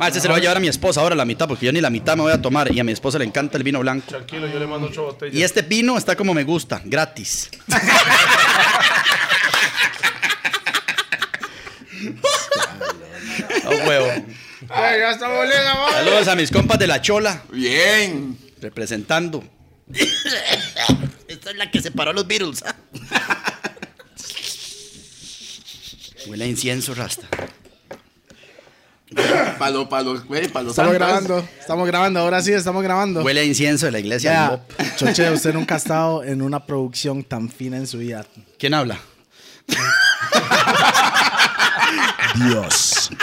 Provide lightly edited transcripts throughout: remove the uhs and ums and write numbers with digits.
Este se lo va a llevar a mi esposa ahora la mitad, porque yo ni la mitad me voy a tomar. Y a mi esposa le encanta el vino blanco. Tranquilo, yo le mando 8 botellas. Y este vino está como me gusta, gratis. Huevo. Ay, ya está bolera, man. Saludos a mis compas de La Chola. Bien. Representando. Esta es la que separó a los Beatles. Huele a incienso, Rasta. Palo Estamos grabando, ahora sí estamos grabando. Huele a incienso de la iglesia del Ya, Bob. Choche, usted nunca ha estado en una producción tan fina en su vida. ¿Quién habla? Dios.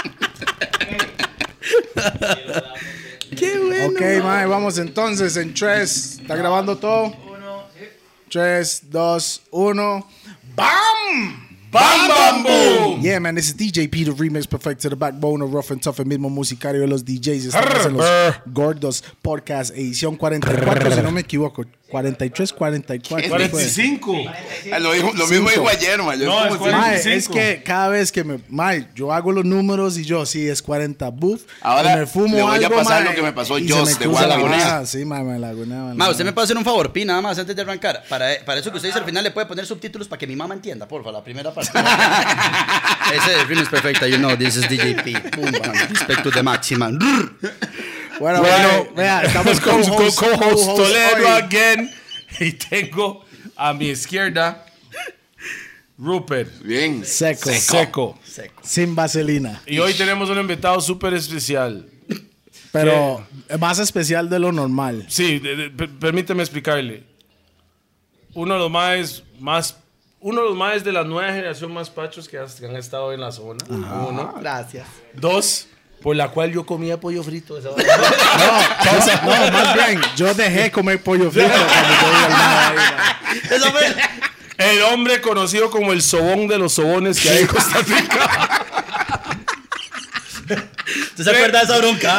Qué bueno. Ok, mae, vamos entonces en 3. ¿Está grabando todo? 3, 2, 1. ¡Bam! ¡Bam, bam, boom! Yeah, man, this is DJ P, the remix perfect to the backbone of Rough and Tough, el mismo musicario de los DJs. Estamos en los Gordos Podcast, edición 44, si no me equivoco. 43, 44. 45. Lo mismo dijo ayer, man. No, es Mae, 45. es que cada vez que yo hago los números y yo, sí, es 40 buff. Ahora y me fumo le voy a algo, pasar mae, lo que me pasó y Joss se me de cruza la Guadalajara. lagunea. Sí, mae, me lagunea. Ma, usted me puede hacer un favor, Pi, nada más antes de arrancar. Para eso que usted dice al final le puede poner subtítulos para que mi mamá entienda, porfa, la primera parte. Ese es perfecta, you know, this is DJ P. Boom, bam, respect to the maxima. Bueno, vea, estamos con su co-host Toledo hoy. again. Y tengo a mi izquierda Rupert. Bien. Seco. Sin vaselina. Y hoy tenemos un invitado súper especial. Pero es más especial de lo normal. Sí, permíteme explicarle. Uno de los más de la nueva generación más pachos que han estado en la zona. Uno. Gracias. 2, por la cual yo comía pollo frito. Esa No, más bien, yo dejé comer pollo frito cuando yo iba al mar ahí, Eso fue. El hombre conocido como el sobón de los sobones que hay en Costa Rica. ¿Usted se acuerda de esa bronca?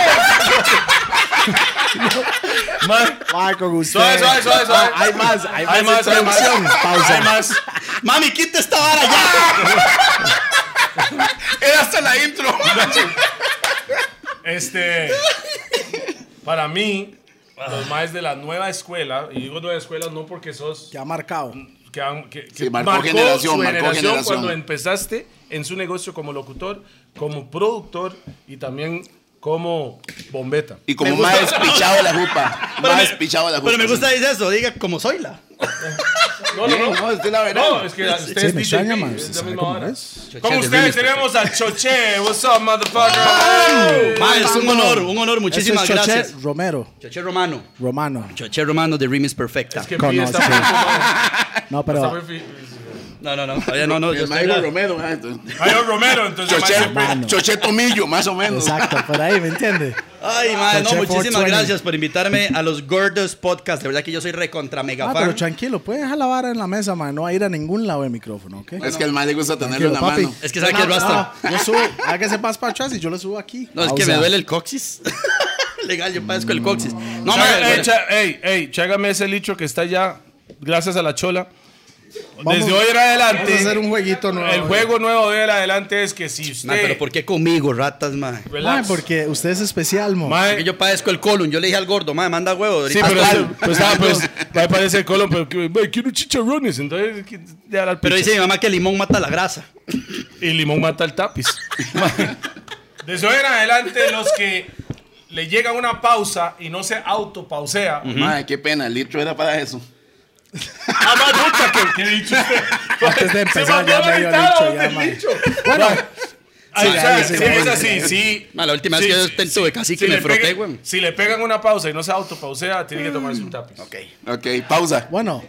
mae, con usted. Suave. Hay más Hay más. Pausa. Hay más. Mami, quita esta vara ya. Era hasta la intro. Para mí, los más de la nueva escuela, y digo nueva escuela no porque sos Que ha marcado. que Sí, marcó generación, su marcó generación. cuando empezaste en su negocio como locutor, como productor y también como bombeta. Y como más despichado la jupa. Más despichado la jupa. Pero me gusta decir eso, diga como soy la. No, es la verdad. No, es que usted Sí, es me DJ, extraña, man. es ¿Usted la sabe misma cómo hora. es? Con ustedes tenemos a Choche. What's up, motherfucker? Ma, es un honor, muchísimas Eso es Choche gracias. Romero. Choche Romano. Choche Romano de Remix Perfecta. Es que Con Pi está nosotros. muy fumado. No, Está pero muy fi- No, todavía no. Yo El estoy Mario Romero. entonces. Mayor Romero, entonces Mano. Choche Tomillo, más o menos. exacto, por ahí, ¿me entiende? Ay, madre, no, Choche muchísimas 420. gracias por invitarme a los Gordos Podcast. De verdad que yo soy recontra mega Pero fan. tranquilo, puede dejar la vara en la mesa, man. No va a ir a ningún lado el micrófono, ¿ok? Es que al mal le gusta tenerlo en la Tranquilo, mano. Es que sabe que es Rasta. Yo subo, hágase más para atrás y yo lo subo aquí. No, es que me duele el coxis. Legal, yo padezco el coxis. No, madre. Chágame ese licho que está ya, gracias a la chola. Vamos- Desde hoy en adelante, Vamos a hacer un jueguito nuevo. el juego nuevo de hoy en adelante es que si usted... Ma, pero ¿por qué conmigo, ratas, ma? Relax. Mae, porque usted es especial, mo. Mae, Porque yo padezco el colon. Yo le dije al gordo, ma, manda huevo. sí, ahorita pero está- pues va a parecer el colon, pero mae, quiero chicharrones, entonces dejar al Pero picho. dice mi mamá que el limón mata la grasa. Y limón mata el tapiz. Desde hoy en adelante, los que le llega una pausa y no se autopausea. Madre, qué pena, el litro era para eso. Más puta que he dicho usted. Antes de empezar, Se ya me medio había dicho, olvidado ya, del mae. dicho. Bueno, Ay, o sea, sí, sí, es así, sí. Ma, la última vez que yo tuve casi que me le froté, pegan- güey. Si le pegan una pausa y no se autopausea, tiene que tomarse un tapiz. Ok. Ok, pausa. bueno,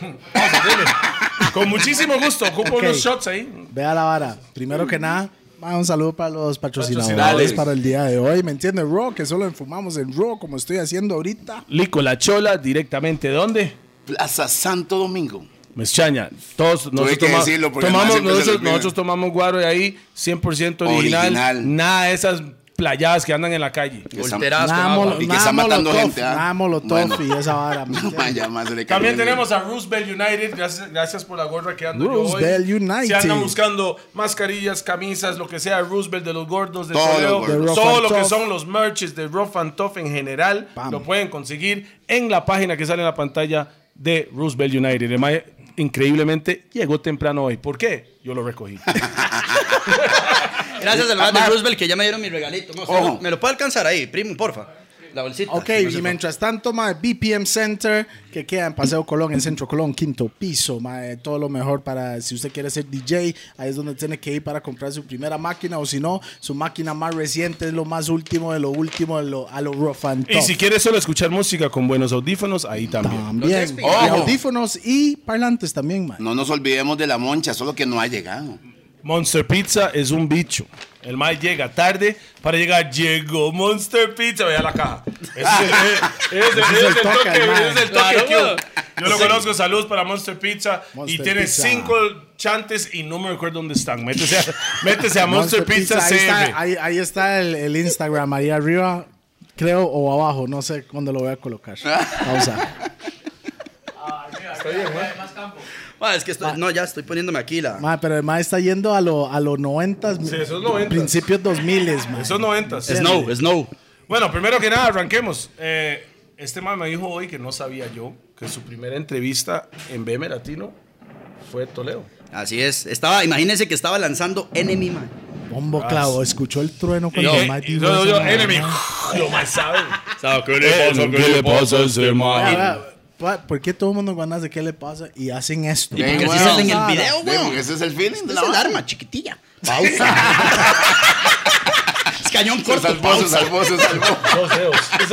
Con muchísimo gusto, ocupo Ok. unos shots ahí. vea la vara. Primero que nada, un saludo para los patrocinadores Patrocinadores. para el día de hoy. ¿Me entiende? Raw, que solo enfumamos en Raw, como estoy haciendo ahorita. Lico La Chola, directamente, ¿de dónde? Plaza Santo Domingo. Me extraña. Todos nosotros, que decirlo porque además siempre se le olvida. nosotros tomamos guaro de ahí, 100% original. Original. Nada de esas playadas que andan en la calle. Volteras con agua. Y que está matando gente, ¿ah? Nada molotov y esa vara. Ya más se le También cayó el- tenemos a Roosevelt United. Gracias por la gorra que ando yo hoy. Roosevelt United. Si andan buscando mascarillas, camisas, lo que sea, Roosevelt de los gordos de Todos Toledo, los gordos. De todo Rough lo and que Tough. son los merches de Rough and Tough en general, Pam. lo pueden conseguir en la página que sale en la pantalla de Roosevelt United. El mae, increíblemente llegó temprano hoy. ¿Por qué? Yo lo recogí. Gracias al man de Roosevelt que ya me dieron mi regalito. No, Ojo. me lo puede alcanzar ahí, primo, porfa. La bolsita. Ok, No se y preocupe. mientras tanto, mae, BPM Center, que queda en Paseo Colón, en Centro Colón, quinto piso, mae, todo lo mejor para si usted quiere ser DJ, ahí es donde tiene que ir para comprar su primera máquina, o si no, su máquina más reciente es lo más último, a lo rough and Y tough. si quieres solo escuchar música con buenos audífonos, ahí también. También, Los y Ojo. audífonos y parlantes también, mae. No nos olvidemos de la moncha, solo que no ha llegado. Monster Pizza es un bicho. El mae llega tarde para llegar. Llegó Monster Pizza. Vea la caja. Ese es el toque. el mae. Ese es el toque. Claro, Q. güey. Yo lo conozco. Saludos para Monster Pizza. Monster y tiene Pizza. 5 chantes y no me recuerdo dónde están. Métese a Monster Pizza ahí está, CR. ahí está el Instagram, ahí arriba, creo, o abajo, no sé cuándo lo voy a colocar. Pausa. Ma, es que no, ya estoy poniéndome aquí la. Mae, pero el mae está yendo a los 90, Sí, esos 90s. principios 2000, mae. Esos 90. Snow. Bueno, primero que nada, arranquemos. Este man me dijo hoy que no sabía yo que su primera entrevista en BM Latino fue Toledo. Así es. Imagínense que estaba lanzando Enemy, man. Bombo clavo, escuchó el trueno cuando el mae dijo yo, eso, mae. enemy. Lo más sabe. ¿Qué ¿Qué le pasa a ese Vea, man? vea, ¿por qué todo el mundo cuando hace qué le pasa y hacen esto? Y Porque bueno, así sale en el Sara. video, Sí, porque güey. ese es el feeling de Es la el vara. arma, chiquitilla. Pausa. Es cañón Se corto. salvó, se Pausa. salvó, se salvó. Dos dedos.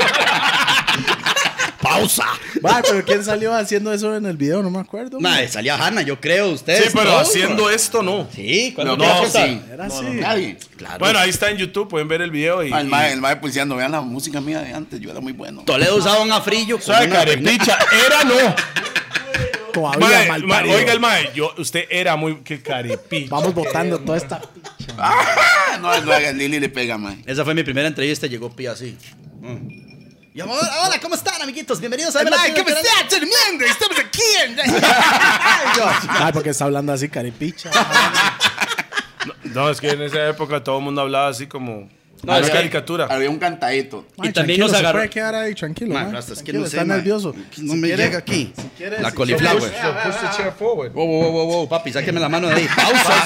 Pausa. Mae, pero ¿quién salió haciendo eso en el video? No me acuerdo. Madre, salía Hanna, yo creo. Ustedes. Sí, pero todos, haciendo güey. esto no. Sí, cuando No, quiera que contar. sí. Era así. Nadie. Claro. Bueno, ahí está en YouTube, pueden ver el video. Y, El mae pulseando, vean la música mía de antes, yo era muy bueno. Toledo usaba un afrillo. con ¿Sabe, una carepicha? Era no. Todavía Mae, mal mae, parido. oiga el mae, usted era muy. Qué carepicha. Vamos botando toda esta. Ah, no haga, Lili le pega, mae. Esa fue mi primera entrevista, llegó Pía así. Y amor, hola, ¿cómo están, amiguitos? Bienvenidos a Ay, Vela mae, Latino, ¿cómo canal. está? Tremendo, estamos aquí. Ay, porque está hablando así, caripicha. No, es que en esa época todo el mundo hablaba así como. No, una es que- caricatura. Había un cantadito. Mae, también tranquilo, nos se agarró- puede quedar ahí, tranquilo. Man, mae, hasta es que tranquilo, no sé, está man. nervioso. No me llega aquí. quieres, La si cauliflower. Push the chair forward. Wow, papi, sáqueme la mano de ahí.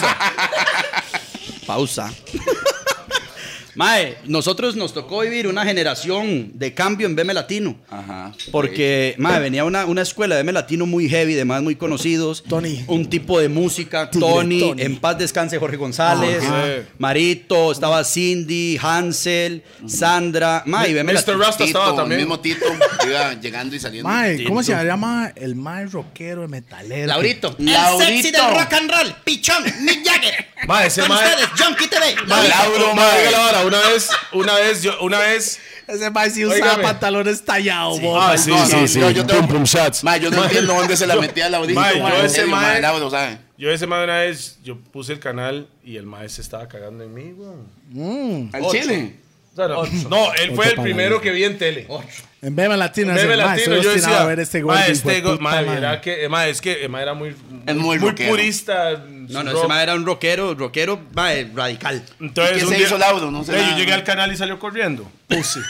Pausa. Mae, nosotros nos tocó vivir una generación de cambio en BM Latino. Ajá. Porque, mae, venía una escuela de BM Latino muy heavy, de más muy conocidos. Tony. Un tipo de música, Tigre Tony, Tony. en paz descanse Jorge González, Ajá. Marito, estaba Cindy, Hansel, Sandra. Mae, BM Mr. Latino. Rasta estaba Tito, el también. mismo Tito, iba llegando y saliendo. Mae, ¿cómo se llama el mae rockero de metalero? Laurito. Laurito. El sexy del rock and roll. Pichón, Mick Jagger. Mae, ese Con mae- ustedes, Junkie TV. Mae, Lauro, mae, mae. oiga la vara, una vez. Ese mae sí usaba Óigame. pantalones tallados, bo, Ah, mae. sí, No, sí, no, sí. yo tengo- Pum, pum shots. Mae, yo no entiendo dónde se la metía Laurito. Mae, yo mae, en ese serio, mae- Lauro, ¿sabe? Yo ese mae una vez, yo puse el canal y el mae se estaba cagando en mí, weón. Al Chile. O sea, no, él fue el Ocho primero palabras. que vi en tele. En Bema Latino, Bebe ese mae, Latino, estoy yo obstinado decía, a ver este gordo, hijo de puta, mae, mae. mira que, mae, es que mae era muy muy rockero. purista. No, su ese rock. mae era un rockero, mae, radical. Entonces, ¿Y qué un se día- hizo Lauro? No sé Yo nada. llegué al canal y salió corriendo. Pussy.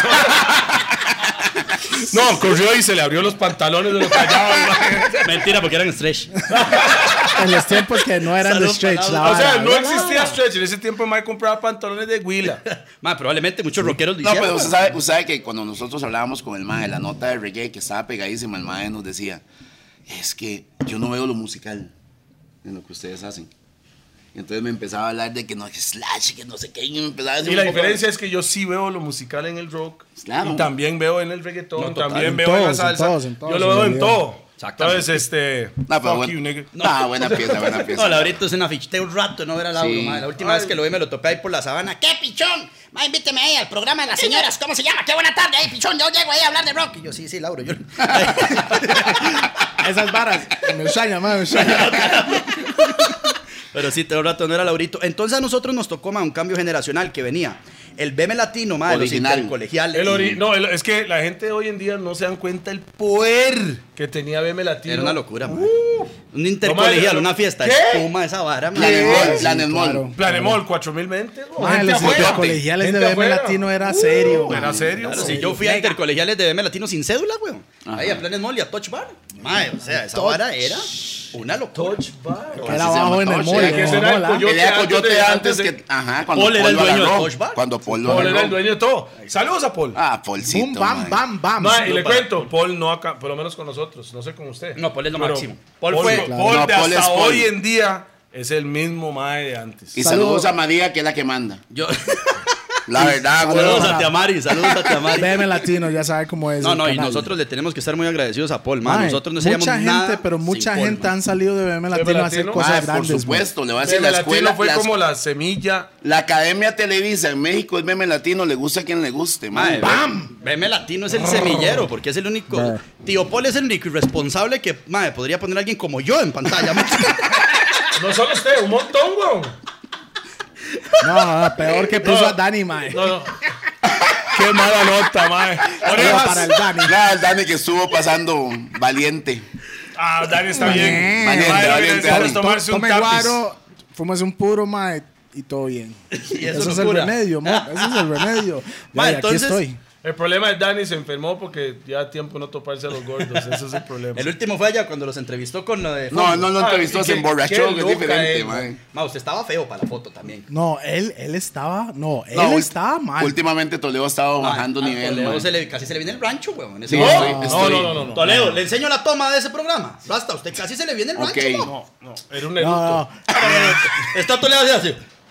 No, corrió y se le abrió los pantalones de los callados. Mentira, porque eran stretch. En los tiempos que no eran de Salud, stretch, palabras. la O sea, vara. no existía stretch. En ese tiempo Mike compraba pantalones de Huila. Mae, probablemente muchos rockeros lo No, hicieron. pero usted sabe que cuando nosotros hablábamos con el mae, la nota de reggae que estaba pegadísima, el mae nos decía, es que yo no veo lo musical en lo que ustedes hacen. Y entonces me empezaba a hablar de que no, que Slash, que no sé qué, y me empezaba a decir Y la un poco- diferencia es que yo sí veo lo musical en el rock. Claro. Y también veo en el reggaetón. No, total. También En veo en la todos, en salsa. todos, en todos, Yo lo en veo en realidad. todo. Exactamente. Entonces, No, pero fuck bueno. you, nigga. No, buena pieza, buena pieza. No, Laurito es una fichtea un rato, no ver a Lauro, Sí. mae. La última vez que lo vi me lo topé ahí por la sabana. ¡Qué pichón! Mae, invíteme ahí al programa de las señoras. ¿Cómo se llama? ¡Qué buena tarde! Ahí, pichón, yo llego ahí a hablar de rock. Y yo, sí, Lauro. Yo... Esas varas. Me extraña, mae, me extraña. Pero sí, todo el rato no era Laurito. Entonces a nosotros nos tocó, mae, un cambio generacional que venía el BM Latino, mae, los Original. intercolegiales. Es que la gente hoy en día no se dan cuenta el poder que tenía BM Latino. Era una locura, mae. Un intercolegial, No, mae, una fiesta. ¿qué? Espuma esa vara, mae. Planemol. claro. Planemol, 4.000 mentes. Mae, los intercolegiales de Gente BM afuera. Latino era serio. Era serio. Claro, si yo fui a intercolegiales de BM Latino sin cédula, weón. Ahí a Planes Mall y a Touch Bar. Mae, o sea, esa vara era una locura. Touch Bar. Era abajo en el Touch, mall. era que ese era el ¿no? coyote. Él era Coyote antes antes de- que. Ajá, cuando Paul era el lo dueño del agarró. Touch Bar. Cuando Paul lo Paul era el agarró. dueño de todo. Saludos a Paul. Ah, Paulcito. Boom, bam, mae. bam, bam. Ma, y le para- cuento, Paul no acá, por lo menos con nosotros, no sé con usted. No, Paul es lo Pero máximo. Paul, Paul fue- Paul No, de Paul hasta es Paul. hoy en día es el mismo mae de antes. Y Saludos. saludos a María, que es la que manda. Yo, La verdad, saludos güey. a Tiamari, saludos a Tiamari. BM Latino, ya sabe cómo es. No, el no, y canal. nosotros le tenemos que estar muy agradecidos a Paul, man. Mae, Nosotros no seríamos mucha nada gente, pero sin mucha Paul, gente man. han salido de BM Latino a hacer Latino? cosas Mae, por grandes. supuesto, le voy a decir, BM la escuela Latino fue las- como la semilla. La Academia Televisa en México es Meme Latino, le gusta a quien le guste, Mae, mae. ¡bam! BM Latino es el semillero, porque es el único. Tío Paul es el único irresponsable que, mae, podría poner a alguien como yo en pantalla. mae. No solo usted, un montón, weón. No, peor que puso a Dani, mae. No. Qué mala nota, mae. Saludos para el Dani. Nada, el Dani que estuvo pasando valiente. Ah, Dani está bien. Valiente, Mae, valiente, necesitamos Dani. tomarse un Tome tapiz. guaro, fumas un puro, mae, y todo bien. Y eso Eso no es el cura. remedio, mae. Ese es el remedio. Mae, Mae, aquí entonces- estoy. El problema es Dani se enfermó porque ya tiempo no toparse a los gordos. Ese es el problema. El último fue allá cuando los entrevistó con lo de. No, no lo entrevistó, y se qué- emborrachó, qué que es loca diferente, él, mae. Ma, usted estaba feo para la foto también. No, él estaba, No, estaba mal. Últimamente Toledo ha estado bajando Mae, a nivel, Toledo mae. casi se le viene el rancho, weón. en ese Sí, momento. estoy- No. Toledo, le enseño la toma de ese programa. Basta, usted casi se le viene el rancho, Ok. mo. No, era un No, eructo. no. Está Toledo así.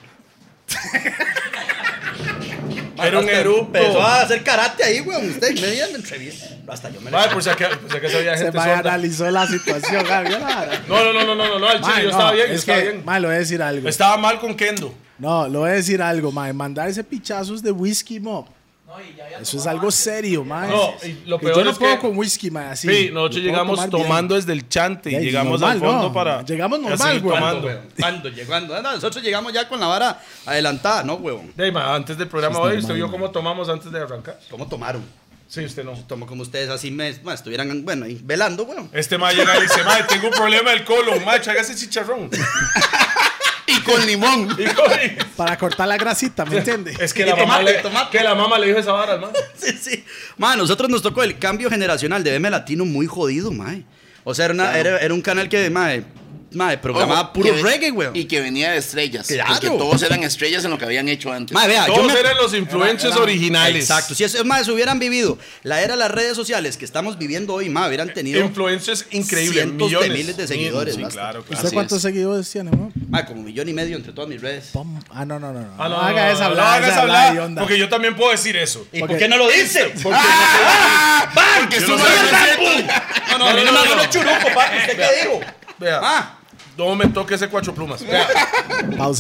Era un eructo. Empezó a hacer karate ahí, weón. Usted media me entrevista. Hasta yo me Mae, por si acaso había Se gente mae sorda. analizó la situación, vio la vara. No, al chile, Mae, yo no, estaba bien, yo es estaba que, bien. mae, le voy a decir algo. Estaba mal con Kendo. No, le voy a decir algo, mae. Mandarse pichazos de whisky, mo. Eso es algo serio, mae. No, y lo Que peor yo no es puedo que con whisky, mae, así. sí, Lo nosotros puedo llegamos tomar bien. tomando desde el chante y Ya, y llegamos normal, al fondo no, para llegamos normal, seguir güey. tomando. ¿Cuándo? Llegando. No, nosotros llegamos ya con la vara adelantada, ¿no, weón? Dey, ma, antes del programa hoy, ¿usted vio cómo tomamos antes de arrancar? ¿Cómo tomaron? Sí, usted no. Tomo como ustedes así estuvieran, bueno, ahí velando, weón. Este ma llega y dice, ma, tengo un problema del colon, ma, hágase chicharrón. Y con limón. Y coge- Para cortar la grasita, ¿me entiende? Es que Y la, mamá tomate, le, tomate. que la mamá le dijo esa vara, man. Sí, sí. Ma, a nosotros nos tocó el cambio generacional de BM Latino muy jodido, mae. O sea, era un canal que, mae, programaba Ojo, puro que- reggae, weón. Y que venía de estrellas. Claro. Porque todos eran estrellas en lo que habían hecho antes. Mae, vea, Todos eran los influencers originales. Exacto. Si esos más hubieran vivido la era de las redes sociales que estamos viviendo hoy, ma, hubieran tenido Influencers increíbles, cientos millones. de miles de seguidores. Sí, basta. claro, claro. ¿Usted cuántos seguidores tiene, no? Ma, como 1,5 millones entre todas mis redes. No. Ah, no, haga esa no hablar, hagas esa hablar, y onda. porque yo también puedo decir eso. ¿Y por qué no lo dice? Porque Porque Yo no sube sé el qué rating. No, a mí no me hagan el churuco, pa. ¿Usted qué dijo? Vea, Ma, no me toque ese 4 plumas. Vea, Pausa.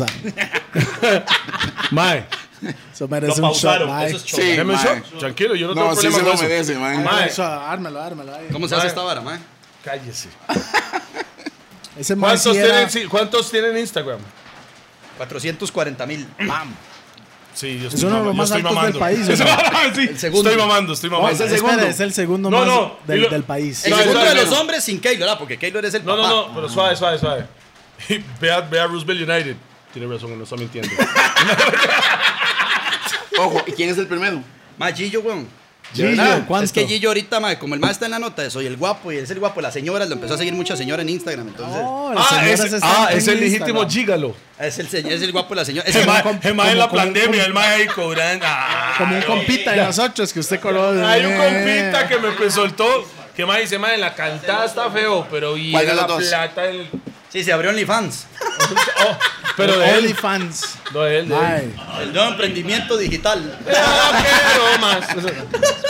mae, Eso merece lo un shot, pausaron. mae. Eso es show. Sí, deme un mae. shot. Tranquilo, yo no No, tengo sí problema se con lo eso. merece, man. Mae. Eso, ármelo ahí. ¿Cómo se hace esta vara, ma? Cállese. Ese mae sí era... ¿Cuántos tienen Instagram? 440,000. Sí, yo Es uno de los más estoy altos del mamando. país, ¿o no? Sí, El segundo. Estoy mamando. Oh, es el espera, segundo. es el segundo No, más no, y lo- del país. El No, segundo eso de es los hombres sin Keylor, ¿verdad? Porque Keylor es el papá. No, pero suave. Ve a Roosevelt United. Tiene razón, no está mintiendo. Ojo, ¿y quién es el primero? Ma, Gillo, weón. Gillo, ¿Verdad? ¿cuánto? Es que Gillo ahorita, ma, como el más está en la nota de soy el guapo y él es el guapo, la señora lo empezó a seguir mucha señora en Instagram, entonces Oh, las señoras están en es el legítimo Instagram. gígalo. es el guapo de la señora. Es El que, mae como- en la como- pandemia, el mae ahí cobrando. Como un compita de nosotros que usted conoce. Hay un compita que me soltó. Que mae dice, mae, la cantada está feo, pero y ¿Cuál de la los dos? plata. sí, se abrió OnlyFans. Pero de él. OnlyFans. No, de él. Mae. El nuevo emprendimiento digital. No quiero más.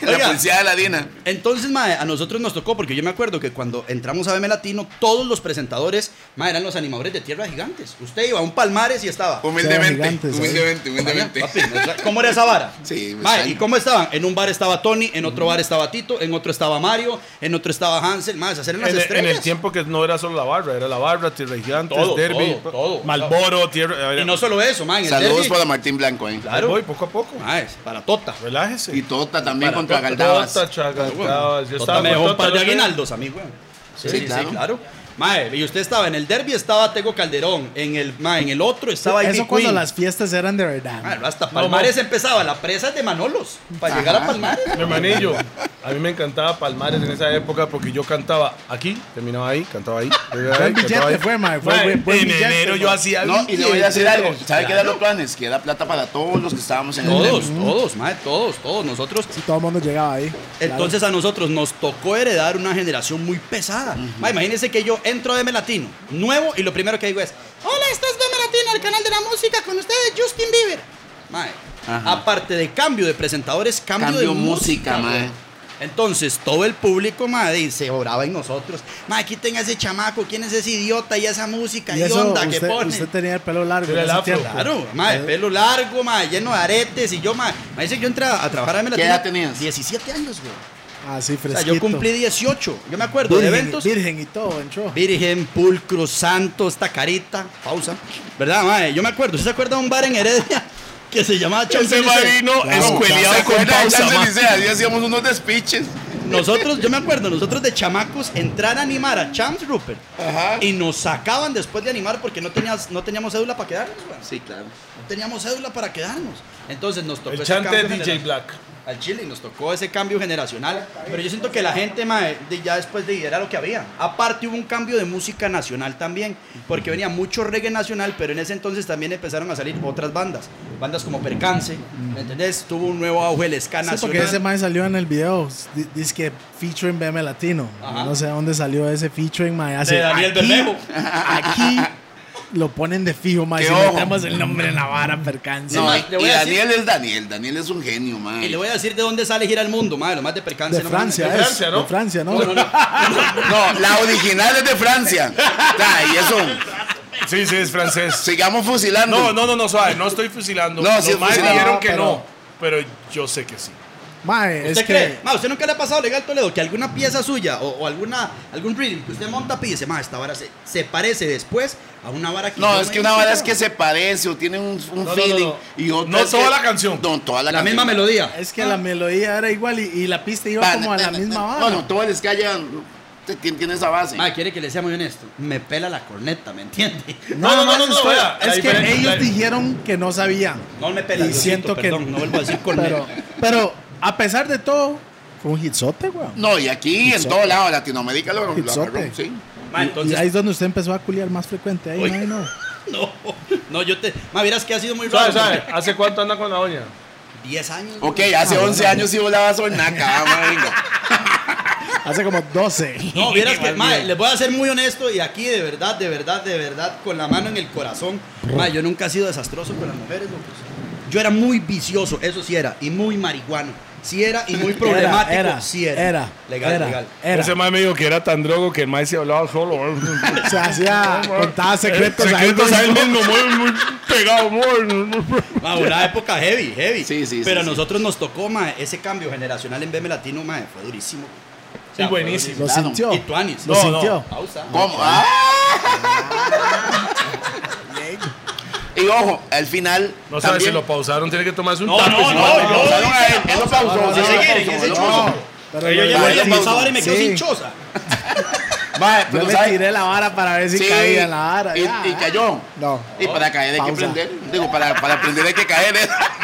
La Oiga. policía de la DINA. Entonces, mae, a nosotros nos tocó, porque yo me acuerdo que cuando entramos a BM Latino, todos los presentadores, mae, eran los animadores de Tierra Gigantes. Usted iba a un Palmares y estaba. Humildemente, gigantes, humildemente. Papi, ¿cómo era esa vara? Sí, me Mae, extraña. ¿y cómo estaban? En un bar estaba Tony, en otro bar estaba Tito, en otro estaba Mario, en otro estaba Hansel. Mae, esas eran las En estrellas. el tiempo que no era solo la barra, era la barra, Tierra Gigantes, Todo, Derby, todo. Malboro, Tierra. Y no solo eso, mae, en el Saludos derbi, para Martín Blanco, ¿eh? Claro. Voy poco a poco. Mae, para Tota. Relájese. Y Tota también Para contra Tota, Galdabas. Tota, Chagaldabas. Yo Tota estaba me con dejó un Tota, par de yo sé. aguinaldos a mí, güey. Sí, claro. Mae, y usted estaba en el derby, estaba Tego Calderón. En el otro estaba Ivy Eso cuando Queen. las fiestas eran de verdad. Mae, hasta Palmares empezaba, la presa de Manolos. Para llegar a Palmares. Mi hermanillo, a mí me encantaba Palmares en esa época porque yo cantaba aquí, terminaba ahí, cantaba ahí. Buen billete fue, mae. Fue Mae, buen en billete, enero mae. yo hacía No, y le voy a decir algo. billetes. ¿Sabe qué eran los planes? Que era plata para todos los que estábamos en el Todos, mae, todos. Nosotros. Sí, todo el mundo llegaba ahí. Entonces a nosotros nos tocó heredar una generación muy pesada. Mae, imagínense que yo entro a BM Latino, nuevo, y lo primero que digo es: hola, esto es BM Latino, el canal de la música, con ustedes Justin Bieber. Mae, Ajá. aparte de cambio de presentadores, cambio de música, mae. mae. Entonces todo el público, mae, se oraba en nosotros. Mae, quiten a ese chamaco, ¿quién es ese idiota? Y esa música, Y y eso, onda que usted, pone. usted tenía el pelo largo. Era en el ese afro. tiempo. Claro, mae, pelo largo, mae, lleno de aretes. Y yo, mae, dice que yo entré a trabajar a BM ¿Qué Latino. edad tenías? 17 años, güey. Ah, sí, O sea, fresquito. yo cumplí 18. Yo me acuerdo de virgen, eventos. Virgen y todo, entró. Virgen, pulcro, santo, esta carita. Pausa. ¿Verdad, mae? Yo me acuerdo. ¿Usted se acuerda de un bar en Heredia que se llamaba Ese Champs-Élysées? marino escueleado ¿Se con acuerdan de pausa, Chance ma. Licea? Así hacíamos unos despiches. Nosotros, yo me acuerdo, nosotros de chamacos entrar a animar a Champs Rupert Ajá. y nos sacaban después de animar porque no teníamos cédula para quedarnos, güey. Sí, claro. No teníamos cédula para quedarnos. Entonces nos tocó El ese chante de cambio DJ generacional. Black. Al Chile y nos tocó ese cambio generacional. Pero yo siento que la gente, mae, ya después de era lo que había. Aparte hubo un cambio de música nacional también, porque venía mucho reggae nacional, pero en ese entonces también empezaron a salir otras bandas. Bandas como Percance, ¿me entendés? Tuvo un nuevo auge el ska Sí, nacional. porque ese man salió en el video. Dice que featuring BM Latino. Ajá. No sé dónde salió ese featuring, man. De Daniel Bermejo. Aquí lo ponen de fijo, man. Que Si ojo. metemos el nombre en la vara, percance. No, más, y le voy a Daniel es Daniel. Daniel es un genio, man. Y le voy a decir de dónde sale Gira al Mundo, madre, lo más de Percance. De no Francia, mames. es. Francia, ¿no? De Francia, ¿no? No. No, la original es de Francia. Ya, y eso. Sí, es francés. Sigamos fusilando. No, suave, no estoy fusilando. No, sí Los más fusilando. dijeron que Pero- no, pero yo sé que sí. Mae, es ¿Usted que. cree? Ma, ¿usted nunca le ha pasado legal Toledo que alguna pieza suya o algún rhythm que usted monta y dice, ma, esta vara se parece después a una vara que No, yo es me que una vara es inspiraba? que se parece o tiene un No, feeling. no. Y otra No es toda que- la canción. No, toda la La canción. misma melodía. Es que la melodía era igual y la pista iba como a la misma vara. Bueno, todo el ska ya tiene esa base. Ma, quiere que le sea muy honesto. Me pela la corneta, ¿me entiende? No, vea, Es la que diferencia- ellos la- dijeron que no sabían. No me pela, Y Diosito, siento que. perdón, no vuelvo a decir corneta. Pero a pesar de todo, fue un hitsote, weón. No, y aquí en Hitsote. todo lado, Latinoamérica lo Hitsote. agarró, sí. Ma, Y entonces, ahí es donde usted empezó a culiar más frecuente. Ahí, Uy. mae, no. no, yo te... Ma, verás que ha sido muy Suave, raro. suave. porque ¿Hace cuánto anda con la doña? 10 años. Ok, hace 11 años sí volaba Sornaca, venga. Hace como 12. No, vieras que, ma, les voy a ser muy honesto y aquí de verdad, con la mano en el corazón, ma, yo nunca he sido desastroso con las mujeres, locos. Yo era muy vicioso, eso sí era, y muy marihuano. Sí era, y muy problemático, sí era. Legal. Era. Ese mae me dijo que era tan drogo que el mae se hablaba solo. Se hacía, contaba secretos, Secretos a él mismo. mismo, muy pegado. Ma, una época heavy. Sí, Pero a sí. nosotros nos tocó, ma, ese cambio generacional en BM Latino, ma, fue durísimo. O sea, Sí, buenísimo. Lo Claro. sintió. Y Tuanis. Lo No, sintió. Pausa. ¿Cómo? Y ojo, al final. No sabes si también- lo pausaron, tiene que tomarse un No, tape. no, si no, No, yo- lo pausaron a él, él lo pausó. No, Sí, no, seguir, no, ese no, chozo. pero Pero yo yo llego le y tiré- esa vara y me quedo sí. sin choza. Mae, Yo pero le ¿sabe? tiré la vara para ver si Sí, caía en la vara. y ya. cayó. No. Y para caer hay que Pausa. prender. Digo, para aprender hay que caer.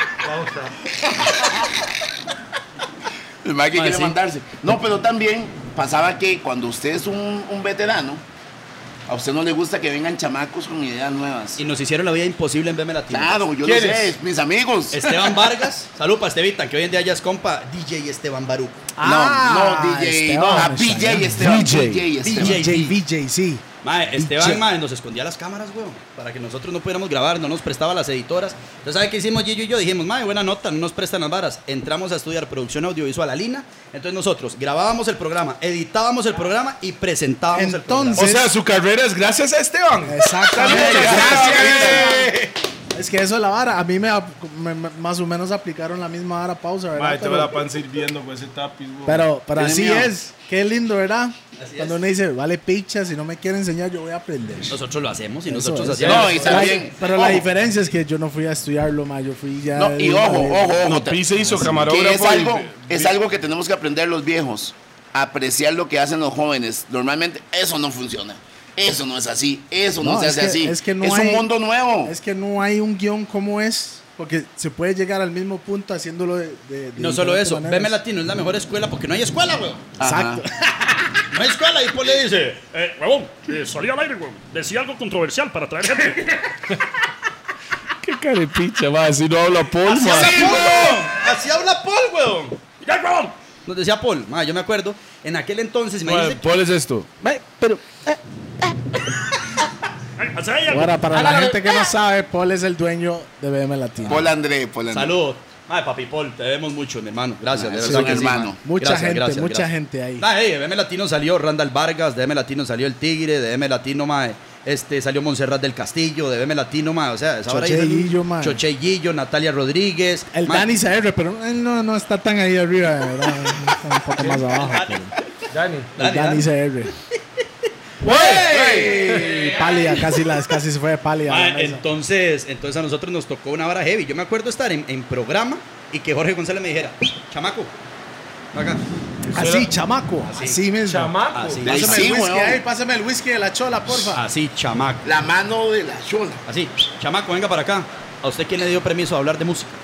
El mae que Mae, quiere sí. mandarse. No, pero también pasaba que cuando usted es un veterano, a usted no le gusta que vengan chamacos con ideas nuevas. Y nos hicieron la vida imposible en BM Latino. Claro, yo lo ¿Quién sé, es? mis amigos. Esteban Vargas, salud para Estevita, que hoy en día ya es compa, DJ Esteban Baruch. No, DJ, no, Esteban, a PJ Esteban. VJ. PJ Esteban. VJ, sí. Mae, Esteban, mae, nos escondía las cámaras, weón, para que nosotros no pudiéramos grabar, no nos prestaba las editoras. Entonces, ¿sabe qué hicimos Gillo y yo? Dijimos, mae, buena nota, no nos prestan las varas. Entramos a estudiar producción audiovisual a Lina. Entonces nosotros grabábamos el programa, editábamos el programa y presentábamos el programa. O sea, su carrera es gracias a Esteban. Exactamente. Gracias. Es que eso es la vara. A mí más o menos aplicaron la misma vara pausa, ¿verdad? Mae, tengo la panza hirviendo con ese tapiz, weón. Pero Tiene así miedo. es. Qué lindo, ¿verdad? Así Cuando es. uno dice, vale picha, si no me quiere enseñar, yo voy a aprender. Nosotros lo hacemos y Eso nosotros es. hacíamos. No, y también. Pero la diferencia es que yo no fui a estudiarlo, ma. Yo fui ya. No, y ojo. No, Pi se hizo Que camarógrafo. es algo que tenemos que aprender los viejos. Apreciar lo que hacen los jóvenes. Normalmente eso no funciona. Eso no es así. Eso no se hace así. Es que no es hay- un mundo nuevo. Es que no hay un guión como es. Porque se puede llegar al mismo punto haciéndolo de No solo diferentes eso, maneras. BM Latino es la mejor escuela porque no hay escuela, weón. Exacto. No hay escuela y Paul le dice, Huevón, salí al aire, huevón. Decía algo controversial para traer gente. Qué carepicha, va. Si no habla Paul, así ma. habla Paul, weón. Así habla Paul, weón. ¡Ya, huevón! Nos decía Paul, ma, yo me acuerdo, en aquel entonces, Bueno, imagínese, Paul es esto. Así hay algo. Ahora, para la gente que no sabe, Paul es el dueño de BM Latino. Paul André. saludos. Ay, papi Paul, te debemos mucho, mi hermano. Gracias, de Es verdad un que sí, hermano. man. Mucha Gracias, gente, gracias, mucha gracias. gente ahí. Ah, de BM Latino salió Randall Vargas, de BM Latino salió El Tigre, de BM Latino, mae, salió Montserrat del Castillo, de BM Latino, mae, o sea, esa hora ahí Choche salió- Guillo, mae. Choche Guillo, Natalia Rodríguez. El mae, Dani CR, pero él no está tan ahí arriba, ¿verdad? Está un poco más abajo. pero Dani. el Dani CR. ¡Wey! Pálida, casi se fue de pálida. a la Mae, mesa. entonces a nosotros nos tocó una vara heavy. Yo me acuerdo estar en programa y que Jorge González me dijera, chamaco, acá. Así, chamaco. Así mismo. Chamaco. Así. Ahí Pásame sí, el whisky weón. ahí, pásame el whisky de la chola, porfa. Así, chamaco. La mano de la chola. Así, chamaco, venga para acá. ¿A usted quién le dio permiso de hablar de música?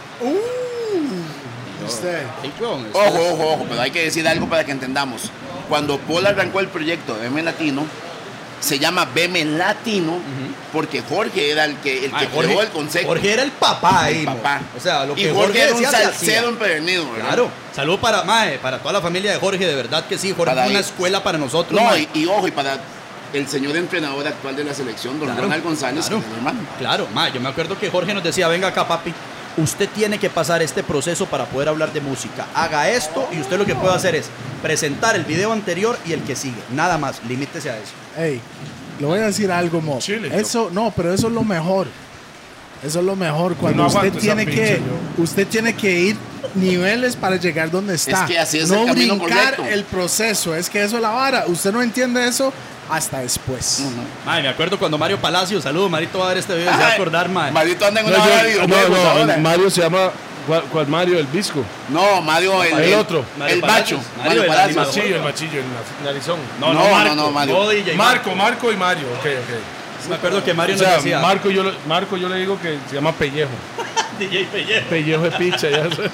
Usted. Sí, weón, esto Ojo, pero hay que decir algo para que entendamos. Cuando Paul arrancó el proyecto de BM Latino, se llama BM Latino porque Jorge era el que Ay, creó el concepto. Jorge era el papá ahí, El mo. papá. O sea, lo y que Jorge era un decía, se salsero hacía. empedernido, ¿verdad? Claro. Saludos para Mae, para toda la familia de Jorge, de verdad que sí. Jorge Para fue una ahí. escuela para nosotros. No, mae. y ojo, y para el señor entrenador actual de la selección, don Claro, Ronald González, claro. que es mi hermano. Claro, mae, yo me acuerdo que Jorge nos decía, venga acá, papi, usted tiene que pasar este proceso para poder hablar de música. Haga esto y usted lo que puede hacer es presentar el video anterior y el que sigue. Nada más, limítese a eso. Ey, le voy a decir algo, Mo. Chile, Eso, no, pero eso es lo mejor. Eso es lo mejor. Cuando no usted aguanto esa tiene pinche, usted tiene que ir niveles para llegar donde está. Es que así es no el camino brincar correcto. el proceso. Es que eso es la vara. Usted no entiende eso hasta después. Mae, me acuerdo cuando Mario Palacio, saludos, Marito va a ver este video y se va a acordar, mae. Marito anda en No, una hora de videojuegos ahora. Mario se llama. ¿Cuál Mario? El Visco. No, Mario, El otro. Mario el Palacios. macho. Mario, el Palacios. animador. El machillo, el narizón. No, Mario. No, DJ Marco y Mario. Ok. Me acuerdo que Mario O nos sea, decía. Marco yo le digo que se llama Pellejo. DJ Pellejo. Pellejo de picha, ya sé.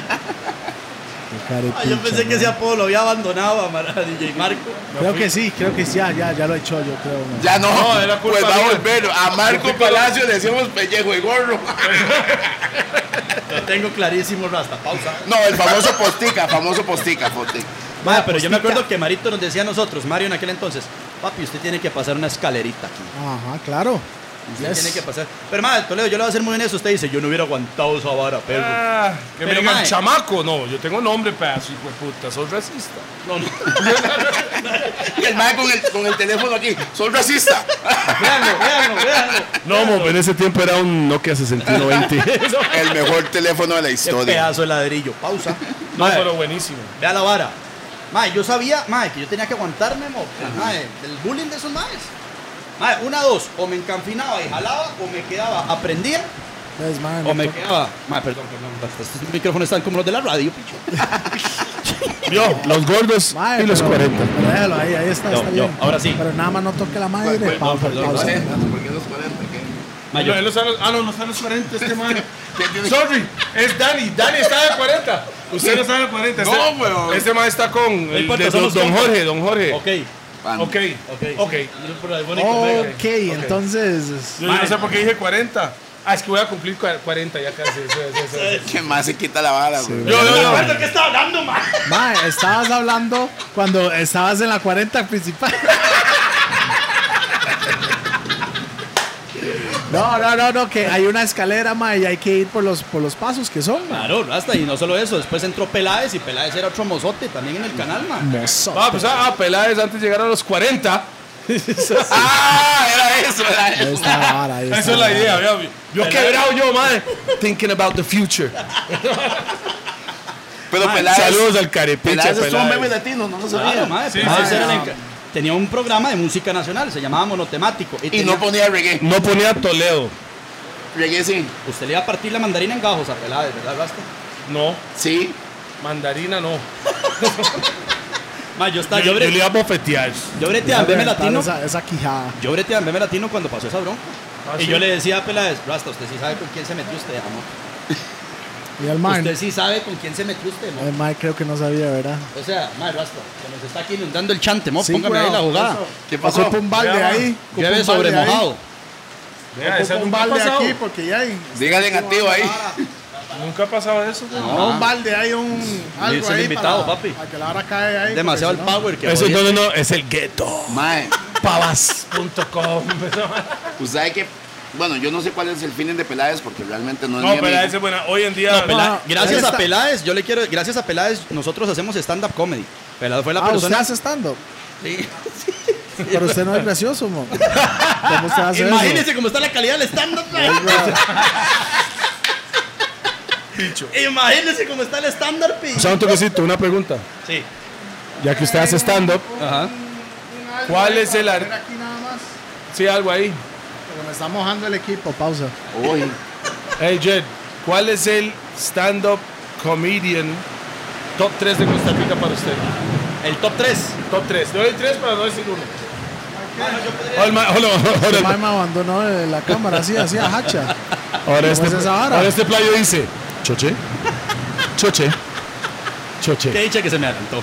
Ay, yo pensé que ese apodo lo había abandonado a DJ Marco. Creo que sí, ya lo he hecho yo, creo. ¿no? Ya no, No, era culpa pues va a mía. volver. A Marco Palacio le decíamos pellejo y gorro. Lo tengo clarísimo, Rasta. Pausa. No, el famoso postica. Mae, pero yo me acuerdo que Marito nos decía a nosotros, Mario en aquel entonces, papi, usted tiene que pasar una escalerita aquí. Ajá, claro. Usted Yes. tiene que pasar. Pero mae, Toledo, yo le voy a hacer muy honesto. Usted dice, yo no hubiera aguantado esa vara, perro. Que me Pero, digan mae. chamaco. No, yo tengo nombre, pedazo, hijo de puta. Soy racista. No, no. Y el man con el teléfono aquí. Soy racista. Véanlo. No, mo, en ese tiempo era un Nokia 6120. El mejor teléfono de la Qué historia. pedazo de ladrillo. Pausa. No, Mae, pero buenísimo. vea la vara. Mae, yo sabía, mae, que yo tenía que aguantarme, mo, mae, del bullying de esos maes. Mae, una, dos, o me encanfinaba y jalaba, o me quedaba, aprendía, Pues, man, o me quedaba. Mae, perdón, estos micrófonos están como los de la radio, picho. Vio, los gordos Mae, y los pero- 40. pero déjalo ahí está No, bien. ahora sí. Pero nada más no toque la madre. ¿Cuál? Pausa, perdón, pausa. ¿Por qué los 40? ¿Qué? Mae, yo- No están los 40 este man. ¿Quién tiene- Sorry, es Dani. Dani está de 40. Usted no está de 40. No, weón. Este man está con el importa, de somos don compas. Jorge. Ok, Pan. Ok. ok. Yo por ahí, bonito, venga. Ok, entonces. Yo no sé por qué dije 40. Es que voy a cumplir 40 ya casi. Sí. ¿Qué más se quita la vara, güey? Yo. ¿De qué estaba hablando, mae? Mae, estabas hablando cuando estabas en la 40 principal. No, que hay una escalera, ma, y hay que ir por los pasos que son, ma. Claro, hasta y no solo eso, después entró Peláez y Peláez era otro mozote también en el canal, man. Peláez antes de llegar a los 40. Era eso. Ahí está la vara, ahí Esa está es la vara. idea, vea. Yo quebrado yo, madre. Thinking about the future. Pero Saludos al carepicha. Peláez estuvo en Peláez. Bebe Latino, no lo Claro, sabía. mae, Sí, Peláez sí, era sí. el tenía un programa de música nacional, se llamaba Monotemático. Y tenía- no ponía reggae. No ponía Toledo. Reggae sí. Usted le iba a partir la mandarina en gajos a Peláez, ¿verdad, Rasta? No. Sí. Mandarina no. Ma, yo Yo le iba a bofetear. breteaba en Bebe Latino. Esa quijada. Yo breteaba en Bebe Latino cuando pasó esa bronca. Ah, Y sí. yo le decía a Peláez, Rasta, usted sí sabe con quién se metió usted, amor. Y el man, Usted sí sabe con quién se metió usted, ¿no? el man creo que no sabía, ¿verdad? O sea, ma, Rasta, que nos está aquí inundando el chante, mo, Sí, póngame ahí weón, la jugada. eso. ¿Qué pasó? Ocupa un balde Ya, ahí. Llueve sobre mojado. Vea, esa Un nunca ha balde pasado. aquí porque ya hay. Dígale en activo ahí. Nunca ha pasado eso, güey. No, un balde, hay un algo Dice el ahí invitado, para, papi. para que la hora cae ahí. Demasiado el porque si no- power que Eso oye. no, es el gueto. Mae, Pavas.com. usted sabe que, bueno, yo no sé cuál es el feeling de Peláez porque realmente no es No, mi pero amigo. esa es buena. Hoy en día. No, no, gracias ahí a está. Peláez, gracias a Peláez, nosotros hacemos stand-up comedy. Peláez fue la usted persona. hace stand-up. Sí. Pero usted no es gracioso, mo. ¿Cómo usted hace Imagínese cómo está la calidad del stand-up. Imagínese cómo está el stand-up. pi. O sea, un toquecito, una pregunta. Sí. Ya que usted hace stand-up, Ajá. ¿cuál es el Aquí nada más. Sí, algo ahí. Porque me está mojando el equipo. Pausa. Uy, Hey, Jed, ¿cuál es el stand-up comedian top 3 de Costa Rica para usted? El top 3. Top 3. Le doy 3 para no decir uno. El man me abandonó de la cámara así, así a hacha. Ahora ¿Cómo es esa vara? ahora este playo dice: Choche, Choche, Choche. Qué dicha que se me adelantó.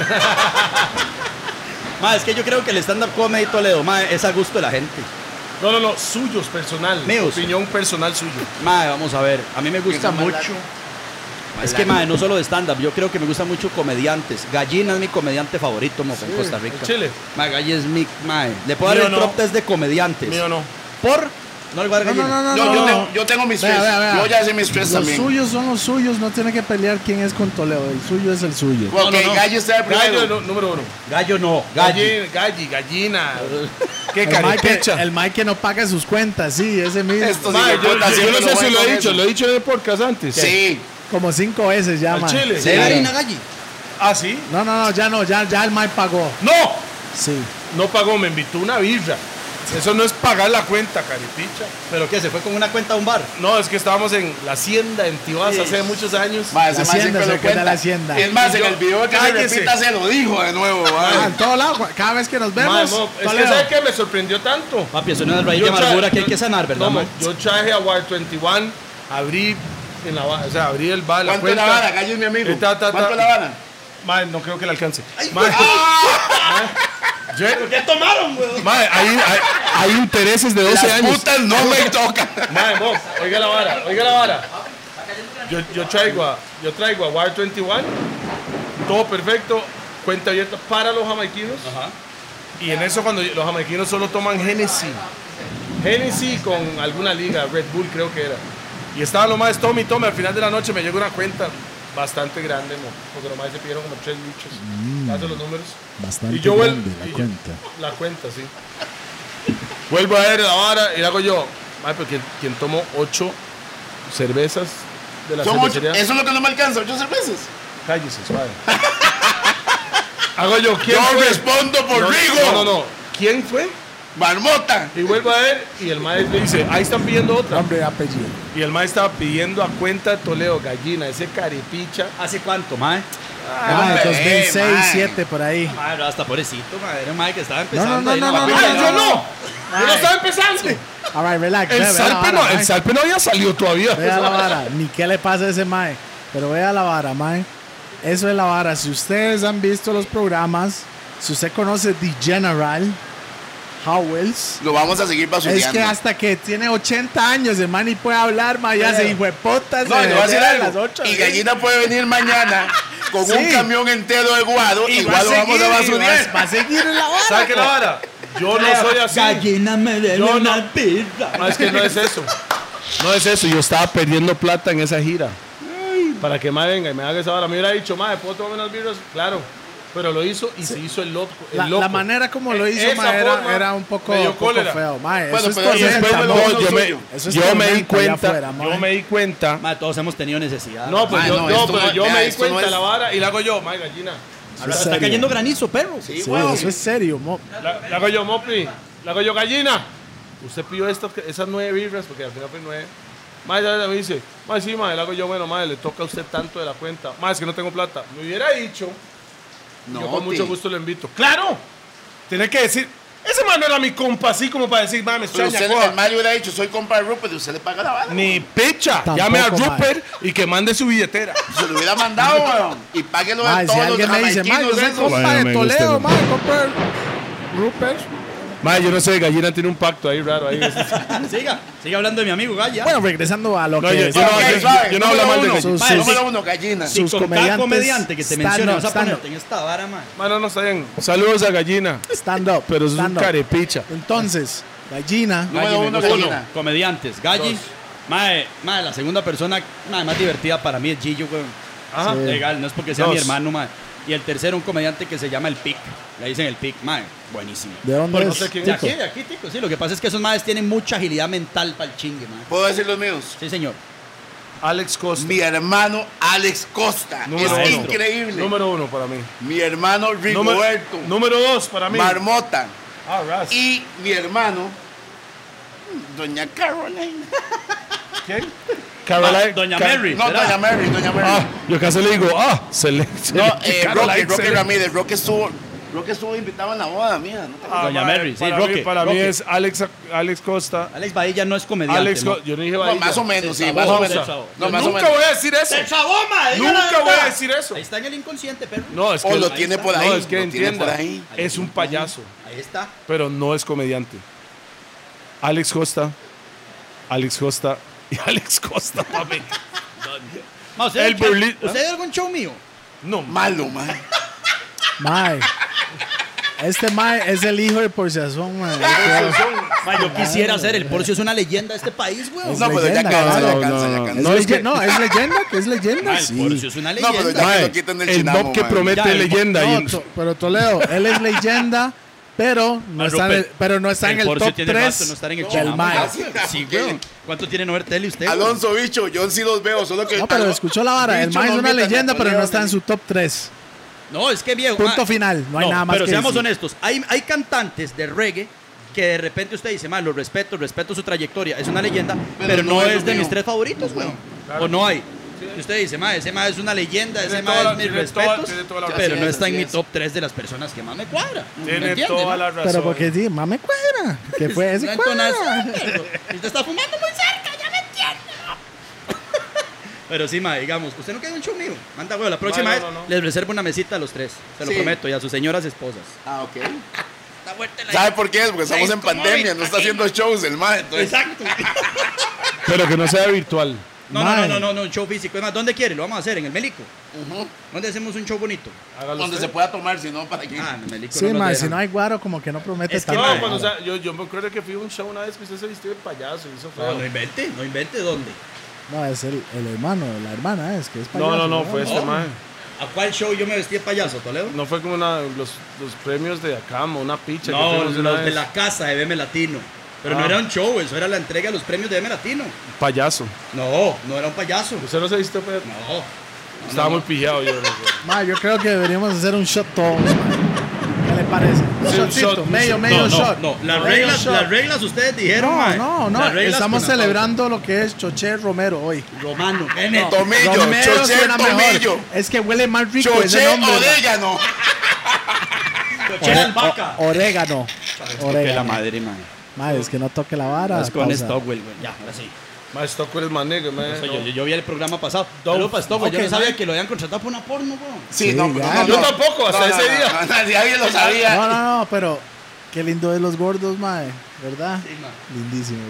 Ma, es que yo creo que el stand-up comedy Toledo, ma, es a gusto de la gente. No, suyos, personal. Míos. Opinión personal suyo. Ma, vamos a ver, a mí me gusta Eso es mucho. Es que, ma, no solo de stand-up, yo creo que me gustan mucho comediantes. Gallina es mi comediante favorito, mo, en Costa Rica. en Chile. Ma, Galli es mi, ma, le puedo dar Mío el no. top test de comediantes. Mío no. ¿Por? No le voy a dar Gallina. yo tengo mis tres. Vea. Yo ya sé mis tres Los también. suyos son los suyos, no tiene que pelear quién es con Toledo. El suyo es el suyo. Ok, No. Gallo está de primero. Gallo número 1. Gallo no, Galli. Gallina. Qué El Mike, caripecha. el Mike que no paga sus cuentas, sí, ese mismo. Esto sí, Ma, yo puta, no siempre sé si voy lo con he dicho, eso. lo he dicho en el podcast antes. Sí. Como 5 veces ya, Al man. Chile. ¿Se ve harina Galli? ¿Ah, sí? No, ya el Mike pagó. ¡No! Sí. No pagó, me invitó una birra. Eso no es pagar la cuenta, caripicha. ¿Pero qué? ¿Se fue con una cuenta a un bar? No, es que estábamos en la hacienda en Tibás Sí. hace muchos años. Ma, ese La man hacienda, siempre se lo queda cuenta. la hacienda. Es más, Y en yo- el video que se cállese. repita se lo dijo de nuevo. Ah, ma. en todo lado, cada vez que nos Ma, vemos. no, es que Toledo. ¿sabes qué? Me sorprendió tanto. Papi, eso no es raíz de Yo tra- amargura que hay yo- que sanar, ¿verdad, no, man? yo traje a War 21, abrí en la o sea, abrí el bar, la ¿Cuánto es cuenta. la vara? Gallo es mi amigo. Ta. ¿Cuánto es la vara? Ma, no creo que le alcance. ¿Qué tomaron, weón? Hay intereses de 12 Las años. putas no me tocan. Mae, vos, oiga la vara. Yo traigo a War 21, todo perfecto, cuenta abierta para los jamaiquinos. Y en eso cuando los jamaiquinos solo toman Hennessy con alguna liga, Red Bull creo que era. Y estaba lo más tome, al final de la noche me llegó una cuenta bastante grande, ¿no? Porque nomás se pidieron como 3 luchas. Hace los números. Bastante Y yo grande la y yo- cuenta. La cuenta, sí. Vuelvo a ver la vara y le hago yo. Ay, pero quien tomó 8 cervezas de la Son 8. cervecería. Eso es lo que no me alcanza, 8 cervezas. Cállese, suave. Hago yo, ¿quién Yo fue? respondo por Rigo. No. ¿Quién fue? Marmota. Y vuelvo a ver y el maestro le dice, ahí están pidiendo otra. Nombre y apellido. Y el maestro estaba pidiendo a cuenta de Toledo, Gallina, ese caripicha. ¿Hace cuánto, mae? Ah, 2006, mae. 2007, por ahí. Madre, hasta pobrecito, madre. Era un mae que estaba empezando. no, ahí, no, papi. no, ¡Ay, no, yo no! ¡Yo no estaba empezando! All right, relax. El vea la Salpe vara, no, el mae. Salpe no había salido todavía. Vea la vara, ni qué le pasa a ese mae. Pero vea la vara, mae. Eso es la vara. Si ustedes han visto los programas, si usted conoce The General, Howells, Lo vamos a seguir basureando. es que hasta que tiene 80 años, el man ni puede hablar, mae, ya se hijo de puta. No, le voy a decir a las algo. 8. Y Gallina puede venir mañana con Sí. un camión entero de guado. Y Igual lo vamos a basurear. Va a seguir en la vara. ¿Sabe qué la vara? Yo no soy así. Gallina me debe Yo no. una birra. No, es que no es eso. No es eso. Yo estaba perdiendo plata en esa gira. Para que mae venga y me haga esa hora. Me hubiera dicho, mae, ¿puedo tomar unas birras? Claro. Pero lo hizo y se hizo el loco. La manera como lo hizo, Esa mae, forma era un poco, me dio poco cólera. feo. Mae, Bueno, eso es pero Y después tormenta, me- ¿no? no, Eso es yo me di tormenta allá cuenta. afuera, mae. Yo me di cuenta. Ma, todos hemos tenido necesidad. No, pues Mae, yo, no, no, esto pero no- yo vea, me di esto no cuenta es- la vara y la hago yo, mae, gallina. Eso es Está serio. cayendo granizo, perro. Sí, Sí, huevón. eso es serio. La hago yo, Mopi. La hago yo, gallina. Usted pidió esas 9 birras, porque al final fue 9. Mae, ya me dice, mae, sí, mae, la hago yo, bueno, mae, le toca a usted tanto de la cuenta. Mae, es que no tengo plata. Me hubiera dicho, No, yo con mucho ti. gusto lo invito. ¡Claro! Tiene que decir, ese mae no era mi compa, así como para decir, mae, me Pero extraña, usted, coja. el Mario hubiera dicho, soy compa de Rupert y usted le paga la bala. Ni picha. Tampoco, Llame a mae. Rupert y que mande su billetera. Se lo hubiera mandado, weón. Y páguelo Mae, de si todos los alguien me dice, mae, yo jamaiquinos soy esos. compa Bueno, de me gusta, Toledo, ¿no? mae, compa Rupert. Mae, yo no sé, gallina tiene un pacto ahí raro. Ahí. Siga hablando de mi amigo Galla. Bueno, regresando a lo No, que yo- es. yo no- Ok, yo- suave. yo no hablo Número mal de uno. gallina. Mae, Número 1, gallina. Si sus con cada comediantes, comediante que te stand mencione up, vas a stand ponerte up. en esta vara, man. Mano, no está bien. Saludos a gallina. Stand up. Pero eso es un stand up. carepicha. Entonces, gallina. Número uno, Uno, gallina. comediantes. Galli. Mae, la segunda persona más divertida para mí es Gillo, weón. Ajá. Sí. Legal, no es porque sea Dos. mi hermano, mae. Y el tercero, un comediante que se llama El Pic. Le dicen El Pic, mae. Buenísimo. ¿De dónde Pues no es? sé quién De es. aquí, tico. Sí, lo que pasa es que esos maes tienen mucha agilidad mental para el chingue, mae. ¿Puedo decir los míos? Sí, señor. Alex Costa. Mi hermano Alex Costa. Número es uno. increíble. Número 1 para mí. Mi hermano Rigoberto. Número 2 para mí. Marmota. Ah, Ras. Y mi hermano, Doña Caroline. ¿Quién? Caroline. Doña Mary. No, ¿será? Doña Mary, Doña Mary. Ah, yo casi le digo, No, Caroline, Roque Select. Ramírez. Roque estuvo invitado en la boda mía. ¿No te acuerdas? Doña Mary, sí, para Roque, Mí, para mí Roque. es Alex Costa. Alex Badilla no es comediante. Alex ¿no? Costa. Yo no dije No, Badilla. más o menos, sí, Se más o trabó, menos. se trabó. No, más o Nunca menos. voy a decir eso. ¡Se chavó, mae! Diga la Nunca voy verdad. a decir eso. Ahí está en el inconsciente, perro. No, es que O lo ahí tiene está. por ahí. No, es que lo tiene entienda. por ahí. Es un payaso, Ahí está. pero no es comediante. Alex Costa y Alex Costa, papi. Ma, ¿usted El Berlín- ¿Usted ve algún show mío? No, Malo, man. Mae. Este mae es el hijo de Porciazón, mae. Ma, yo quisiera ser. El Porcio es una leyenda de este país, weón. Es No, pero ya leyenda, cansa, claro. ya cansa, No, ya no, cansa. ¿Es No, es que- no, es leyenda, que es leyenda. Ma, el Sí. Porcio es una No, pero leyenda. ya que mae, lo quitan del el chinamo, Bob que mae. promete Ya, el leyenda. No, y- pero Toledo, él es leyenda, pero no, está en el, pero no está en el Porcio top tiene rato 3 no estar en el del Chinamo. mae. Sí, weón. ¿Cuánto tiene no ver tele usted? weón? Alonso, bicho, yo sí los veo, solo que... No, pero escuchó la vara. El Bicho, mae es no una metan a leyenda, pero no Toledo, está en su top 3. No, es que viejo. Punto ma, final, no hay nada más Pero que seamos decir. honestos. Hay cantantes de reggae que de repente usted dice, man, lo respeto su trayectoria. Es una leyenda, pero no es de mío. mis 3 favoritos, weón. O no hay. Y usted dice, ma, ese ma es una leyenda, ese Tiene ma toda es mis tiene respetos, tiene toda la pero razón. no está en Así mi es. top 3 de las personas que más me cuadra. ¿Me Tiene entiende, toda no? la razón. Pero porque sí, más me cuadra. ¿Qué fue ese Una cuadra? entonación, pero si usted está fumando muy cerca, ya me entiende, ¿no? Pero sí, ma, digamos, usted no queda en un show mío. Manda, güey, la próxima No, vez no, no. les reservo una mesita a los 3. Se lo Sí. prometo, y a sus señoras esposas. Ah, ok. Está fuerte la ¿Sabe por qué? Porque estamos en pandemia, no está haciendo shows el mae. entonces- Exacto. Pero que no sea virtual. No, Mae. no, un show físico. Es más, ¿dónde quiere? Lo vamos a hacer, en el Melico. ¿Dónde hacemos un show bonito? Hágalo Donde usted. se pueda tomar, si no, ¿para qué? Ah, en el Melico Sí, no nos mae, dejan. si no hay guaro, como que no promete Es que, tanto. No, mae, cuando, o sea, yo me acuerdo que fui a un show una vez que usted se vistió de payaso y eso fue. No invente dónde. No, es el hermano, la hermana es que es payaso. No, fue este No. man. ¿A cuál show yo me vestí de payaso, Toledo? No fue como los premios de Acamo, una picha. No, que fuimos una los de vez. la casa de BM Latino. Pero no Ah. era un show, eso era la entrega de los premios de BM Latino. Payaso. No era un payaso. ¿Usted no se vistió? Pues? No. Estaba muy pillado yo. Mae, yo creo que deberíamos hacer un shot todos, mae. ¿Qué le parece? Un Sí, un shotcito, shot, medio No, shot. no. Medio shot. Las reglas ustedes dijeron, mae. No, Las reglas estamos con la celebrando lo que es Choché Romero hoy. pauta. Romano. Tomillo, Romero Choché, suena mejor. Tomillo. Es que huele más rico ese Choché, nombre. mae. orégano. Choché albahaca. Orégano. Que la Orégano. madre, mae. Mae, es que no toque la vara. Vas con pausa. Stockwell, güey. Ya, ahora sí. Más Stockwell es más negro, man. Eso, No. yo vi el programa pasado. Saludos para Stockwell. Yo Ok, no sabía mae. que lo habían contratado por una porno, güey. Sí, Sí, no, ya. no, no. Yo tampoco, hasta ese día. No, nadie lo sabía. No, pero qué lindo de los gordos, mae. ¿Verdad? Sí, mae. Lindísimo,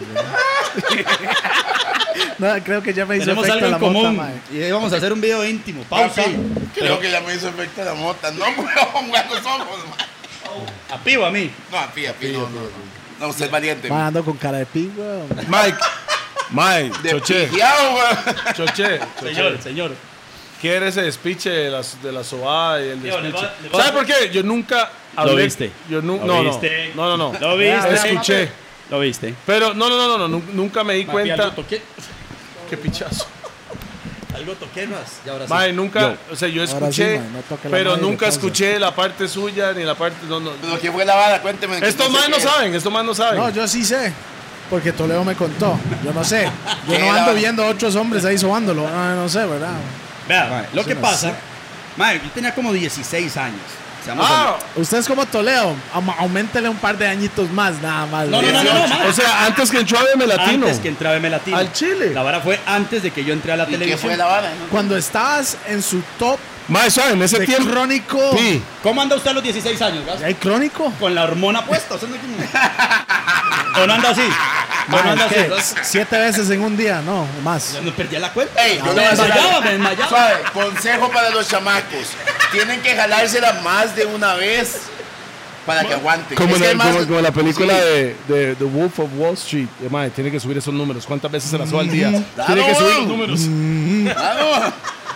¿verdad? No, creo que ya me hizo Tenemos efecto algo en la mota, común. mae. Y vamos a hacer un video íntimo. Pausa. Papi, creo que ya me hizo efecto la mota. No, weón, ya los ojos, man. ¿A Pi o a mí? No, a Pi, no. No, usted es valiente. Ma, ando con cara de pi, weón. Mike, De Choche, pifiao, güey. Choche, Señor. ¿qué era ese despiche de la sobada y el Tío, le despiche? va- ¿Sabe por qué? Yo nunca ¿Lo viste? Yo ¿Lo no, viste? no. ¿Lo viste? Escuché. ¿Lo viste? Pero no, nunca me di cuenta. Algo toqué. Qué pichazo. Algo toqué más. Y ahora sí. Mae, nunca, o sea, yo Ahora escuché, sí, mae, no toque la pero madre, nunca pausa. escuché la parte suya ni la parte, no. Pero ¿qué fue la vara? Cuénteme. Estos más no saben, No, yo sí sé. Porque Toledo me contó. Yo no sé. Yo ¿Qué no era? ando viendo a otros hombres ahí sobándolo. No sé, ¿verdad? Vea, lo sí, que no pasa, sé. mae, yo tenía como 16 años. Seamos Ah, Usted es como Toledo. Auméntele un par de añitos más, nada más. No, mae. o sea, antes que entró a M Latino. Antes que entraba M Latino. Al Chile. La vara fue antes de que yo entré a la ¿Y qué televisión. fue la vara? Cuando estabas en su top Mae, ¿saben? En ese de tiempo. crónico. Sí. ¿Cómo anda usted a los 16 años, gas? ¿Hay crónico? Con la hormona puesta. ¿Usted no, ¿O no anda así? ¿O no anda así? ¿Qué? 7 veces en un día, no, más. Ya no perdí la cuenta. Ey, yo me le voy a decir desmayaba, algo. me desmayaba. Suave, consejo para los chamacos. Tienen que jalársela más de una vez para que aguanten. Como, Es que además- como la película Sí. de The Wolf of Wall Street. Mae, tiene que subir esos números. ¿Cuántas veces se la suba al día? Claro. Tiene que subir los números. Claro.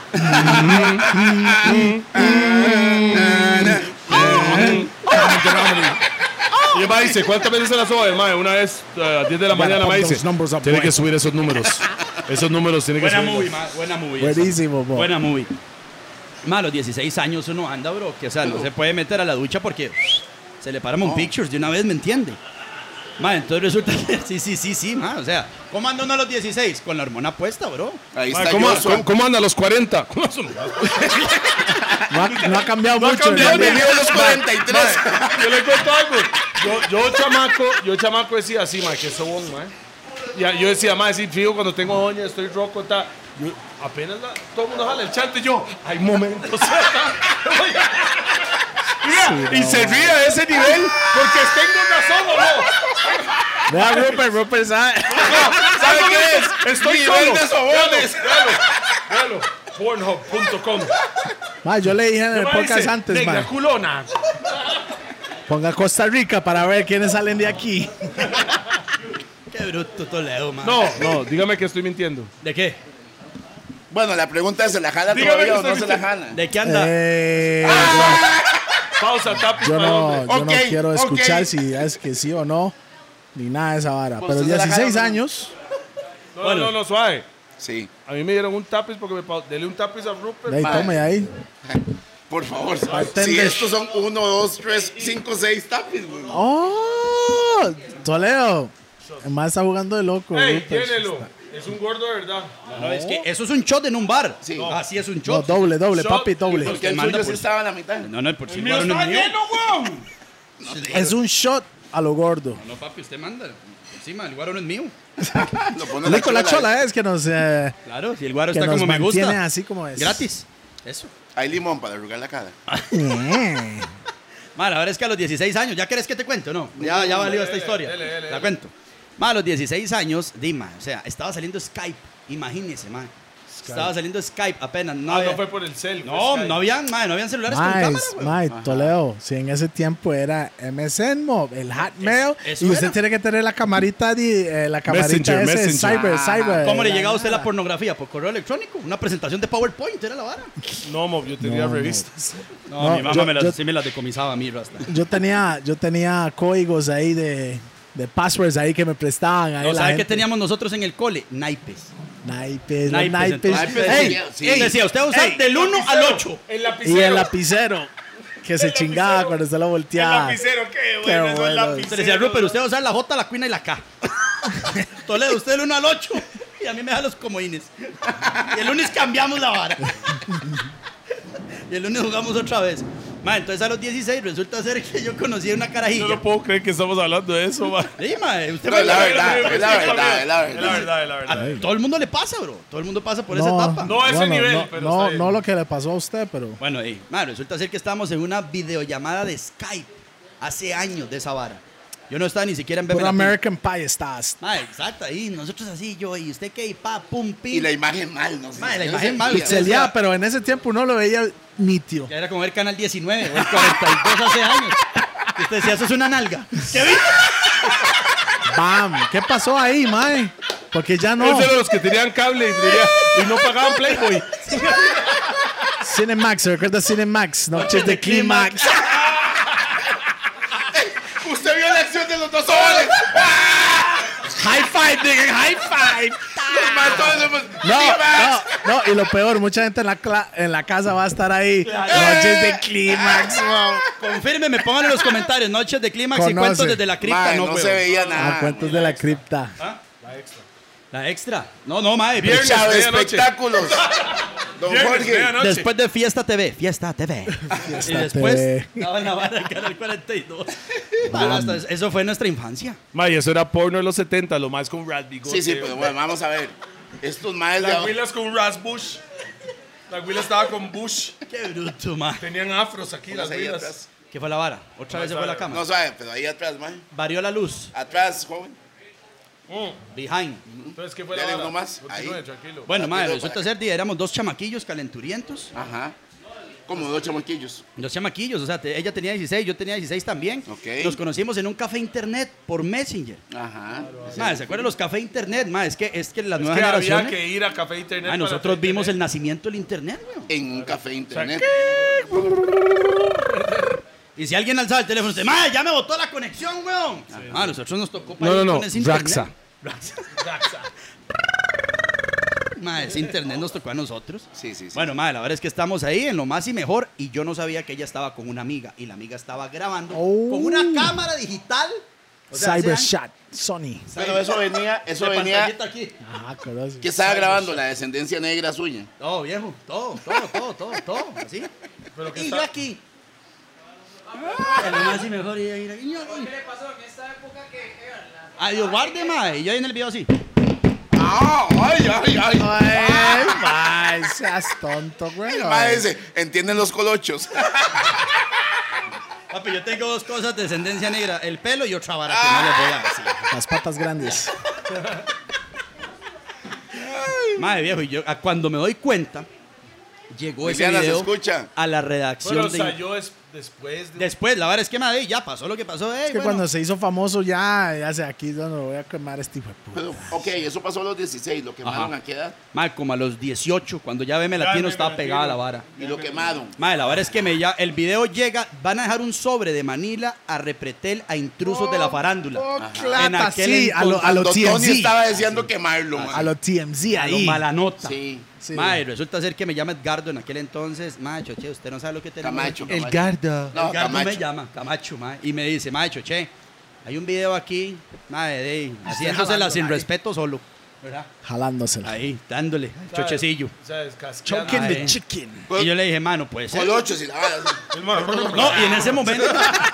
Y el mae dice, ¿cuántas veces se la suba? Mae, una vez a 10 de la mañana, mae dice, tiene que subir esos números. Esos números tiene que Buena subir. movie, buena movie. esa. Buenísimo, bo. Buena movie. Ma, a los 16 años uno anda, bro, que o sea, no se puede meter a la ducha porque se le paran pictures de una vez, ¿me entiende? Ma, entonces resulta que sí, ma, o sea, ¿cómo anda uno a los 16? Con la hormona puesta, bro. Ahí Mae, está Joshua. ¿cómo anda a los 40? ¿Cómo son? No ha cambiado No ha mucho. cambiado, en realidad. Bienvenido a los 43. Yo le cuento algo. Yo chamaco decía así, mae, que eso bon, mae. Ya, yo decía, mae, sí, fijo, cuando tengo doña, estoy roco, tal. Yo apenas todo el mundo jala el chante y yo, hay momentos. Mira, y se ríe a ese nivel porque tengo razón o no. Vea, Rupert sabe. ¿Sabe qué es? Estoy Nivel solo. de sobones. Véalo. Pornhub.com. Ma, yo le dije en el podcast antes, Negra ma. culona. Ponga Costa Rica para ver quiénes salen de aquí. Qué bruto Toledo, ma. No, dígame que estoy mintiendo. ¿De qué? Bueno, la pregunta es, ¿se la jala Dígame todavía que o no estoy se la jala? ¿De qué anda? Pausa, tapis, Yo ¿para no, dónde? yo no Ok, quiero escuchar ok. si es que sí o no, ni nada de esa vara. Pues Pero usted se la 16 jala, años, No, suave. Sí. A mí me dieron un tapiz porque dele un tapiz a Rupert. de ahí, Mae. tome ahí. Por favor. Bartender. Si estos son 1, 2, 3, 5, 6 tapis, güey. ¡Oh! Toledo. El más está jugando de loco. ¡Ey, Rupert. llénelo! Es un gordo de verdad. No, es que eso es un shot en un bar. Sí. Así es un No, shot. doble, Shot. papi, doble. Porque el manda suyo por- sí estaba a la mitad. No, por si El el mío guaro no está es mío. lleno, weón. Es un shot a lo gordo. No, papi, usted manda. Encima, el guaro no es mío. Lo pone Lico la chola es que nos, que Claro, si el guaro nos está como me mantiene gusta. así como es. Gratis. Eso. Hay limón para arrugar la cara. Man, ahora es que a los 16 años, ¿ya querés que te cuente o no? Ya valió esta historia. La cuento. Man, a los 16 años, Dima, o sea, estaba saliendo Skype. Imagínese, man. Estaba saliendo Skype apenas. No, No fue por el cel. no, no habían celulares con cámara, güey. Mae, Toledo, si en ese tiempo era MSN Mob, el Hotmail, eso y usted era. tiene que tener la camarita de la camarita Messenger, ese Messenger. cyber. ¿Cómo le llegaba a usted la pornografía? ¿Por correo electrónico? Una presentación de PowerPoint, era la vara. No, Mob, yo tenía revistas. No, No, mi mamá yo- sí me las decomisaba a mí, Rasta. Yo tenía códigos ahí de passwords ahí que me prestaban. Ahí No, la ¿sabe qué gente. teníamos nosotros en el cole? Naipes. Naipes, los Naipes, naipes. entonces. Ey, Sí. Ey, decía, usted va a usar del 1 al 8. El lapicero. y el lapicero que se chingaba lapicero. cuando usted lo El volteaba. lapicero, qué Qué bueno, bueno. el lapicero. Usted le decía, Rupert, usted va a usar la J, la Queen y la K. Toledo, usted del 1 al 8. Y a mí me da los comodines. Y el lunes cambiamos la vara. Y el lunes jugamos otra vez. Ma, entonces a los 16 resulta ser que yo conocí a una carajilla. No lo puedo creer que estamos hablando de eso, man. Sí, ma, usted No, me es la lo- verdad, es la verdad, es la Es la verdad. verdad, es la verdad. A todo el mundo le pasa, bro. Todo el mundo pasa por esa etapa. No a ese nivel, no, pero no, está bien. no lo que le pasó a usted, pero Bueno, ma, resulta ser que estábamos en una videollamada de Skype hace años de esa vara. Yo no estaba ni siquiera en por BB American Pie estás. Ma, exacto, ahí nosotros así, yo, y usted qué, y pa, pum, pim. Y la imagen mal, no sé. Mae, la Yo imagen sé- mal. Pixeleada, o sea, pero en ese tiempo uno lo veía nítido. Ya era como ver Canal 19 o el 42 hace años. Usted decía, eso es una nalga. Bam. ¿Qué pasó ahí, mae? Porque ya no. Esos eran los que tenían cable y no pagaban Playboy. Cinemax, ¿recuerda Cinemax? Noches de Clímax. Usted vio la acción de los dos soles. High five, nigga, high five. No, y lo peor, mucha gente en la casa va a estar ahí. Noches de Clímax, wow. Confírmeme, pónganlo en los comentarios. Noches de clímax y Conoce. cuentos desde la cripta. Mae, no, no weón. se veía nada. Cuentos de la cripta. La extra. No, mae. Viernes, Chao, medianoche. espectáculos. Don Viernes, Jorge. medianoche. Después de Fiesta TV. Fiesta TV. Fiesta Y después TV. daban la vara en Canal 42. Bueno, eso fue nuestra infancia. May, eso era porno de los 70, lo más con Rat Bigote. Sí, pero bueno, vamos a ver. Estos maes de Las ahora- huilas con Ras Bush. La huila estaba con Bush. Qué bruto, mae. Tenían afros aquí, las ahí huilas. atrás. ¿Qué fue la vara? Otra vez se fue la cama. No sabe, pero ahí atrás, mae. Varió la luz. Atrás, joven. Behind. Entonces, ¿qué fue la Dale vara? uno más, Continúe, ahí. tranquilo. Bueno, mae, Rápido, resulta ser que éramos dos chamaquillos calenturientos. Ajá. Como dos chamaquillos. Dos chamaquillos, o sea, ella tenía 16, yo tenía 16 también. Ok. Nos conocimos en un café internet por Messenger. Ajá. Mae, ¿se acuerdan los cafés internet? Mae, es que las Es nuevas que había generaciones. que ir a café internet. Mae, para nosotros hacer vimos el internet. nacimiento del internet, weón. En un café internet. Y si alguien alzaba el teléfono, dice, mae, ya me botó la conexión, weón. Ah, nosotros nos tocó para No, ir no, no. con ese internet. Raxa. Mae, ese internet nos tocó a nosotros. Sí, sí, sí. Bueno, mae, la verdad es que estamos ahí en lo más y mejor y yo no sabía que ella estaba con una amiga y la amiga estaba grabando Oh. con una cámara digital. O sea, Cybershot, Sony. Pero eso venía, de pantallita aquí. Ah, conoce. que estaba grabando la descendencia negra suya. Todo, viejo, todo, así. Pero que Y está- yo aquí. En lo más y mejor y ahí. ¿Qué le pasó en esta época que ay, Dios guarde, mae. Y yo ahí en el video así. ¡Ah! ¡Ay, ay, ay! Ay, mae, seas tonto, güey. El mae dice, entienden los colochos. Papi, yo tengo dos cosas de descendencia negra: el pelo y otra vara que no les voy a decir. Las patas grandes. Madre viejo, y yo cuando me doy cuenta, llegó ese Liliana, ¿se video escucha? a la redacción Bueno, o de... sea, yo después de... Después, la verdad es que madre, ya pasó lo que pasó. Es que cuando se hizo famoso ya sé, aquí es donde lo voy a quemar a este hijo de puta. Pero, ok, eso pasó a los 16. ¿Lo quemaron Ajá. a qué edad? Madre, como a los 18, cuando ya Veme Ya, Latino Veme estaba Latino. pegada a la vara. Y lo quemaron. Madre, la verdad es que el video llega, van a dejar un sobre de Manila a Repretel a intrusos de la farándula. En Plata, aquel sí, a lo Cuando Tony TMZ. estaba deseando quemarlo, man. A lo TMZ a lo ahí. mala nota. Sí. Sí. Madre, resulta ser que me llama Edgardo en aquel entonces. Madre, Choche, usted no sabe lo que tenemos. Camacho. El Camacho. Gardo. No, Edgardo me Camacho. llama, Camacho, mae, y me dice, mae, Choche, hay un video aquí, mae, haciéndosela sin respeto solo, ¿verdad? Jalándosela. Ahí, dándole, al ¿Sabes? chochecillo. ¿Sabes? Casqueando. Choking Ay. the chicken. Y yo le dije, mano, puede ser. Colochos y la vara. El man- No, y en ese momento...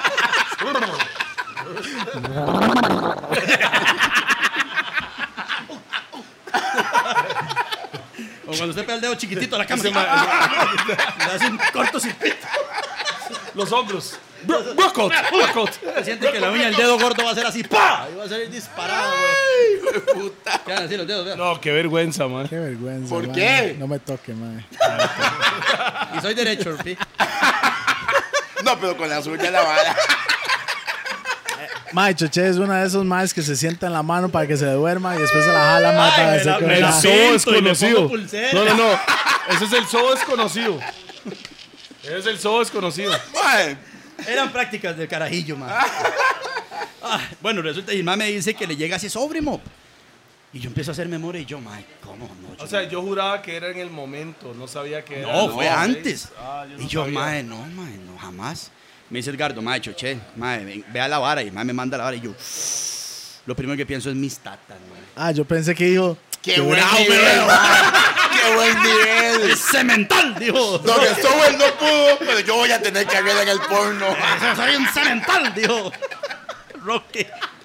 O cuando usted pega el dedo chiquitito a la cámara, le hace un cortocircuito. Los hombros. Workout. Se siente que la uña del dedo gordo va a ser así, ¡pa! Ahí va a salir disparado, güey. Quedan así los dedos, vean. No, qué vergüenza, man. Qué vergüenza. ¿Por mae. qué? No me toque, mae. Y soy derecho, ¿sí? No, pero con la suya la vara. Mae, Choche es una de esos maes que se sienta en la mano para que se duerma y después se la jala más para decir que El la no. zoo pinto y le desconocido. pongo pulsera. No, no, no. Ese es el zoo desconocido. Ese es el zoo desconocido. Mae. Eran prácticas del carajillo, man. Bueno, resulta y mi mamá me dice que le llega ese sobre, mo. Y yo empiezo a hacer memoria y yo, mae, ¿cómo no? Yo O sea, yo juraba que era en el momento. No sabía que era. no, fue antes. Yo Y no yo, sabía. mae, no, jamás. Me dice Edgardo, mae, Choche, mae, vea la vara. Y mae me manda la vara y yo, lo primero que pienso es mis tatas, mae. Ah, yo pensé que dijo. ¡Qué buen bravo, nivel! ¡Qué buen nivel! ¡Es cemental! Dijo. Lo que Sowell no pudo, pero yo voy a tener carrera en el porno. Soy un cemental, dijo. Roque.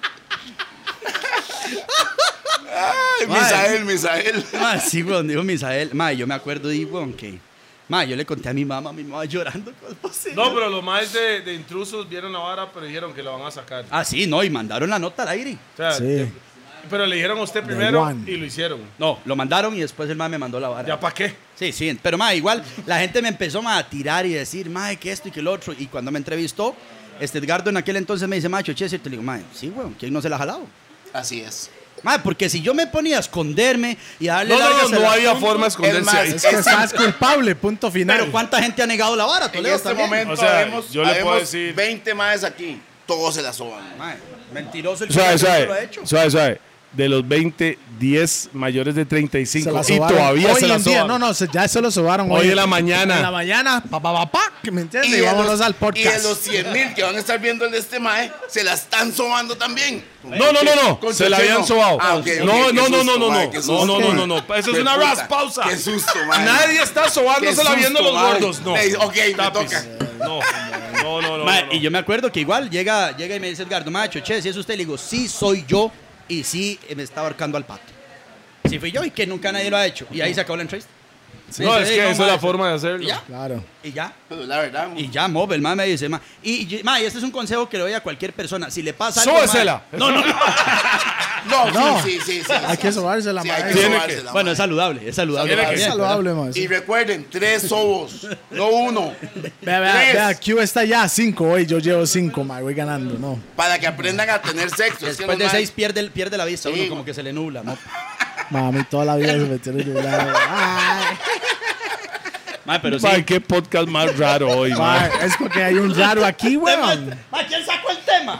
Ay, Misael. Mae, sí, weón, dijo Misael. Mae, yo me acuerdo de, weón, que... Mae, yo le conté a mi mamá llorando. ¿Cómo es posible? No, pero los más de intrusos vieron la vara, pero dijeron que lo van a sacar. Ah, sí, no, y mandaron la nota al aire. O sea, Sí. pero le dijeron a usted primero one. y lo hicieron. No, lo mandaron y después el mae me mandó la vara. ¿Ya para qué? Sí, sí, pero mae, igual la gente me empezó mae, a tirar y decir, mae, que esto y que lo otro. Y cuando me entrevistó, Edgardo en aquel entonces me dice, macho, che, ¿cierto? Le digo, mae, sí, weón, ¿quién no se la ha jalado? Así es. Mae, porque si yo me ponía a esconderme y a darle No, largas a no la- había forma de esconderse Es más, ahí. Es que estás culpable, punto final. Pero ¿cuánta gente ha negado la vara, En Toledo? este también? momento O sea, habemos, yo le puedo habemos decir- 20 maes aquí. Todos se la soban. Mae, mentiroso el Suave, que suave, lo ha hecho. suave. De los 20, 10 mayores de Se 35 la y sobaron. todavía Hoy se la en día, soban. ya se lo sobaron. Hoy en la mañana. En la mañana, que me entiendes, y de vámonos al y de podcast. los 100,000 que van a estar viendo el de este mae, se la están sobando también. No. Con Se la Chocheno. habían sobado. Ah, ok, No. qué susto, mae, qué susto. No. Eso es Qué una puta. raspausa. Qué susto, mae. Nadie está sobándosela Qué viendo susto, los mae. gordos. No. Ey, ok, me Tapis. toca. No. Mae, y yo me acuerdo que igual llega y me dice Edgardo, macho, che, si es usted, le digo, sí soy yo y sí me está ahorcando al pato. Sí fui yo y que nunca nadie lo ha hecho. Y ahí se acabó la entrevista. No, es que esa es la mae, forma de hacerlo. Y ya, Claro. y ya. Pero la verdad, Y ya, Mob, el mae me dice, mae. Y este es un consejo que le doy a cualquier persona. Si le pasa algo, Súbesela. mae- No. No. sí. Hay que sobársela, Sí, hay mae. que Tiene sobársela, Bueno, mae. es saludable, es saludable. Tiene que Es también, saludable, mae. Y recuerden, 3 sobos, no 1. Vea, Q está ya a 5 hoy, yo llevo 5, mae, voy ganando, no. Para que aprendan a tener sexo. Es que Después de los 6 maes- pierde la vista, Sí, uno como que se le nubla, ¿no? Mami, toda la vida se me tiene nublado. Ay, Mae, pero sí. Mae, qué podcast más raro hoy, mae. mae, es porque hay un raro aquí, weón. Mae, ¿quién sacó el tema?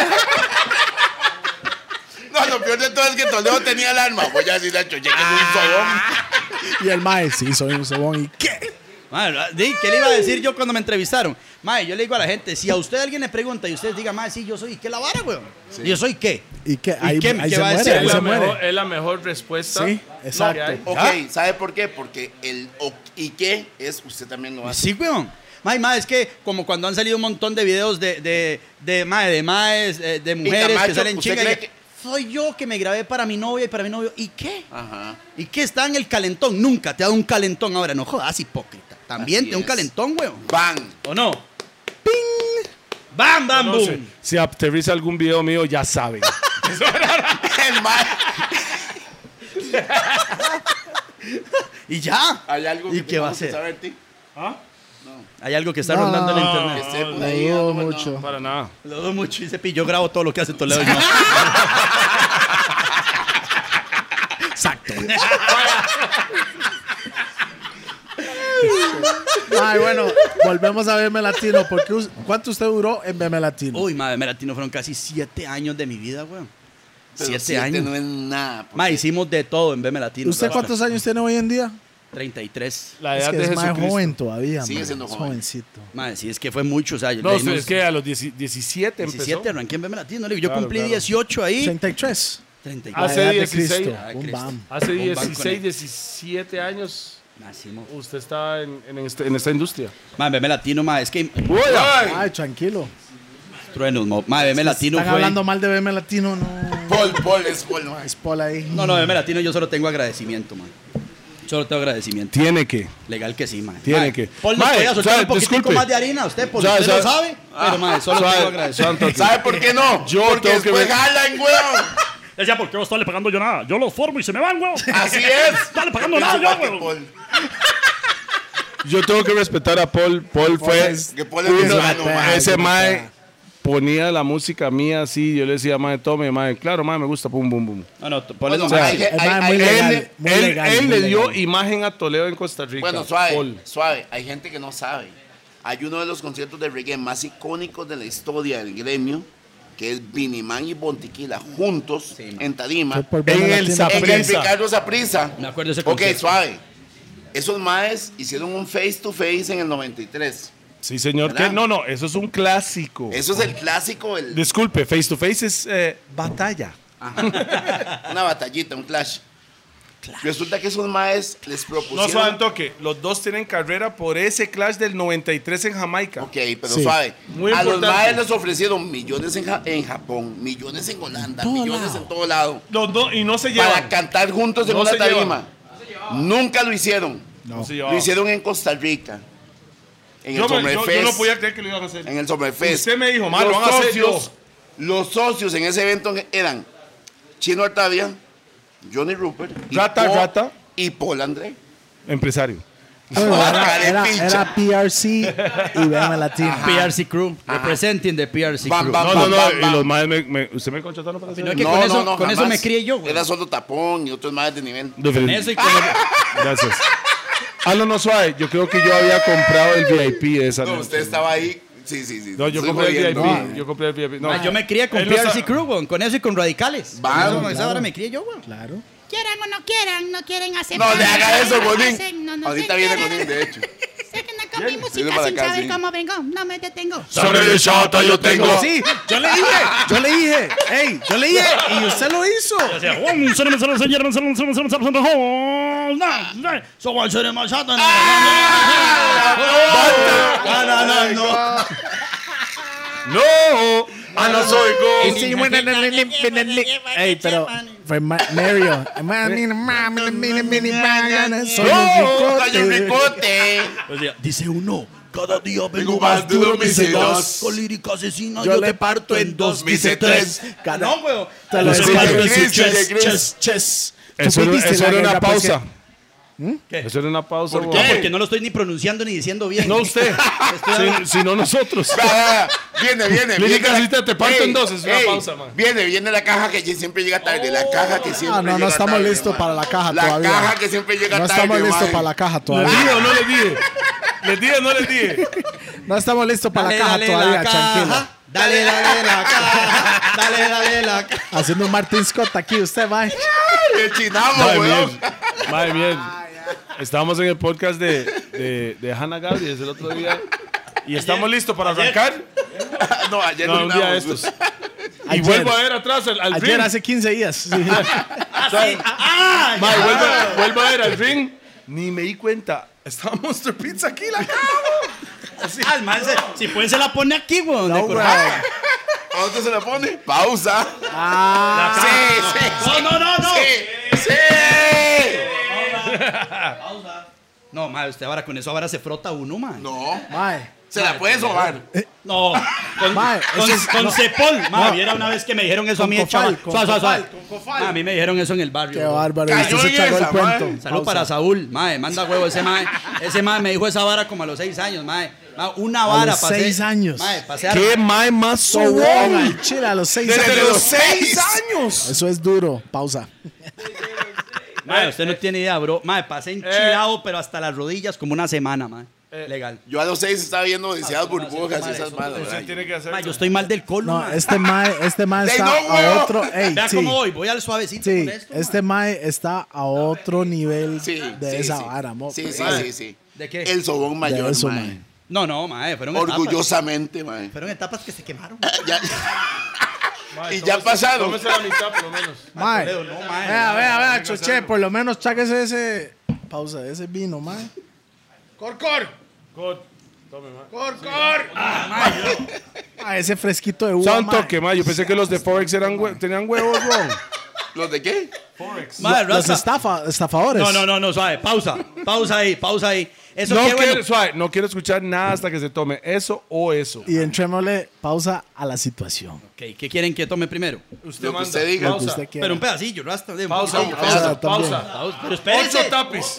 No, lo peor de todo es que Toledo tenía el arma. Voy a decir a Choche que es un sobón. Y el mae, sí, soy un sobón. ¿Y qué? Mae, ¿qué le iba a decir yo cuando me entrevistaron? Mae, yo le digo a la gente, si a usted alguien le pregunta y usted diga, mae, sí, yo soy, ¿y qué la vara, weón? ¿Y yo soy qué? ¿Y qué? Ahí, qué- ahí qué se va a muere, decir? ahí se muere. Es la mejor respuesta. Sí, exacto. Ok, ¿sabe por qué? Porque el ¿y qué? Es usted también lo hace. Sí, weón. Mae, es que como cuando han salido un montón de videos de maes, de mujeres Camacho, que salen ¿usted chingas. cree y que, que- soy yo que me grabé para mi novia y para mi novio. ¿Y qué? Ajá. ¿Y qué está en el calentón? Nunca te ha dado un calentón. Ahora, no jodas, hipócrita. También Así te da un es. calentón, weón. Van. ¿O no? ¡Ping! ¡Bam, bam, No boom! sé, si aterriza algún video mío, ya saben. El mae. Y ya. Hay algo ¿Y que qué va a tenemos que hacer? saber, ti. Hay algo que está No, rondando en no, internet. Que esté por Lo ahí, dudo no, no. mucho. Para nada. Lo dudo mucho. Dice, Pi, yo grabo todo lo que hace Toledo y no. Exacto. Ay, bueno, volvemos a BM Latino. ¿Cuánto usted duró en BM Latino? Uy, madre, Melatino fueron casi 7 años de mi vida, weón. Pero 7 siete años. no es nada. Ma, hicimos de todo en BM Latino. ¿Usted cuántos años tiene hoy en día? 33. La Es edad que de es más Jesucristo. joven todavía. Sigue man. siendo Es joven. jovencito. Madre, sí, es que fue mucho. O sea, No, leímos es que a los 17 empezó. 17 arranqué en BM Latino. le digo, Yo Claro, cumplí claro. 18 ahí. 33. 34. Hace La edad de 16. Cristo. Ay, Un Cristo. bam. Hace Un banco 16, en- 17 años Nacimos. usted está en esta industria. Madre, BM Latino, madre, es que Ay, tranquilo. truenos, madre, BM Latino Están fue. hablando mal de BM Latino, no. Paul, es Paul, mae. Es Paul ahí. No, BM Latino yo solo tengo agradecimiento, man. Solo tengo agradecimiento. Tiene que. Legal que sí, man. Tiene Mae, que. Paul nos Mae, podía soltar suave, un poquitico disculpe. más de harina, usted, Paul, Suave, usted lo suave. sabe. Pero, madre, solo tengo agradecimiento. ¿Sabe por qué no? Yo Porque tengo que después ver- jalan, weón. Decía, ¿por qué no estarle pagando yo nada? Yo los formo y se me van, weón. Así es. Estarle pagando nada yo, weón. Paul. Yo tengo que respetar a Paul. Paul fue. Que Paul es mi uno- hermano, mae. ese mae ponía la música mía así. Yo le decía, mae, tome, mae. Claro, mae, me gusta. Pum, pum, pum. No, Paul es Bueno, lo sea, máximo. Es más, muy hay legal. gente- Muy Él, legal, él muy le dio legal. imagen a Toledo en Costa Rica. Bueno, suave, Paul. suave. Hay gente que no sabe. Hay uno de los conciertos de reggae más icónicos de la historia del gremio, que es Vinimán y Bontiquila juntos Sí, man. en Tarima. Fue por En BM el Latino. En el Saprissa. Ricardo Saprissa. Me acuerdo de ese Ok, concierto. suave. Esos maes hicieron un face to face en el 93. Sí, señor. ¿Verdad? Que, no, eso es un clásico. Eso es el clásico, Disculpe, face to face es batalla. una batallita, un clash. Resulta que esos maes les No propusieron. suave un toque. Los dos tienen carrera por ese clash del 93 en Jamaica. Ok, pero Sí. suave. Muy a los importante. maes les ofrecieron millones en Japón, millones en Holanda, millones en todo lado. Los dos, y no se Para llevan. cantar juntos en No una se tarima. Nunca lo hicieron. No se Lo llevaban. hicieron en Costa Rica. En Yo, el yo Summerfest. no podía creer que lo iban a hacer. En el Summerfest. Usted me dijo, "Ma, lo Los van a hacer socios- Los socios en ese evento eran Chino Artavia, Johnny Rupert Rata, Rata. y Paul André. Empresario. Era PRC y BM Latino. PRC Crew. Representing the PRC Bam, Crew. bam. No. Y los más ¿usted me contrataron para hacer No, que No, con no, eso, no, con eso jamás. me crié yo, güey. Era solo tapón y otros más de nivel. Con eso y con el... Gracias. No, suave. Yo creo que yo había comprado el VIP de esa No, noche. usted estaba ahí. Sí. No, yo Estoy compré el jodiendo. VIP. Yo compré el VIP. No, Yo me crié con Él no PRC sabe. Crew, güey. Con eso y con Radicales. Va, Con eso, claro. esa hora me crié yo, güey. Claro. Quieran o no quieran, no quieren hacer No le haga eso, Godín. No Ahorita se viene quieren. Godín, de hecho. Saquen acá mi Viene música para sin acá, saber sí. cómo vengo. No me detengo. Sobre de chata yo tengo. Sí, yo le dije, hey, yo le dije, y usted lo hizo. O sea, No, no soy go. Hey, pero fue Mario. Soy Soy un un ricote. ricote. O sea, dice uno, cada día Vengo más duro, me dice dos. Con lírica asesina, Yo le parto en dos, Me dice dice tres. tres. No, güey. Te lo Yo soy descargo en de su Chris, yo soy de chest, Chris. chest, chest. Eso Tú fuiste era la una guerra, pues, pausa. ¿Qué? Eso era una pausa. ¿Por bro. qué? Porque no lo estoy ni pronunciando ni diciendo bien. No usted. sino nosotros. Viene. Clínica la- Cita, te parto Ey, en dos, es una ey, pausa, man. Viene la caja que siempre llega tarde. La caja que siempre No llega estamos tarde, listos man. para la caja La todavía. caja que siempre llega No tarde. estamos listos man. para la caja ¿Les todavía. dije o no les dije? ¿Les dije o no les dije? No estamos listos para la caja Dale todavía, la tranquilo. caja. Dale la caja. Dale la caja. Haciendo un Martin Scott aquí, usted va. El chinamo, Madre weón. mía. Madre mía. Estábamos en el podcast de Hannah Gabriel el otro día. Y estamos listos para arrancar. No, ayer No, un día de terminamos. estos. Y Ayer. vuelvo a ver atrás al Ayer, ring. hace 15 días. Sí. Madre, vuelvo a ver al ring. Ni me di cuenta. Estaba Monster Pizza aquí, la cago. Al man, si puede se la pone aquí, güey. No, güey. ¿A dónde se la pone? Pausa. Ah, Sí. No. Sí. No, madre, usted ahora con eso ahora se frota uno, man. No. mae. Se la puede sobar. No, con, Mae, con, eso es- con no. Cepol. Madre, No. viera una vez que me dijeron eso a Con mí, Cofal, chaval. con Suave. Cofal, con Cofal. A mí me dijeron eso en el barrio. Qué bro. bárbaro. Cayó Usted se en tragó el esa, cuento. mae. Salud para Saúl, mae, manda huevo ese mae. Ese mae me dijo esa vara como a los 6 años, mae. Mae, una vara los 6 años. Mae, pasé a... ¿Qué mae más Sobón sobón? al chile a los 6 Desde años. los 6 años. Eso es duro. Pausa. Mae, usted no tiene idea, bro. Mae, pasé enchilado, pero hasta las rodillas como una semana, mae. Legal. Yo a los 6 estaba viendo Odisea burbujas y madre, esas eso- malas. Usted ¿verdad? tiene que hacer. Mae, yo estoy mal del colon, No, mae. este mae Ey, está no, a weón. otro. Ey, Vea sí. cómo voy al suavecito Sí, con esto, este mae está a otro nivel Sí, de sí, esa sí. vara, mo. Sí. ¿De qué? El sobón mayor, eso, mae. mae. No, mae, fueron etapas. Orgullosamente, mae. Fueron etapas que se quemaron. Ya- Mae, Y ya pasaron. Tómese la mitad, por lo menos. Mae. Toledo, no, mae. Vea, choche, por lo menos cháquese ese. Pausa, ese vino, mae. God. Tome, mae. Ah, ese fresquito de uva. Sea un mae. toque, mae. Yo pensé que los de Forex tenían huevos, bro. ¿Los de qué? Mae, Los Rasta. estafadores. No, suave. Pausa ahí. Eso No qué quiero, bueno. suave, no quiero escuchar nada hasta que se tome eso o eso. Y entrémosle pausa a la situación. Ok, ¿qué quieren que tome primero? Usted Lo que manda. usted diga. Lo que Pausa. usted quiera. Pero un pedacillo, Rasta. de un Pausa. poquito. Pausa. también. Pausa. Pero espérense. 8 tapis.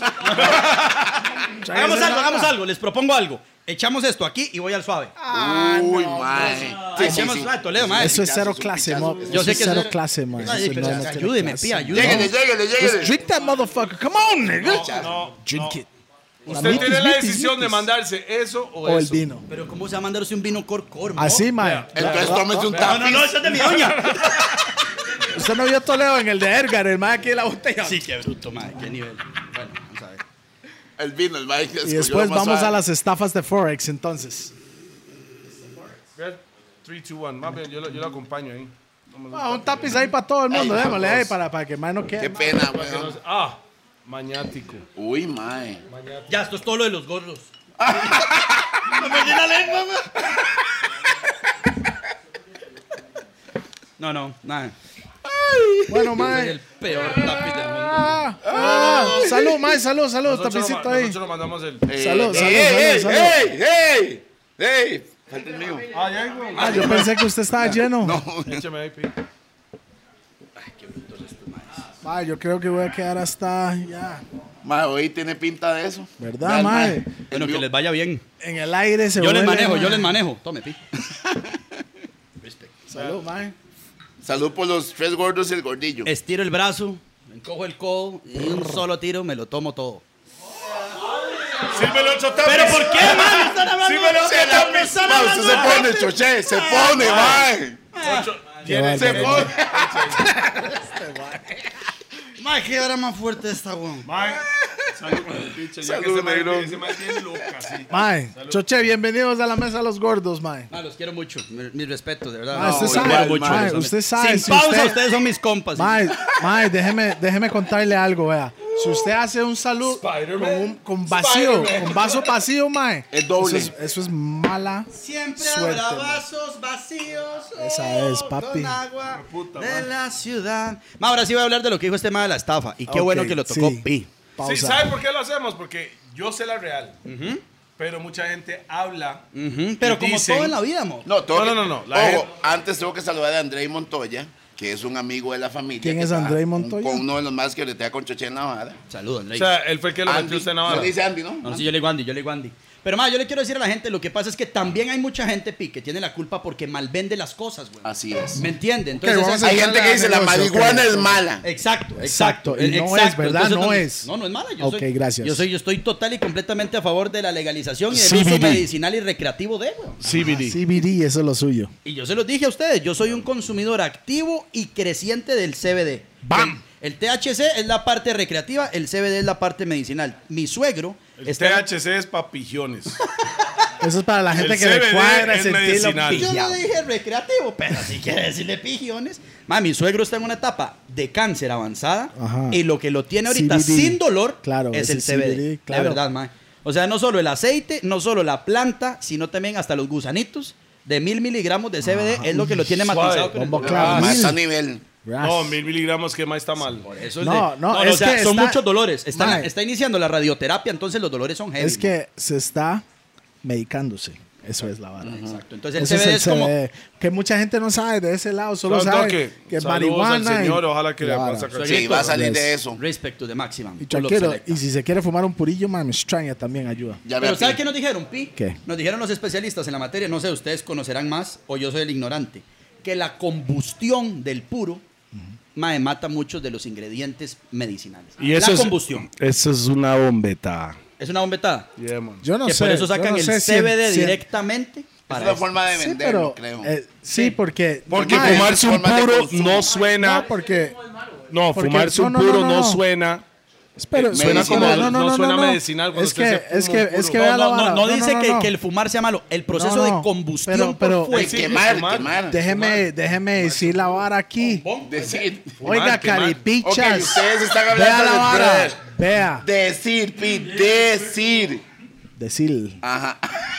Hagamos algo. Les propongo algo. Echamos esto aquí y voy al suave. Uy, mae. Echemos suave, Toledo, mae. Eso es cero Pichazo, clase, pichazo. mo. Yo Eso sé es que cero eso- clase, man. Ay, Eso pero no tiene ayúdeme, clase. pía, ayúdeme. Lléguele. Drink that motherfucker. Come on, nigga. No. Drink it. Usted tiene la mitis, decisión de mitis. mandarse eso o O el eso. vino. Pero ¿cómo se va a mandarse un vino cor? Así, mae. Entonces tómese un No, tapiz. eso es de mi doña. Usted no vio Toledo en el de Edgar, el mae aquí de la botella. Sí, qué bruto, mae. Qué nivel. Bueno, vamos a ver. El vino, el mae. Y después vamos a las estafas de Forex, entonces. 3, 2, 1. Más bien, yo lo acompaño ahí. Un tapiz ahí para todo el mundo, Ay, démosle Dios. ahí para que más no Qué quede. pena, weón. Mañático. Uy, mae. Ya, esto es todo lo de los gordos. Me mordí la lengua, mae. No, nada. Bueno, Soy mae. el peor tapiz del mundo. Salud, mae, salud, tapicito ahí. Nosotros mandamos el. Salud. ¡Ey! Falta el mío. Ah, ya, güey. Ah, yo pensé que usted estaba lleno. Échame ahí, Pi. Mae, yo creo que voy a quedar hasta ya. Ma, hoy tiene pinta de eso. ¿Verdad, Vean, mae? Bueno, que les vaya bien. En el aire se Yo les vuelve, manejo, mae. yo les manejo. Tome, pi. Salud, mae. Salud por los 3 gordos y el gordillo. Estiro el brazo, encojo el codo y de un solo tiro me lo tomo todo. Sírvelo 8 tapis. ¿Pero por qué, man? Están hablando Sírvelo 8 tapis. Ma, usted se pone, choche, se pone, mae. Tiene Se pone. Mae, qué hora más fuerte esta, weón. Mae, salud con el pinche. Ya que Salud, ese mae- negro. ese mae tiene loca, sí. Mae, Choche, bienvenidos a la mesa de los gordos, mae. Ah, los quiero mucho. Mis respetos, de verdad. Mae, usted los sabe, quiero mucho, mae, los amo. usted sabe, Sin si pausa, usted- ustedes son mis compas. Mae, déjeme contarle algo, vea. Si usted hace un salud Spider-Man. con vacío, Spider-Man. con vaso vacío, mae. Es doble. Eso es mala Siempre suerte, habrá mae. vasos vacíos. Esa es, papi. Con agua de la ciudad. Ma, ahora sí voy a hablar de lo que dijo este tema de la estafa. Y qué Ok, bueno que lo tocó sí. Pi. Pausa. Sí, ¿sabe por qué lo hacemos? Porque yo sé la real. Pero mucha gente habla. Pero y como dicen- todo en la vida, amor. No, No. La Ojo, gente- antes tengo que saludar a Andrei Montoya, que es un amigo de la familia. ¿Quién que es trabaja Andrei Montoya? Con uno de los más que ahorita con Choche en Navarra. Saludos, O Andrei. sea, él fue el que lo metió Andy. usted en No Navarra. le dice Andy, ¿no? No, sí, yo le digo Andy. Pero, ma, yo le quiero decir a la gente, lo que pasa es que también hay mucha gente, Pi, que tiene la culpa porque malvende las cosas, güey. Así es. ¿Me entiende? Entonces, vamos esa- a Hay gente que dice la negocio, marihuana ok. es mala. Exacto. Exacto, y no es, ¿verdad? Entonces, No es. No es mala. Ok, gracias. Yo estoy total y completamente a favor de la legalización y del CBD. uso medicinal y recreativo de, güey. CBD. CBD, eso es lo suyo. Y yo se los dije a ustedes, yo soy un consumidor activo y creciente del CBD. ¡Bam! El THC es la parte recreativa, el CBD es la parte medicinal. Mi suegro El está... THC es papillones. Eso es para la gente El que le CBD cuadra es sentirlo medicinal. Yo no pillado. dije recreativo, pero si quiere decirle pijiones. Ma, mi suegro está en una etapa de cáncer avanzada Ajá. y lo que lo tiene ahorita CBD. sin dolor Claro, es es el el CBD. CBD, claro. De verdad, ma. O sea, no solo el aceite, no solo la planta, sino también hasta los gusanitos de 1000 miligramos de CBD es lo que lo tiene Suave. matizado. con el Bombo dolor. claro. Más Mil. a nivel. Ras. No, 1000 miligramos que más está mal. Eso es No, de- no, o es sea, que son está- muchos dolores. Mae. Está iniciando la radioterapia, entonces los dolores son heavy. Es que se está medicándose. Eso es la vara. Exacto. Entonces el Ese CBD es como... CBD. Que mucha gente no sabe de ese lado, solo Saludos, sabe toque. que es Saludos marihuana. al señor, y- ojalá que le la vara. pase acá. Sí, va a salir de Yes. eso. Respect to the maximum. Y Pull up tranquilo, selecta. y si se quiere fumar un purillo, man, me extraña también ayuda. Ya Pero ve ¿sabe aquí. qué nos dijeron, Pi? ¿Qué? Nos dijeron los especialistas en la materia, no sé, ustedes conocerán más o yo soy el ignorante, que la combustión del puro mae, mata muchos de los ingredientes medicinales. la combustión. Eso es una bombeta. Es una bombetada. Yeah, man. Yo no que sé. por eso yo sacan no el sé si- CBD si- directamente Es para una eso. forma de Sí, venderlo, pero. creo. Sí, porque. Porque mae, fumarse un forma de puro consumo. no suena. No, porque. No, porque- fumarse un no, puro no, no no. suena. Espera, Suena espera, como- no suena medicinal cuando Es que, usted se es fuma que, un es que puro. vea la No, vara. no dice que el fumar sea malo, el proceso No, no. de combustión Pero- por fuego. El sí, quemar, fumar. quemar. Déjeme decir la vara aquí. Decir. Oiga, quemar. caripichas. Ok, ustedes están hablando Vea la de vara. brother. Vea. Decir, Pi, decir. Decir Ajá.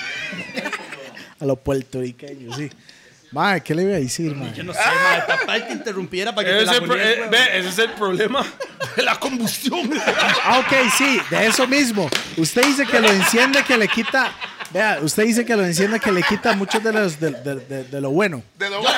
a los puertorriqueños, sí. Mae, ¿qué le iba a decir, mae? Yo no sé, mae, papá te interrumpiera para que te Ese, la es el pro- ponieras, ve, ese es el problema de la combustión. Ah, ok, sí, de eso mismo. Usted dice que lo enciende, que le quita. Vea, usted dice que lo enciende, que le quita mucho de lo bueno. De lo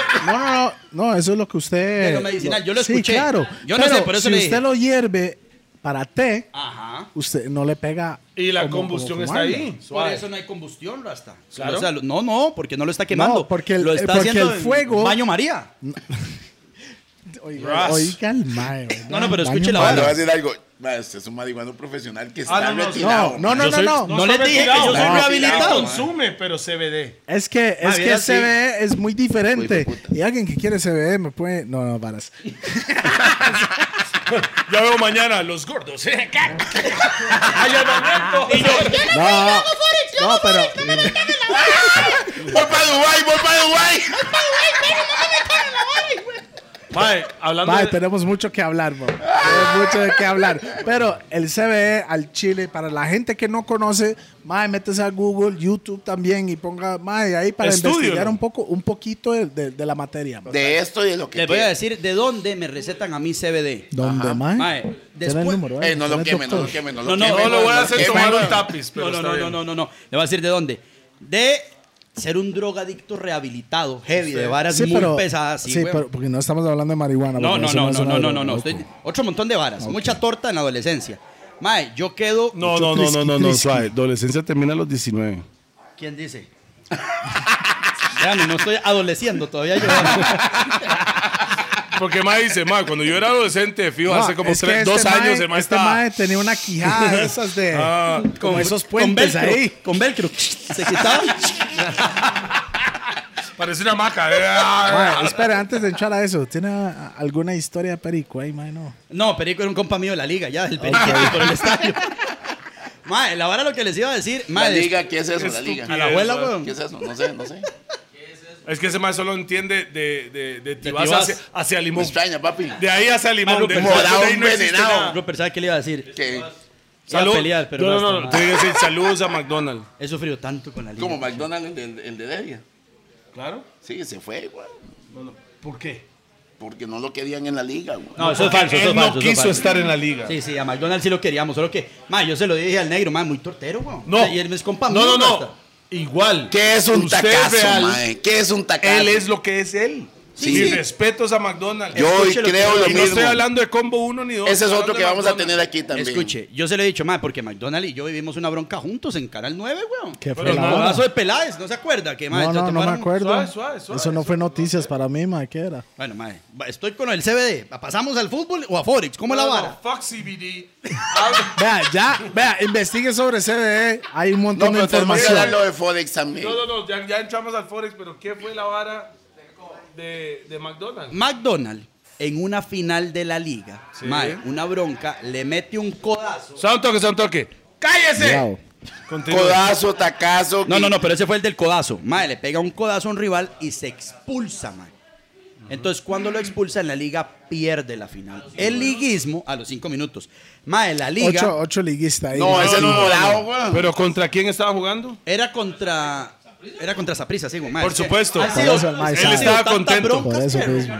No, eso es lo que usted. De lo medicinal, yo lo Sí, escuché. claro. Yo no Pero sé, por eso si le usted dije. lo hierve para té, Ajá. usted no le pega. Y la como combustión está fumarlo. ahí. Por Suave. eso no hay combustión, Rasta. Claro. O sea, no, porque no lo está quemando. No, porque el- lo está porque haciendo el fuego- en Baño María. Oiga, Ras. oiga el mae. No, pero escuche la Le vara. voy a decir algo. Ma, usted es un marihuano profesional que está no, retirado. No, Yo soy- no. No les dije que yo soy No. rehabilitado. Consume, pero CBD. Es que mira, el CBD es muy diferente. Uy, puta. Y alguien que quiere CBD me puede. No, varas. Ya veo mañana los gordos. Allanamiento. Y yo, No, pero. Voy para Dubái, voy para Dubái. mae, hablando Mae, de... tenemos mucho que hablar, bro. Tenemos mucho de qué hablar. Pero el CBD al chile, para la gente que no conoce, mae, métese a Google, YouTube también y ponga, mae, ahí para Estúdielo. investigar un poquito de la materia. bro. De esto y de lo que Les voy a quiera. decir de dónde me recetan a mí CBD. ¿Dónde, mae? Mae, Tiene después- el número, No lo Usted es queme, no lo doctor. queme, no No, lo no, queme. No lo voy a hacer queme. tomar un tapiz, pero No, está bien. no. Le voy a decir de dónde. De ser un drogadicto rehabilitado, heavy, de varas Sí, muy pero, pesadas. Sí, güey. pero porque no estamos hablando de marihuana. No, porque no, eso no, es no, una no, no, droga, no. loco. Otro montón de varas. Mucha torta en la adolescencia. Mae, yo quedo... No, suave. Adolescencia termina a los 19. ¿Quién dice? Vean, no estoy adoleciendo todavía yo. Porque mae dice, mae, cuando yo era adolescente, fijo, hace como es que 2 años, el mae este estaba... mae tenía una quijada de esas de... como esos puentes velcro, ahí. Con velcro. Se quitaba. Parece una maca. Mae, espera, antes de entrar a eso, ¿tiene alguna historia de Perico ahí, mae? No. No, Perico era un compa mío de la liga, ya, del Periquito por el estadio. Mae, la vara lo que les iba a decir... La Mae, liga, ¿qué es eso? La liga. a la abuela, weón. ¿Qué es eso? No sé. Es que ese mae solo entiende de Tibás Tibás. hacia Me Limón. extraña, papi. De ahí hacia Limón. Rupert, De morado ahí no existe envenenado. nada. Rupert, ¿sabe qué le iba a decir? ¿Qué? Iba a Salud. pelear, pero No, basta, tiene mae. que decir saludos a McDonald's. He sufrido tanto con la liga. Como McDonald's, el de Delia. Claro. Sí, se fue, güey. ¿Por qué? Porque no lo querían en la liga, güey. No, eso es falso, eso Él es no falso. eso es quiso falso. estar en la liga. Sí, sí, a McDonald's sí lo queríamos, solo que, mae, yo se lo dije al negro, mae, muy tortero, weón. No. O sea, y él me es compa mío, No. basta. Igual. ¿Qué es un Usted tacazo, real, mae? ¿Qué es un tacazo? Él es lo que es él. Sí. Mis respetos a McDonald's. Yo Escuche lo creo que- lo Y no mismo. estoy hablando de combo 1 ni 2. Ese es estoy otro hablando que de vamos a McDonald's. tener aquí también. Escuche, yo se lo he dicho, mae, porque McDonald's y yo vivimos una bronca juntos en Canal 9, weón. ¿Qué fue Pero la no, hora? Codazo de Peláez, ¿no se acuerda? Que, mae, No, te no me tomaron- acuerdo. Suave. Eso no fue noticias para mí, mae. ¿Qué era? Bueno, mae, estoy con el CBD. ¿Pasamos al fútbol o a Forex? ¿Cómo es la vara? Fuck CBD. Vea, investigue sobre CDE. Hay un No, montón de pero tenemos que hablar información. lo de Forex también. No, ya entramos al Forex, pero ¿qué fue la vara de McDonald's? McDonald's, en una final de la liga, mae, una bronca, le mete un codazo. Sea un toque. ¡Cállese! Cuidado. Continúe. Codazo, tacazo. No, pero ese fue el del codazo. Mae, le pega un codazo a un rival y se expulsa, mae. Entonces, cuando lo expulsa en la liga, pierde la final. El liguismo a los 5 minutos. Mae, la liga Ocho liguistas ahí. No, ese no es morado, güey. ¿Pero contra quién estaba jugando? era contra Saprissa, sí, mae. Por Es que supuesto. han Por sido- eso el mae han sabe. sido Estaba tantas contento. broncas, Por eso pero- mismo.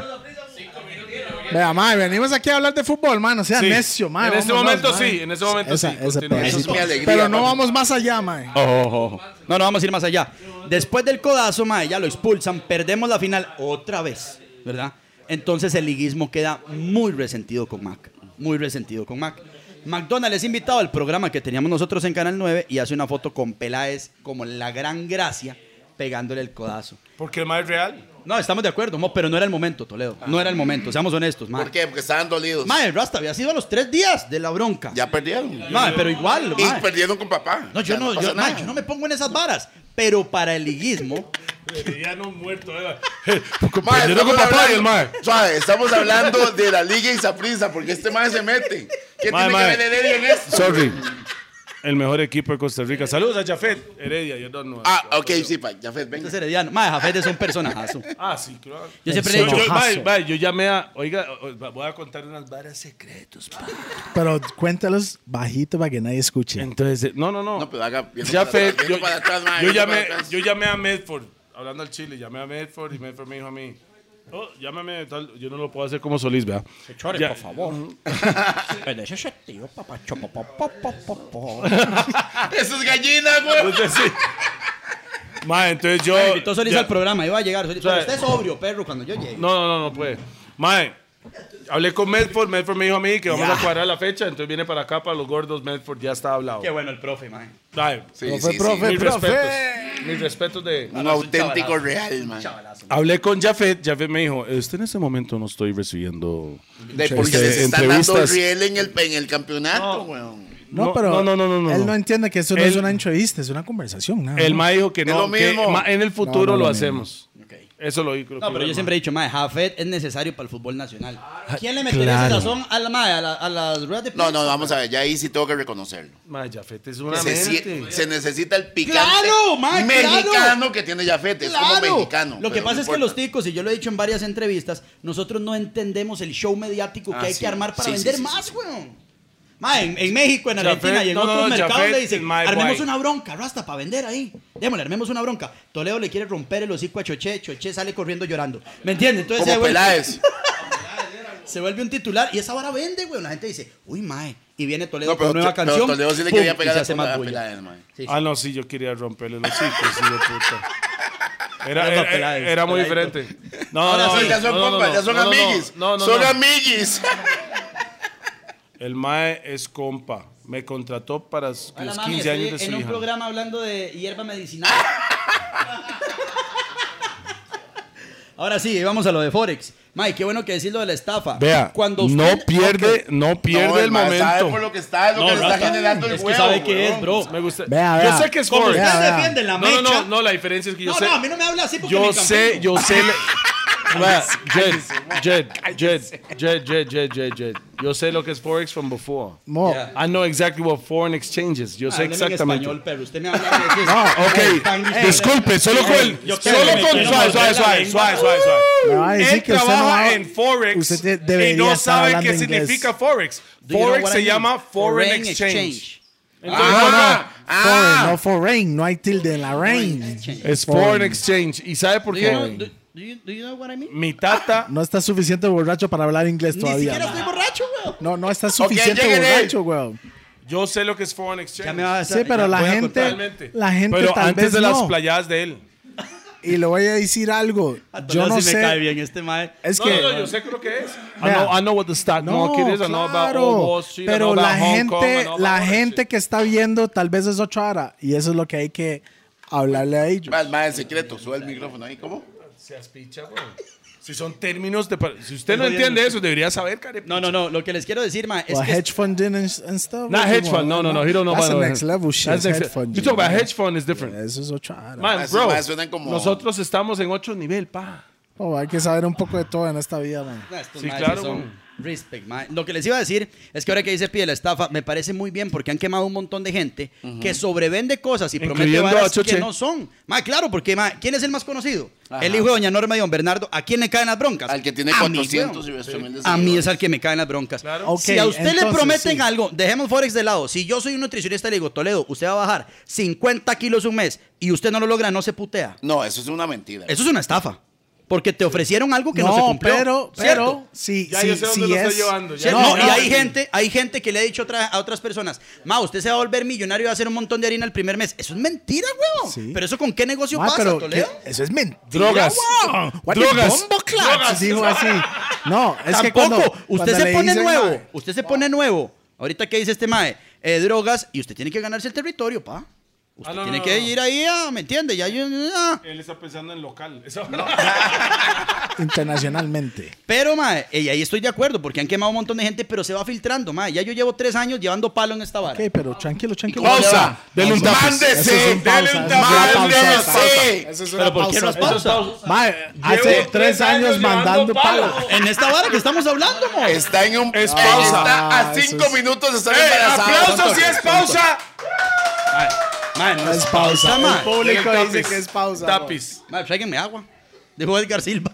Vea, mae, venimos aquí a hablar de fútbol, man. No sea Sí. necio, mae. En este vámonos, momento mae. sí, en este momento Esa- sí. ese Continúe. pedazo. Eso es mi alegría. Pero no papi. vamos más allá, mae. No, no vamos a ir más allá. Después del codazo, mae, ya lo expulsan, perdemos la final otra vez, ¿verdad? Entonces el liguismo queda muy resentido con Mac. Muy resentido con Mac. McDonald's es invitado al programa que teníamos nosotros en Canal 9 y hace una foto con Peláez como la gran gracia pegándole el codazo. Porque el más es real. No, estamos de acuerdo, pero no era el momento, Toledo. No era el momento, seamos honestos, mae. ¿Por qué? Porque estaban dolidos. Mae, el Rasta había sido a los 3 días de la bronca. Ya perdieron. Mae, pero igual, Y mae. perdieron con papá. No, yo Ya no, pasa yo, nada. mae, yo no me pongo en esas varas. Pero para el liguismo, Ya no muerto. Mae, Perdieron con estamos papá y el hablando- mae. Suave, estamos hablando de la liga y Saprissa, porque este mae se mete. ¿Qué Mae, tiene mae. que ver Heredia en esto? Sorry. El mejor equipo de Costa Rica. Saludos a Jafet Heredia. Yo no. Ah, ok, sí, pa. Jafet, venga. este es herediano. Mae, Jafet es un personajazo. Ah, sí, claro. Yo siempre le he Eso dicho, no. Ojazo. Yo llamé a. Oiga, voy a contar unas varas secretos. Pa. Pero cuéntalos bajito para que nadie escuche. Entonces, no. No, pero haga. viendo Jafet, para atrás, viendo para atrás, mae, yo viendo llamé, para atrás. yo llamé a Medford, hablando al Chile, llamé a Medford y Medford me dijo a mí, oh, llámame, tal, yo no lo puedo hacer como Solís, ¿verdad? Chore, Ya- por favor. Ese es el tío, papacho, Eso es gallina, güey. Entonces, sí. Ma, entonces yo... Me invitó Solís ya- al programa, iba a llegar. Solís, pero sea, usted es sobrio, perro, cuando yo llegue. No puede. Mae, hablé con Medford me dijo a mí que vamos a cuadrar la fecha, entonces viene para acá, para los gordos, Medford ya está hablado. Qué bueno el profe, mae. Mae, Sí, Profe, sí, profe. sí. mis respetos de... Un auténtico real, man. Hablé con Jafet me dijo, usted en este momento no estoy recibiendo... Porque les están dando entrevistas. riel en el campeonato, weón. No, pero no. él no entiende que eso no es Él- una entrevista, es una conversación. nada El más. mae dijo que Es no, lo mismo. en el futuro No, lo lo hacemos. Eso lo dijo. No, pero yo siempre he dicho, mae, Jafet es necesario para el fútbol nacional. ¿Quién le metería claro. esa razón a la mae, a las ruedas de No, prensa? vamos a ver, ya ahí sí tengo que reconocerlo. Mae, Jafet es una Se necesita el picante ¡Claro, mae, mexicano claro! que tiene Jafet, es como ¡Claro! mexicano. Lo que pero pasa no es que importa. los ticos, y yo lo he dicho en varias entrevistas, nosotros no entendemos el show mediático que Ah, hay sí. que armar para Sí, vender sí, sí, más, sí. weón. Mae, en México, en Jafet, Argentina y en otros mercados Jafet, le dicen, el mae armemos guay. una bronca, Rasta, para vender ahí. Démosle, armemos una bronca. Toledo le quiere romper el hocico a Choché, Choché sale corriendo llorando. ¿Me entiendes? Entonces Como Peláez. se vuelve un titular y esa vara vende, güey. La gente dice, uy, mae. Y viene Toledo No, pero con nueva pero canción. Toledo sí le pum, quería y pegar se a hace más bulla. Peláez, man. Sí, sí. Ah, no, sí, yo quería romperle los hijos, sí, de puta. Era Peláez, Era muy Peladito. diferente. No, Ahora no, sí, ya son no, no, compas, no, ya son amiguis. No, Son amiguis. El mae es compa. me contrató para los Hola, 15 mami, años de estoy su en un hija. programa hablando de hierba medicinal. Ahora sí, vamos a lo de Forex. Mike, qué bueno que decís lo de la estafa. Vea, Cuando no usted- pierde el mae sabe por momento. lo que está, es lo que le está Rata, generando el es que huevo. sabe qué weón. es, bro. Me gusta. Vea, Yo vea. sé que es Como Forex. ustedes Vea, vea. defienden la No, mecha. no, la diferencia es que yo No, sé. no, a mí no me habla así porque Yo me sé, campeo. Vea, Jed. Yo sé lo que es Forex from before. Mo, Yeah. I know exactly what foreign exchanges. Yo sé Hábleme en exactamente. español, pero usted me habla de Ok, disculpe, solo con. yo Solo creo que con. me Suave. me va a decir Él que usted no trabaja va- en Forex usted y debería no estar sabe hablando qué inglés. significa Forex. Do you know Forex what se I mean? llama Foreign Exchange. Foreign, no foreign, no hay tilde en la rain. Es Foreign Exchange. ¿Y sabe por Do you know, qué? do you know what I mean? Mi tata. No está suficiente borracho para hablar inglés Ni todavía. siquiera man. estoy borracho, weón. No está suficiente lleguen él. borracho, weón. Yo sé lo que es Foreign Exchange. Ya me va a Sí, pero la voy a gente, contar. la gente Pero tal antes vez de las no. playadas de él. Y le voy a decir algo. A Yo Toledo no sí me cae sé. bien este mae. Es No, que yo sé lo que es. Vea. I know what the stock market is. I know about Wall Street. I know pero about la Hong Kong. I gente, know about la all that gente shit. que está viendo tal vez es otra hora y eso es lo que hay que hablarle a ellos. Más en secreto, sube el micrófono ahí, ¿cómo? Seas picha, güey. Si son términos de. Si usted no entiende eso, debería saber, care. No, lo que les quiero decir, mae, es Or que hedge funding and stuff. Not hedge fund. No. He don't know That's about the next level shit. That's Hedge next- funding. You talk about hedge fund is different. Eso es otra hora. Man, Esos bro, más suenan como- nosotros estamos en otro nivel, pa. Oh, hay que saber un poco de todo en esta vida, man. estos Sí, maes claro, son güey. respect, mae. Lo que les iba a decir es que ahora que dice pide la estafa, me parece muy bien porque han quemado un montón de gente que sobrevende cosas y promete Incluyendo a varas Choche. que no son. Mae, claro, porque mae, ¿quién es el más conocido? Ajá. El hijo de doña Norma y don Bernardo. ¿A quién le caen las broncas? Al que tiene A mí, 400 y weón. resto mil de A mí seguidores. es al que me caen las broncas. Claro. Ok, Si a usted le entonces, prometen sí. algo, dejemos Forex de lado. Si yo soy un nutricionista y le digo, Toledo, usted va a bajar 50 kilos un mes y usted no lo logra, no se putea. No, eso es una mentira. Eso es una estafa. Porque te ofrecieron algo que no, se cumplió. pero ¿cierto? sí, Ya sí, yo sé dónde sí lo estoy es. llevando, ya. ¿Cierto? No, No, no, y no. hay gente que le ha dicho a otras personas, ma, usted se va a volver millonario y va a hacer un montón de harina el primer mes. Eso es mentira, huevón. Sí. Pero eso con qué negocio Ma, pasa, pero Toledo. ¿qué? Eso es mentira. Drogas. Wow. What Drogas. the bombo claps, Drogas. dijo así. No, es que Tampoco. cuando Usted cuando se le pone dicen, nuevo. mae, Usted se pone nuevo. Ahorita que dice este mae, drogas, y usted tiene que ganarse el territorio, pa. Usted no, tiene no, que no. ir ahí a, ¿me entiende? Ya yo, Él está pensando en local. internacionalmente. Pero, mae, y ahí estoy de acuerdo, porque han quemado un montón de gente, pero se va filtrando, mae. Ya yo llevo 3 años llevando palo en esta vara. Ok, pero tranquilo. Pausa. Denle un tapiz. Mándese, Eso es un dele pausa, un eso es una tapiz. pausa. Mándese. Eso es ¿Pero por qué no es pausa? Mae, hace Llevo 3 años mandando palo. En esta vara que estamos hablando, mae. Está en un. Es pausa. Está a eso 5 es- minutos de estar embarazado. ¡Aplausos si es pausa! Mae, no Es pausa. mae. El público Dele dice tapiz. que es pausa. Tapiz. Mae, tráiganme agua. Dijo Edgar Silva.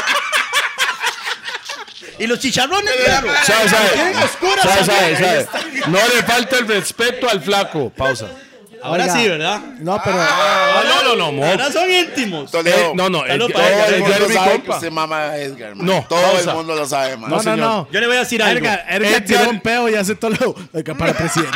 Y los chicharrones, perro. Tienen oscuras también. ¿Sabe? No le falta el respeto al flaco. Pausa. Ahora Oiga. sí, ¿verdad? No, pero No. Ahora son íntimos. Toledo. No, Salud el- para todo Edgar. el Todo el mundo es mi sabe que compa. usted mama a Edgar, man. No, Todo pausa. el mundo lo sabe, man. no. señor. Yo le voy a decir algo. Edgar tiró un peo y hace todo lo para presidente.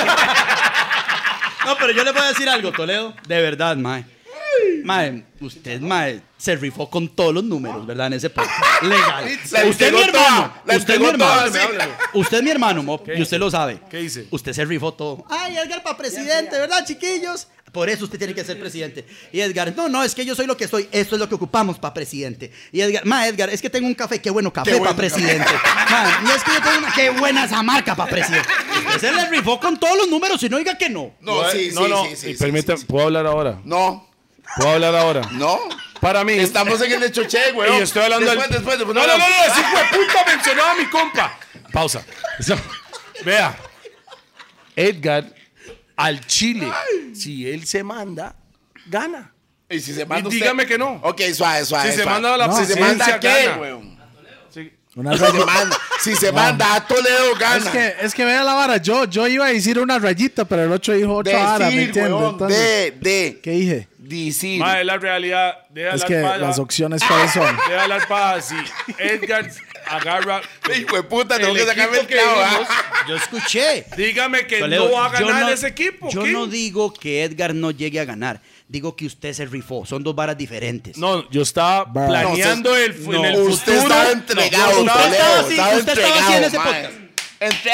No, pero yo le voy a decir algo, Toledo. De verdad, mae. Mae, usted, mae, se rifó con todos los números, ¿verdad? En ese podcast. Legal. La Usted es mi entregó hermano. toda, la Usted es mi entregó toda, hermano. sí. Usted es mi hermano, Mop, y usted lo sabe. ¿Qué dice? Usted se rifó todo. Ay, Edgar para presidente, ¿verdad, chiquillos? Por eso usted tiene que ser presidente. Y Edgar, no, es que yo soy lo que soy. Esto es lo que ocupamos para presidente. Y Edgar, Edgar, es que tengo un café. Qué bueno café Qué para bueno presidente. Y es que yo tengo una. Qué buena esa marca para presidente. Usted se le rifó con todos los números y no diga que no. No, sí, sí. Permítame, ¿puedo hablar ahora? No, ¿Puedo hablar ahora? no. Para mí. Estamos en el de Choché, güey. Y estoy hablando después. No, ese hijo de puta mencionó a mi compa. Pausa. Vea. Edgar, al Chile, si él se manda, gana. Y si se manda Y dígame que no. Ok, suave. Si se suave. manda a la Si se manda, presidencia, ¿qué, gana. güey? Sí. Una Si se rayita. manda, si se manda a Toledo, gana. Es que vea la vara. Yo iba a decir una rayita, pero el otro dijo otra vara, ¿me Decir, entiendes? weón, Entonces, ¿qué dije? decir. Ma, es la realidad. Deja Es las que pajas. las opciones cuáles son. Deja las pajas. Si Edgar agarra. Hijo de puta, tengo el que sacarme el equipo que clavo, vimos, ¿ah? Yo escuché. dígame que Toledo, no va a yo ganar no- ese equipo. Yo Kim. no digo que Edgar no llegue a ganar. Digo que usted se rifó. Son dos varas diferentes. No, yo estaba Bro. planeando No, en el usted futuro. estaba entregado, usted Toledo. estaba así, Estaba usted estaba así en entregado, ese mae. podcast. Entre...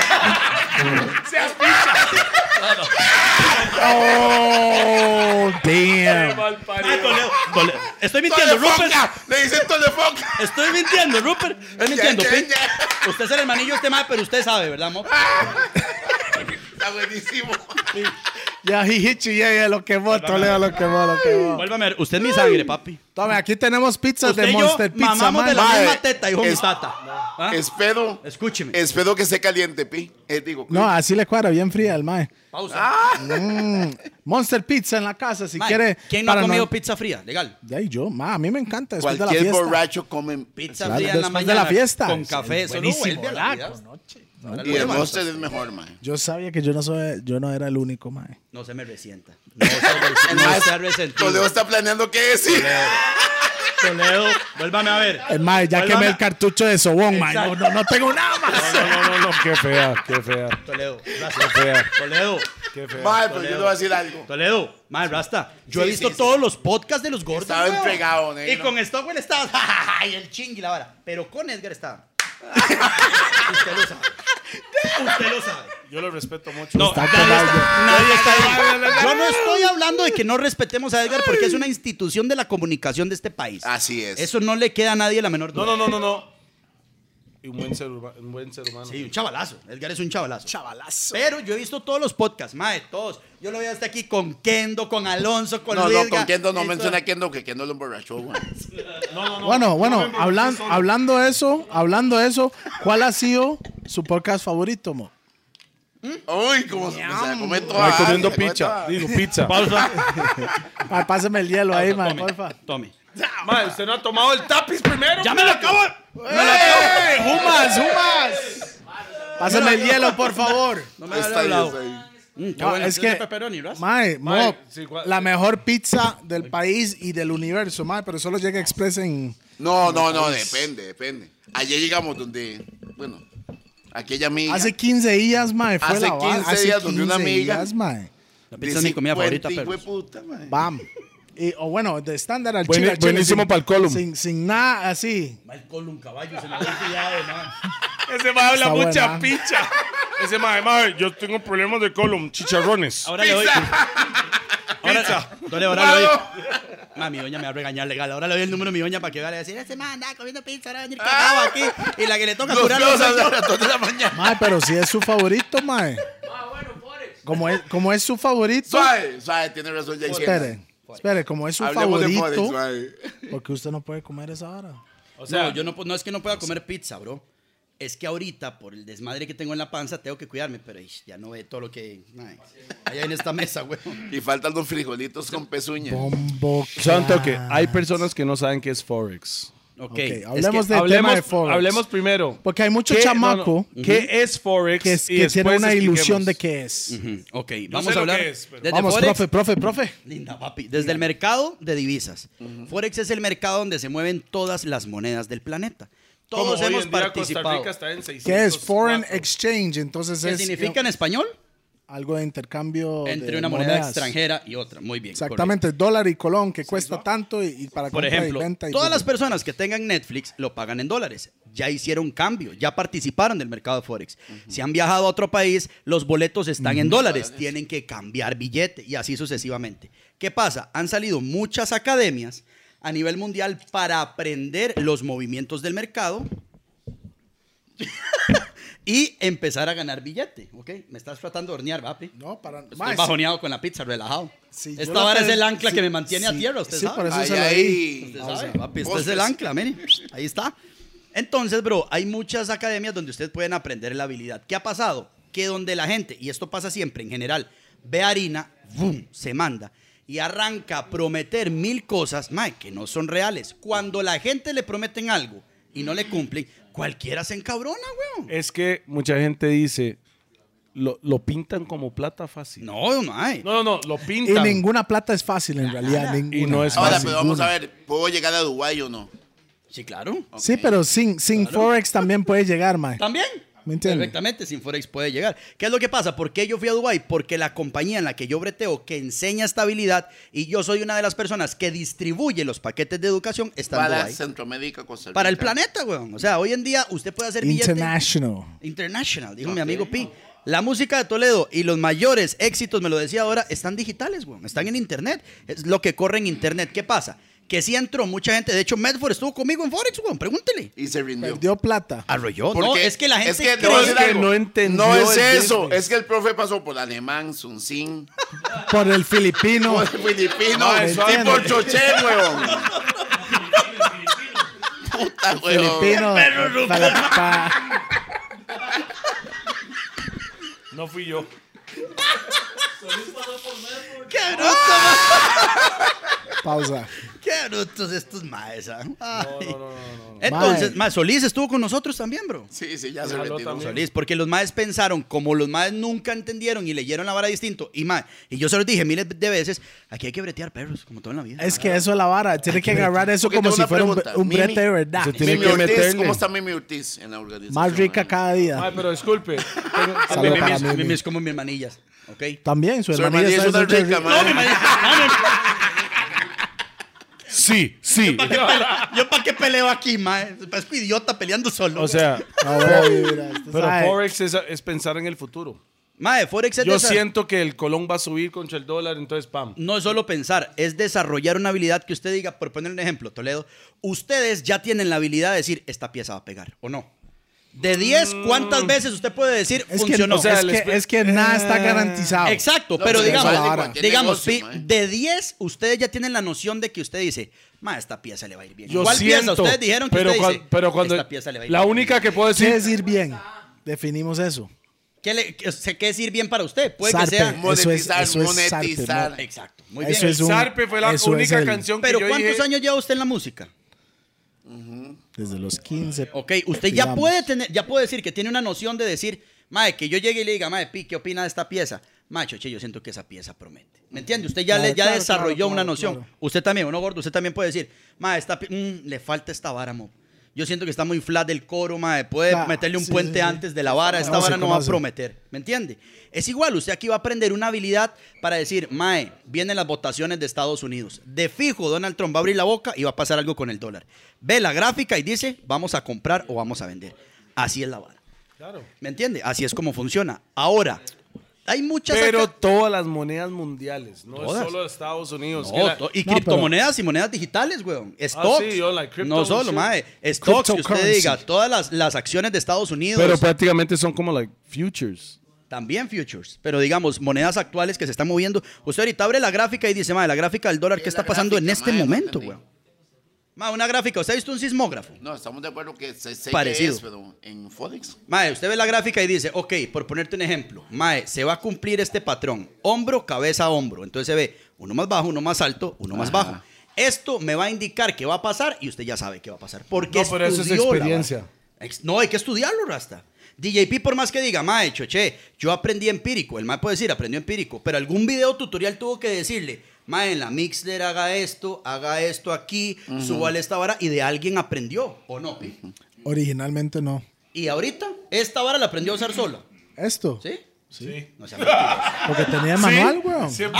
Oh, damn. Toledo. Estoy mintiendo, Rupert. Le dicen Tolefoca. Estoy mintiendo, Rupert. Estoy mintiendo, Ya, Pin. ya. Usted es el hermanillo de este mae, pero usted sabe, ¿verdad, mo? Está buenísimo. Ya, he hit you, ya, lo quemó, Toledo, lo quemó. Vuélvame a ver. Usted es mi sangre, papi. Tome, aquí tenemos pizzas Usted de y yo Monster Pizza, mamamos de man. la misma Mae, teta, hijo mi tata. ¿Ah? Espero Escúcheme. que esté caliente, Pi. Digo, No, así le cuadra, bien fría el mae. Pausa. Monster Pizza en la casa, si Mae, quiere. ¿quién no ha para comido pizza fría? Legal. De ahí yo, a mí me encanta después de la cualquier fiesta. borracho come. Pizza Claro, fría en la después mañana. de la fiesta. Con café. Eso no Buenísimo, vuelve a la ¿verdad? vida. Y el Monster es mejor, man. Yo sabía que yo no era el único, mae. No se me resienta. No se resentido. Toledo está planeando qué decir. Toledo, vuélvame a ver. Mae, ya Vuélvame quemé a- el cartucho de Sobón, mae. Exacto. No tengo nada más. No, qué fea. Toledo, gracias. fea. Toledo, Mae, pero yo le voy a decir algo. Toledo, mae, Rasta. Yo he Sí, visto sí, todos los podcasts de los gordos. Estaba weón. entregado, negro. Y con Stockwell estaba. ¡Ay, el chingui la vara! Pero con Edgar estaba. Usted lo sabe. Usted lo sabe. Yo lo respeto mucho. No, Está nadie está ahí. Yo no estoy hablando de que no respetemos a Edgar porque es una institución de la comunicación de este país. Así es. Eso no le queda a nadie la menor duda. No. Y un buen ser humano. Sí, un chavalazo. Edgar es un chavalazo. Pero yo he visto todos los podcasts, mae, todos. Yo lo veo hasta aquí con Kendo, con Alonso, con No, Luis. con Kendo no Eso- menciona a Kendo, que Kendo lo emborrachó, güey. Bueno, hablando de eso, ¿cuál ha sido su podcast favorito, mo? Uy, como se come Mae, toda. comiendo se come pizza. toda. Digo, pizza. Pausa. Mae, páseme el hielo ahí, mae, Tome, porfa. Tome. Mae, ¿usted no ha tomado el tapiz primero? ¡Ya me lo acabo! ¡Jumas! Pásame el hielo, por favor. No me había Está ahí, hablado. está ahí. Qué No, bueno, es ¿usted que, pepperoni, Ras? mae, Mae, mo, sí, la mejor pizza del país y del universo, mae, pero solo llega Express en... No, depende. Ayer llegamos donde, bueno, aquella amiga. Hace 15 días, mae, fue Hace la vara. 15 días donde una 15 amiga- días, mae. La pizza es mi comida favorita, pero... Fue puta, mae. Bam. O bueno, de estándar al Buen- chile, buenísimo sin- pa'l column. Sin nada así. Mal un caballo, se me había olvidado, man. Ese mae habla Está mucha buena. picha. Ese mae, yo tengo problemas de colon, chicharrones. Ahora le doy... Pizza. Ahora le doy... Mi doña me va a regañar legal. Ahora le doy el número de mi doña para que vaya a decir: ese man anda comiendo pizza, ahora va a venir cagado aquí. Y la que le toca Los curar feos los a las 2 de la mañana. Mae, pero si es su favorito, mae. Como es su favorito. Suave, tiene razón, ya Espere, como es su Hablemos de favorito, Forex, suave. porque usted no puede comer esa hora. O sea, yo no es que no pueda comer pizza, bro. Es que ahorita, por el desmadre que tengo en la panza, tengo que cuidarme. Pero ya no ve todo lo que hay en esta mesa, güey. Y faltan los frijolitos con pezuña. Bombo. Santo que hay personas que no saben qué es Forex. Ok, Hablemos del tema de Forex. Hablemos primero. Porque hay mucho ¿Qué- chamaco ¿Qué es Forex? que, Y que tiene después una ilusión expliquemos. de qué es. Ok, sé vamos a lo hablar. que es, pero- Desde Vamos, Forex, profe. linda, papi. Desde el mercado de divisas. Forex es el mercado donde se mueven todas las monedas del planeta. Como Todos hoy hemos en día participado. Costa Rica está en 600. ¿Qué es Foreign Exchange? Entonces ¿Qué es significa en español? algo de intercambio Entre de una moneda monedas. extranjera y otra. Muy bien. Exactamente, dólar y colón que cuesta tanto y para Por compra ejemplo, y venta. Y todas todo. las personas que tengan Netflix lo pagan en dólares. Ya hicieron cambio, ya participaron del mercado de Forex. Si han viajado a otro país, los boletos están en dólares. Tienen que cambiar billete y así sucesivamente. ¿Qué pasa? Han salido muchas academias a nivel mundial para aprender los movimientos del mercado y empezar a ganar billete. ¿Ok? Me estás tratando de hornear, papi. No, para Estoy Mae, bajoneado con la pizza, relajado. si yo Esta lo vara que- es el ancla sí, que me mantiene a sí, tierra, usted sí, sabe. por eso Ay, se lo ay. di. Usted Pausa. sabe, papi, este Vos, es el pues. ancla, mire. Ahí está. Entonces, bro, hay muchas academias donde ustedes pueden aprender la habilidad. ¿Qué ha pasado? Que donde la gente, y esto pasa siempre en general, ve harina, ¡boom!, se manda y arranca a prometer 1000 cosas, mae, que no son reales. Cuando la gente le prometen algo y no le cumplen, cualquiera se encabrona, weón. Es que mucha gente dice, lo pintan como plata fácil. No, mae. No, lo Y pintan. ninguna plata es fácil en realidad. Ninguna. Y no es Ahora, fácil. pero vamos a ver, ¿puedo llegar a Dubái o no? Sí, claro. Sí, pero sin Forex también puede llegar, mae. ¿También? ¿Me entiendes? Perfectamente, sin Forex puede llegar. ¿Qué es lo que pasa? ¿Por qué yo fui a Dubái? Porque la compañía en la que yo breteo, que enseña estabilidad, y yo soy una de las personas que distribuye los paquetes de educación, está en Para Dubái. Centroamérica, Costa Rica. Para el planeta, weón. O sea, hoy en día usted puede hacer billete. International, dijo mi amigo Pi. La música de Toledo y los mayores éxitos, me lo decía ahora, están digitales, weón. Están en internet. Es lo que corre en internet. ¿Qué pasa? Que sí entró mucha gente. De hecho, Medford estuvo conmigo en Forex, weón. Pregúntele. Y se rindió. Perdió plata. Arrolló. Porque No, es que la gente es que, cree te voy a decir que algo. no entendió No es el eso. business. Es que el profe pasó por alemán, Sunsin, Por el filipino. por filipino No, y eso por choché, weón. Puta, weón. Filipino. No fui yo. ¡Qué bruto, man! Pausa. ¡Qué brutos estos maes! ¿Ah? Ay. No. Entonces, más Solís estuvo con nosotros también, bro. Sí, ya se Ojalá retiró. también. Solís, porque los maes pensaron, como los maes nunca entendieron y leyeron la vara distinto, y yo se los dije miles de veces, aquí hay que bretear perros, como todo en la vida. Es que eso es la vara. Tiene que agarrar eso Porque como tengo si una fuera pregunta. un Mimi, brete de verdad. se tiene Mimi que Ortiz, meterle. ¿cómo está Mimi Ortiz en la organización? Más rica cada día. Ay, pero disculpe. Saludo para Mimi Mimi. es como mi hermanillas, ¿ok? También, su Su hermanilla hermanilla es está una en rica, man. Sí. ¿Yo para qué peleo aquí, mae? Parezco idiota peleando solo. O sea, pero Forex. Forex es pensar en el futuro. mae, Forex es Yo desa- siento que el colón va a subir contra el dólar, entonces pam. No es solo pensar, es desarrollar una habilidad que usted diga, por poner un ejemplo, Toledo, ustedes ya tienen la habilidad de decir, esta pieza va a pegar, ¿o no? De 10, ¿cuántas veces usted puede decir Es que, funcionó? o sea, es que nada está garantizado. Exacto, No, pero pero digamos, eso vale cualquier digamos, negocio, Pi, mae. de 10, ustedes ya tienen la noción de que usted dice, ma, esta pieza le va a ir bien. Yo ¿Cuál pieza? siento, Ustedes dijeron que pero, usted dice, pero cuando esta pieza le va a ir la bien. única que puedo ¿Qué decir, decir bien? Definimos eso. ¿Qué es ir bien para usted? Puede Zarpe. que sea... Monetizar, Eso es monetizar. zarpe, Exacto, muy Eso bien. es un- Zarpe fue la eso es única el- canción que Pero yo ¿cuántos dije. años lleva usted en la música? Desde los 15. Ok, usted ya digamos. puede decir que tiene una noción de decir, mae, que yo llegue y le diga, mae, Pi, ¿qué opina de esta pieza? Mae, Choche, yo siento que esa pieza promete. ¿Me entiende? Usted ya, Claro, ya claro, desarrolló claro, una claro, noción. claro. Usted también, ¿no, gordo? Usted también puede decir, mae, le falta esta vara, mo. Yo siento que está muy flat del coro, mae. Puede Claro, meterle un sí, puente sí, sí. antes de la vara. Esta Conoce, vara no va a conoce. prometer. ¿Me entiende? Es igual, usted aquí va a aprender una habilidad para decir, mae, vienen las votaciones de Estados Unidos. De fijo, Donald Trump va a abrir la boca y va a pasar algo con el dólar. Ve la gráfica y dice, vamos a comprar o vamos a vender. Así es la vara. Claro. ¿Me entiende? Así es como funciona. Ahora, hay muchas... Pero acá- todas las monedas mundiales, no Todas. es solo Estados Unidos. No, que la- y No, criptomonedas y monedas digitales, weón. Stocks. sí, yo, like crypto no solo, shit. mae. Stocks, que usted Cryptocurrency. diga, todas las acciones de Estados Unidos. pero prácticamente son como like futures. También futures. Pero digamos, monedas actuales que se están moviendo. Usted ahorita abre la gráfica y dice, mae, la gráfica del dólar, ¿qué está la pasando en gráfica, este mae? No momento, entendí. weón? Mae, una gráfica. ¿Usted ha visto un sismógrafo? No, estamos de acuerdo que sé Parecido. que es, pero en Forex. Mae, usted ve la gráfica y dice, ok, por ponerte un ejemplo, mae, se va a cumplir este patrón, hombro, cabeza, hombro. Entonces se ve uno más bajo, uno más alto, uno más bajo. Esto me va a indicar qué va a pasar y usted ya sabe qué va a pasar. Porque No, pero eso es estudió la experiencia. vara. No, hay que estudiarlo, Rasta. DJP, por más que diga, mae, Choche, yo aprendí empírico. El mae puede decir, aprendió empírico. Pero algún video tutorial tuvo que decirle, mae, en la Mixler haga esto aquí, súbale esta vara. Y de alguien aprendió, ¿o no, Pi? Originalmente no. Y ahorita, esta vara la aprendió a usar sola. ¿Esto? ¿Sí? Sí. No sea mentiroso. Porque tenía manual, weón. Siempre.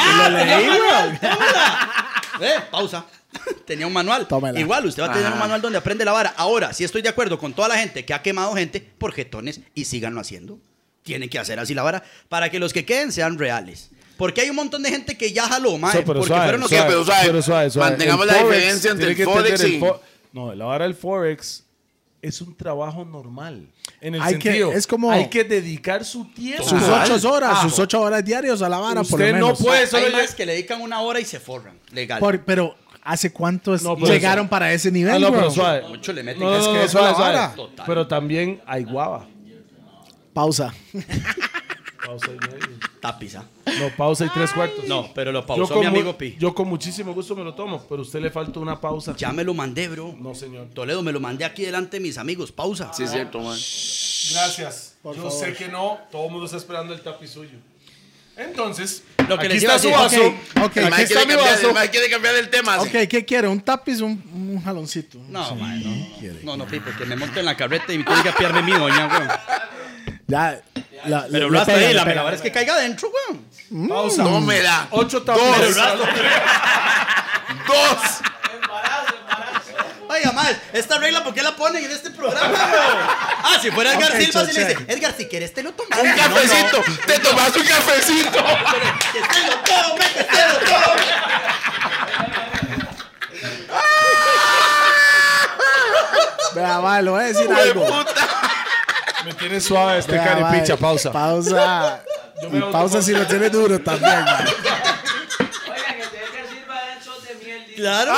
Pausa. Tenía un manual. Tómela. Igual, usted va a tener un manual donde aprende la vara. Ahora, sí estoy de acuerdo con toda la gente que ha quemado gente por jetones y síganlo haciendo. Tienen que hacer así la vara para que los que queden sean reales. Porque hay un montón de gente que ya jaló, mae. So, pero porque suave, fueron los suave, pero suave. pero suave. Mantengamos El la Forex, diferencia entre tiene el que Forex entender y- No, la hora del Forex es un trabajo normal. En el Hay que- sentido, es como- hay que dedicar su tiempo. Sus Total. 8 horas, Ah, sus 8 horas diarios a la vara, por lo Usted no menos. puede solo Hay llegar- más que le dedican una hora y se forran. Legal. Pero, ¿hace cuánto No, pero llegaron eso- para ese nivel, Ah, no, pero weón? suave. Mucho le meten. No, no, Es no, que no, eso es la suave, vara. suave. Total. Pero también hay guava. Pausa. Pausa y medio. Tapiza. No, pausa y 3/4. No, pero lo Yo pausó con mi mu- amigo Pi. Yo con muchísimo gusto me lo tomo, pero a usted le falta una pausa. Ya me lo mandé, bro. No, señor. Toledo, me lo mandé aquí delante de mis amigos. Pausa. Sí, es cierto, man. Gracias. Yo sé que no, todo el mundo está esperando el tapiz suyo. Entonces, Lo que aquí les iba está a su decir. vaso. Ok, El mae Aquí está mi vaso. quiere cambiar el tema. sí. Ok, ¿qué quiere? ¿Un tapiz o un jaloncito? No, Sí, mae, quiere. no, Pi, porque me monto en la carreta y me tiene que pierde mi doña, weón. Ya. Pero Rasta ahí, la mejor es que caiga adentro, weón. Pausa. No me da. 8 tambores. 2. Oiga, más, esta regla, ¿por qué la ponen en este programa, weón? Si fuera Edgar Silva, si le dice, Edgar, si quieres te lo tomas. Un cafecito. Te tomas un cafecito. Que te lo tome, que te lo tome. Vea, mae, le voy a decir algo. Me tiene suave este Vea, carepicha. mae, Pausa. Pausa. Y pausa si lo tiene duro también, mae. Claro.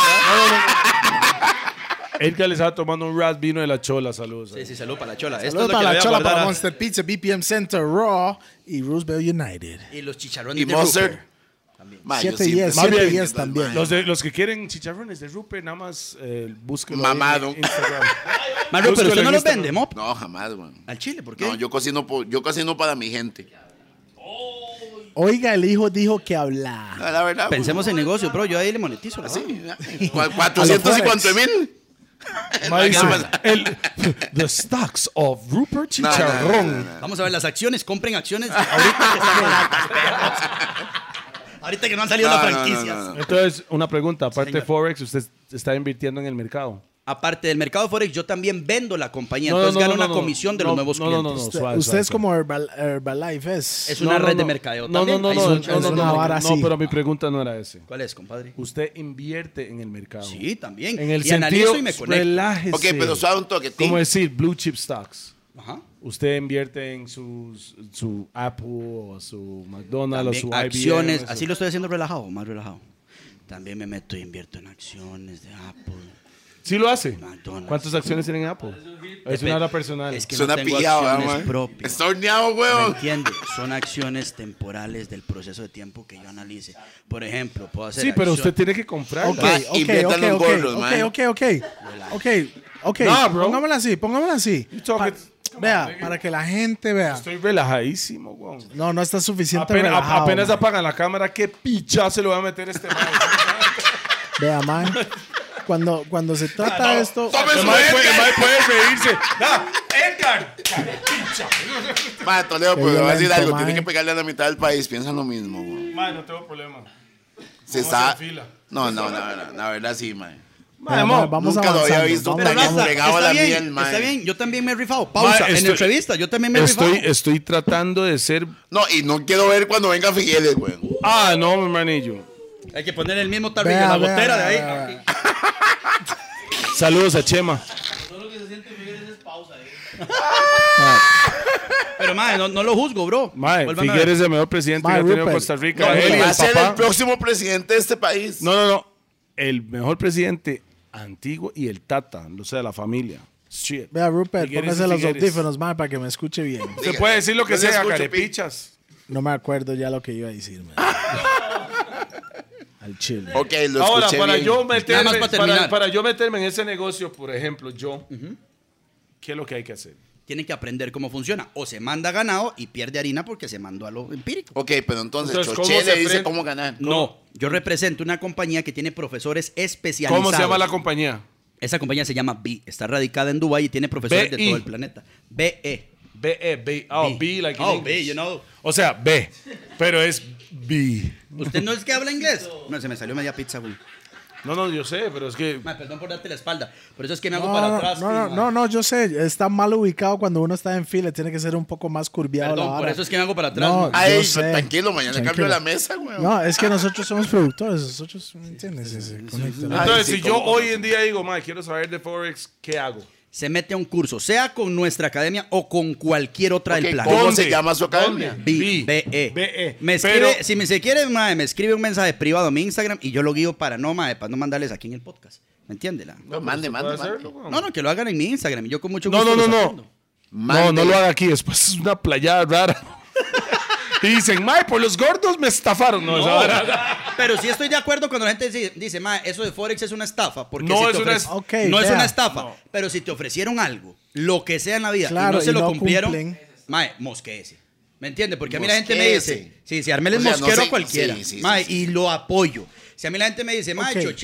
Edgar le estaba tomando un ras vino de la chola. Saludos. Sí, salud para la chola. Esto Saludos es lo que para le la voy a Chola, guardar para a- Monster Pizza, BPM Center, Raw y Roosevelt United. Y los chicharrones Y de Monster. Rupert. Ma, yo 7 y siempre 10, Más 7 y bien, 10 también. Los que quieren chicharrones de Rupert, nada más búsquenlo. Mamado. En Instagram. Mario, pero Búscalo usted no en los Instagram. vende, Mop. No, jamás, güey. Al chile, ¿por qué? No, yo cocino para mi gente. Oiga, el hijo dijo que habla. No, la verdad. Pensemos en negocio, bro. Yo ahí le monetizo. ¿no? Sí. 400 y cuánto mil. Ma dice, ¿Qué pasa? the stocks of Rupert No, no, Chicharrón. no. Vamos a ver las acciones. Compren acciones ahorita que están baratas, perros. Ahorita que no han salido No, las no, franquicias. no, no. Entonces, una pregunta. Aparte de señor. Forex, usted está invirtiendo en el mercado. Aparte del mercado Forex, yo también vendo la compañía. Entonces gano una comisión de los nuevos clientes. suave, Usted es suave. como Herbalife, es. Es una red de mercadeo No, también. no, Ahí no, son- no, es una vara no, así. pero mi pregunta no era ese. ¿Cuál es, compadre? Usted invierte en el mercado. Sí, también. En el y analizo sentido, y me conecto. relájese. Ok, pero suave un toque. ¿Cómo decir? Blue chip stocks. Ajá. Usted invierte en su Apple o su McDonald's o su También IBM. acciones. o su- Así lo estoy haciendo relajado, más relajado. También me meto e invierto en acciones de Apple. ¿Sí lo hace? McDonald's. ¿Cuántas acciones tiene en Apple? Es una hora personal. Es que Suena no tengo pillado, acciones man. propias. Está horneado, ¿Me weón. entiende? Son acciones temporales del proceso de tiempo que yo analice. Por ejemplo, puedo hacer Sí, pero acción- usted tiene que comprar. Ok, Ma, ok, inviértan ok, los ok, gordos, ok, man. ok. Nah, bro. Pongámosla así. You talk it- Vea, para que la gente vea. Estoy relajadísimo, weón. No está suficiente Apenas, relajado. apenas man. apagan la cámara, qué picha se lo va a meter este man. Vea, man. Cuando se trata de esto... Tome El su man Edgar. puede reírse. ¡Ah, Edgar! Ma, Toledo, Qué pero le voy a decir violento, algo. man. Tiene que pegarle a la mitad del país. Piensan lo mismo, weón. Man, no tengo problema. Se Vamos está. en fila. No, la verdad sí, man. Vea, Mo, man, vamos nunca lo había avanzando, visto vamos tan Pero avanzando. Raza, entregado a está la bien, miel, man. está bien. Yo también me he rifado. Pausa. Ma, en estoy- entrevista, yo también me he rifado. Estoy tratando de ser. No, y no quiero ver cuando venga Figueres, weón. Ah, no, mi hermanillo. Hay que poner el mismo tarrillo, Vea, la vea, gotera de ahí. vea, vea. Saludos a Chema. Pero, madre, no lo juzgo, bro. Mae, Vuélvame a Figueres es el mejor presidente Mae, que ha tenido Rupert. Costa Rica. No, Él y Va el a ser el papá. próximo presidente de este país. No. El mejor presidente antiguo y el tata, o sea, la familia. Shit. Vea, Rupert, Figueres póngase y los Figueres. audífonos, man, para que me escuche bien. Se puede decir lo que Yo le sea, escucho, carepichas. No me acuerdo ya lo que iba a decir, man. Al chile. Ok, lo Ahora, escuché para bien. yo Nada más meterme, para terminar. para yo meterme en ese negocio, por ejemplo, yo, ¿qué es lo que hay que hacer? Tienen que aprender cómo funciona. O se manda ganado y pierde harina porque se mandó a lo empírico. Ok, pero entonces, Entonces, ¿cómo Choché se le dice frena? cómo ganar. No, yo represento una compañía que tiene profesores especializados. ¿Cómo se llama la compañía? Esa compañía se llama BE. Está radicada en Dubái y tiene profesores de BI. todo el planeta. BE. B, oh, B. B, like in Oh, English. B, you know. O sea, B, pero es B. ¿Usted no es que habla inglés? No, se me salió media pizza, güey. No, yo sé, pero es que... Ma, perdón por darte la espalda. Por eso es que me hago para atrás. No, yo sé, está mal ubicado cuando uno está en fila, tiene que ser un poco más curviado la Perdón, por vara. eso es que me hago para atrás. No, ma. yo Ay, sé. tranquilo, mañana Tranquilo. cambio la mesa, weón. No, es que nosotros somos productores, nosotros, ¿me entiendes? Se conectan. Ay, Entonces, sí, si yo ¿cómo? hoy en día digo, ma, quiero saber de Forex, ¿qué hago? Se mete a un curso, sea con nuestra academia o con cualquier otra Ok, del planeta. ¿cómo ¿Dónde? se llama su academia? ¿Dónde? BE. BE. Me escribe, Pero- si se quiere, mae, me escribe un mensaje privado a mi Instagram y yo lo guío para no mandarles aquí en el podcast. ¿Me entiende? No, mande, ¿Puede mande, hacerlo, mande. weón? No, que lo hagan en mi Instagram y yo con mucho No, gusto. no, los no. atiendo. No lo haga aquí, después es una playada rara. Y dicen, ma, por los gordos me estafaron. No, esa vara- Pero sí estoy de acuerdo cuando la gente dice, mae, eso de Forex es una estafa. Porque No si es te una ofrece- Ok, no es vea. una estafa. Pero si te ofrecieron algo, lo que sea en la vida, Claro, y no se y lo no cumplieron, cumplen. mae, mosquese. ¿Me entiende? Porque a mí la gente me dice, Mosquese. sí, Armel es O sea, no mosquero sé- a cualquiera. sí, Mae, sí. y lo apoyo. Si a mí la gente me dice, mae, Ok. Choché,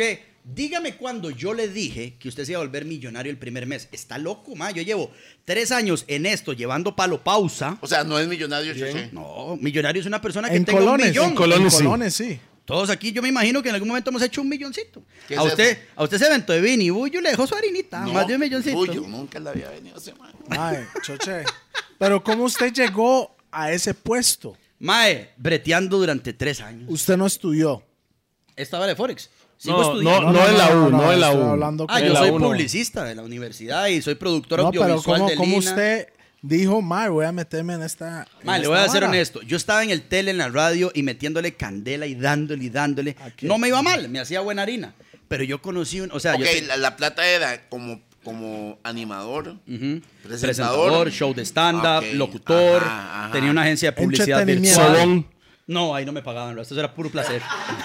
dígame cuando yo le dije que usted se iba a volver millonario el primer mes. Está loco, mae. Yo llevo 3 años en esto, llevando palo pausa. O sea, no es millonario, Choche. No, millonario es una persona que En tenga colones, un millón. en Colones, sí. colones, sí. Todos aquí, yo me imagino que en algún momento hemos hecho un milloncito. ¿Qué A es usted, eso? a usted ese evento de Vini Bullo le dejó su harinita, No, más de un milloncito. Uy, yo nunca le había venido a ese man. Mae, Choche. Pero ¿cómo usted llegó a ese puesto? Mae, breteando durante 3 años. Usted no estudió. Estaba de Forex. Sigo No, estudiando. no en la U, no en la estoy U. hablando Ah, con- yo la soy uno. publicista de la universidad y soy productor No, pero audiovisual de ¿cómo Lina. usted dijo, mae, voy a meterme en esta... Mae, en le voy a esta ser vara"? honesto. Yo estaba en el tele, en la radio y metiéndole candela y dándole y dándole. ¿A qué? No me iba mal, me hacía buena harina. Pero yo conocí un. O sea, Ok, yo. la plata era como animador, Ujú. presentador. Presentador, show de stand-up, Ok, locutor. ajá, ajá. Tenía una agencia de publicidad Entretenimiento. virtual. Sobón. No, ahí no me pagaban, esto era puro placer.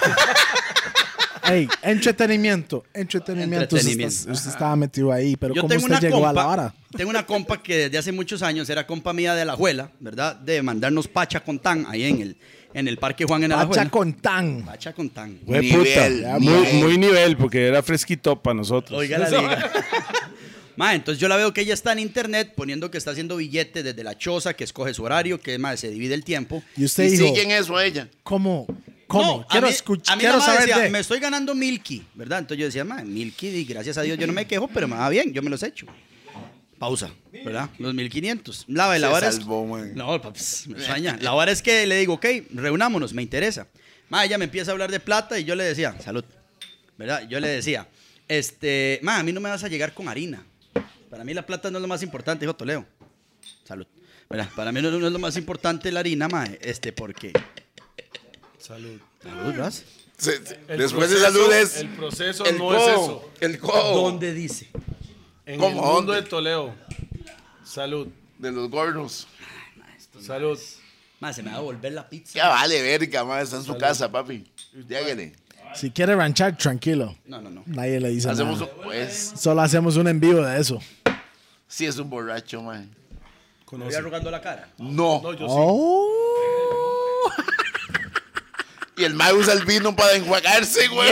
Ey, entretenimiento. Entretenimiento. Usted estaba metido ahí, pero Yo ¿cómo tengo usted una llegó a la compa, vara? tengo una compa que desde hace muchos años era compa mía de la Alajuela, ¿verdad? De mandarnos pacha con tan ahí en el Parque Juan en Pacha Alajuela. con tan. Pacha con tan. Güey, Nivel, puta. nivel. Muy nivel, porque era fresquito para nosotros. Oiga la liga. Ma, entonces yo la veo que ella está en internet poniendo que está haciendo billetes desde la choza, que escoge su horario, que más se divide el tiempo. Y usted Y dijo, siguen eso a ella. ¿cómo? No, Quiero a mí quiero la ma saber decía, de... me estoy ganando Milky, ¿verdad? Entonces yo decía, ma, Milky, y gracias a Dios yo no me quejo, pero me va bien, yo me los echo. Pausa, ¿verdad? Los 1500. La Se vara es... salvó, man. No, paps, me extraña. La vara es que le digo, ok, reunámonos, me interesa. Ma, ella me empieza a hablar de plata y yo le decía, salud, ¿verdad? Yo le decía, ma, a mí no me vas a llegar con harina. Para mí la plata no es lo más importante, dijo Toledo. Salud. ¿Verdad? Para mí no es lo más importante la harina, ma, porque... Salud. Salud, ¿verdad? El Después de proceso- salud es El proceso el no codo, es eso. el codo ¿Dónde dice? En ¿Cómo? el mundo ¿Dónde? de Toledo. Salud. de los gordos. Salud. Ma, se me va a volver la pizza. Ya vale, verga, man, está en su casa, papi. Dígale. Si quiere ranchar, tranquilo. No. Nadie le dice Hacemos nada. pues, Solo hacemos un en vivo de eso. sí es un borracho, man. Me voy arrugando la cara. No. No, yo sí. Oh. Y el man usa el vino para enjuagarse, güey.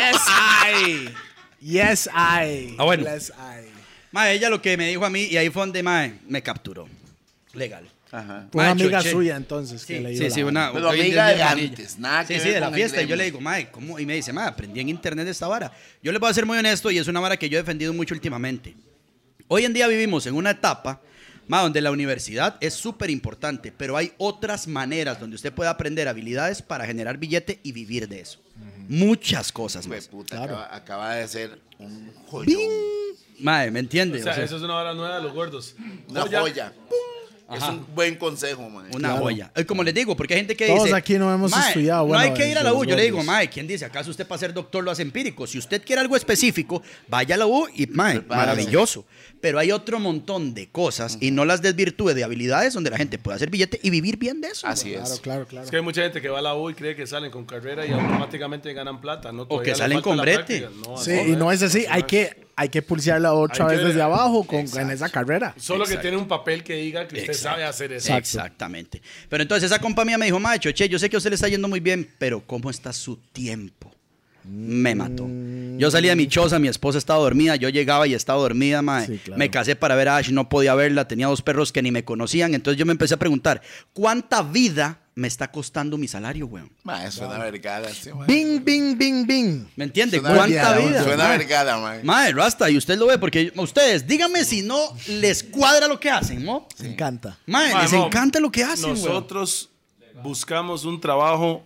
Yes, I. Ah, bueno. Yes, I. Ma, ella lo que me dijo a mí, y ahí fue donde me capturó. Legal. Ajá. Una Ma, una amiga choché. suya, entonces. que le dio Sí, la una. Pero hoy en amiga día de es mi antes, nada que Sí, ver de la con fiesta. el Y yo le gremio. digo, ma, ¿cómo? Y me dice, ma, aprendí en internet esta vara. Yo les voy a ser muy honesto y es una vara que yo he defendido mucho últimamente. Hoy en día vivimos en una etapa, ma, donde la universidad es súper importante, pero hay otras maneras donde usted puede aprender habilidades para generar billete y vivir de eso. Muchas cosas Güey, más. puta, acaba de ser un joyón. Ma, ¿me entiende? O sea, O sea, eso es una hora nueva de los gordos. Una joya. Es Ajá. un buen consejo, man. Una Claro. joya. Como les digo, porque hay gente que Todos dice... aquí no hemos "Mae, estudiado, No bueno, hay que ir a la entre U. los Yo le digo, gordos. mae, ¿quién dice? ¿Acaso usted para ser doctor lo hace empírico? Si usted quiere algo específico, vaya a la U y, mae, Prepárese. maravilloso. Pero hay otro montón de cosas y no las desvirtúe de habilidades donde la gente puede hacer billete y vivir bien de eso. Así Claro, es. claro, claro. Es que hay mucha gente que va a la U y cree que salen con carrera y automáticamente ganan plata. ¿no? O Todavía que le salen falta con la brete. práctica. No, Sí, no, y no es así. Hay que pulsearla otra Hay vez que- desde abajo en Exacto. esa carrera. Solo que tiene un papel que diga que usted sabe hacer eso. Exactamente. Pero entonces esa compa mía me dijo, mae, Choche, yo sé que a usted le está yendo muy bien, pero ¿cómo está su tiempo? Me mató. Yo salí de mi choza, mi esposa estaba dormida, yo llegaba y estaba dormida, mae. Sí, claro. Me casé para ver a Ash, no podía verla, tenía 2 perros que ni me conocían, entonces yo me empecé a preguntar, ¿cuánta vida me está costando mi salario, weón? Ma, suena vergada, sí, man. Bing, bing, bing, bing. ¿Me entiende? Suena ¿Cuánta vergada, vida? Suena mae? vergada, man. Mae, Rasta, y usted lo ve, porque ustedes, díganme si no les cuadra lo que hacen, ¿no? Me encanta. Mae, Mae, les no, encanta lo que hacen, weón. Nosotros buscamos un trabajo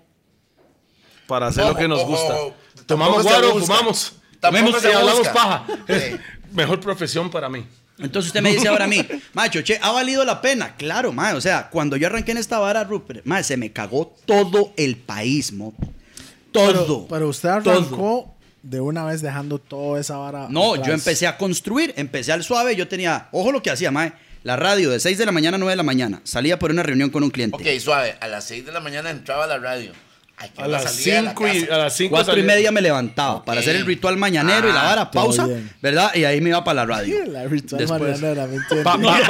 para hacer lo Ojo, que nos ojo, gusta. ojo. Tomamos Tampoco se guaro, busca. fumamos. Tampoco Comemos se y hablamos busca. paja. Sí. Mejor profesión para mí. Entonces usted me dice ahora a mí, macho, che, ¿ha valido la pena? Claro, ma, o sea, cuando yo arranqué en esta vara, Rupert, ma, se me cagó todo el país, mo. Todo. Pero usted arrancó de una vez dejando toda esa vara. No, atrás. yo empecé a construir, empecé al suave, yo tenía, ojo lo que hacía, ma, la radio de 6 de la mañana a 9 de la mañana, salía por una reunión con un cliente. Ok, suave. A las 6 de la mañana entraba a la radio. Ay, que A no las salía de la 5 y casa. a las 5 4 y media me levantaba para hacer el ritual mañanero y la vara, todo pausa, bien. ¿verdad? Y ahí me iba para la radio. La ritual Después. mañanera, ¿me entiende?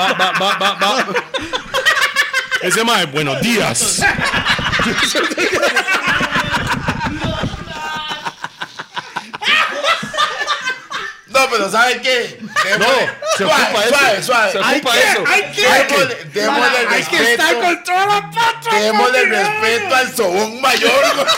Va. Ese mae, buenos días. pero ¿sabe qué? Se ocupa eso. Suave. Se ocupa eso. Démosle el respeto. que estar con toda la pata. Démosle el respeto al sobón mayor, güey.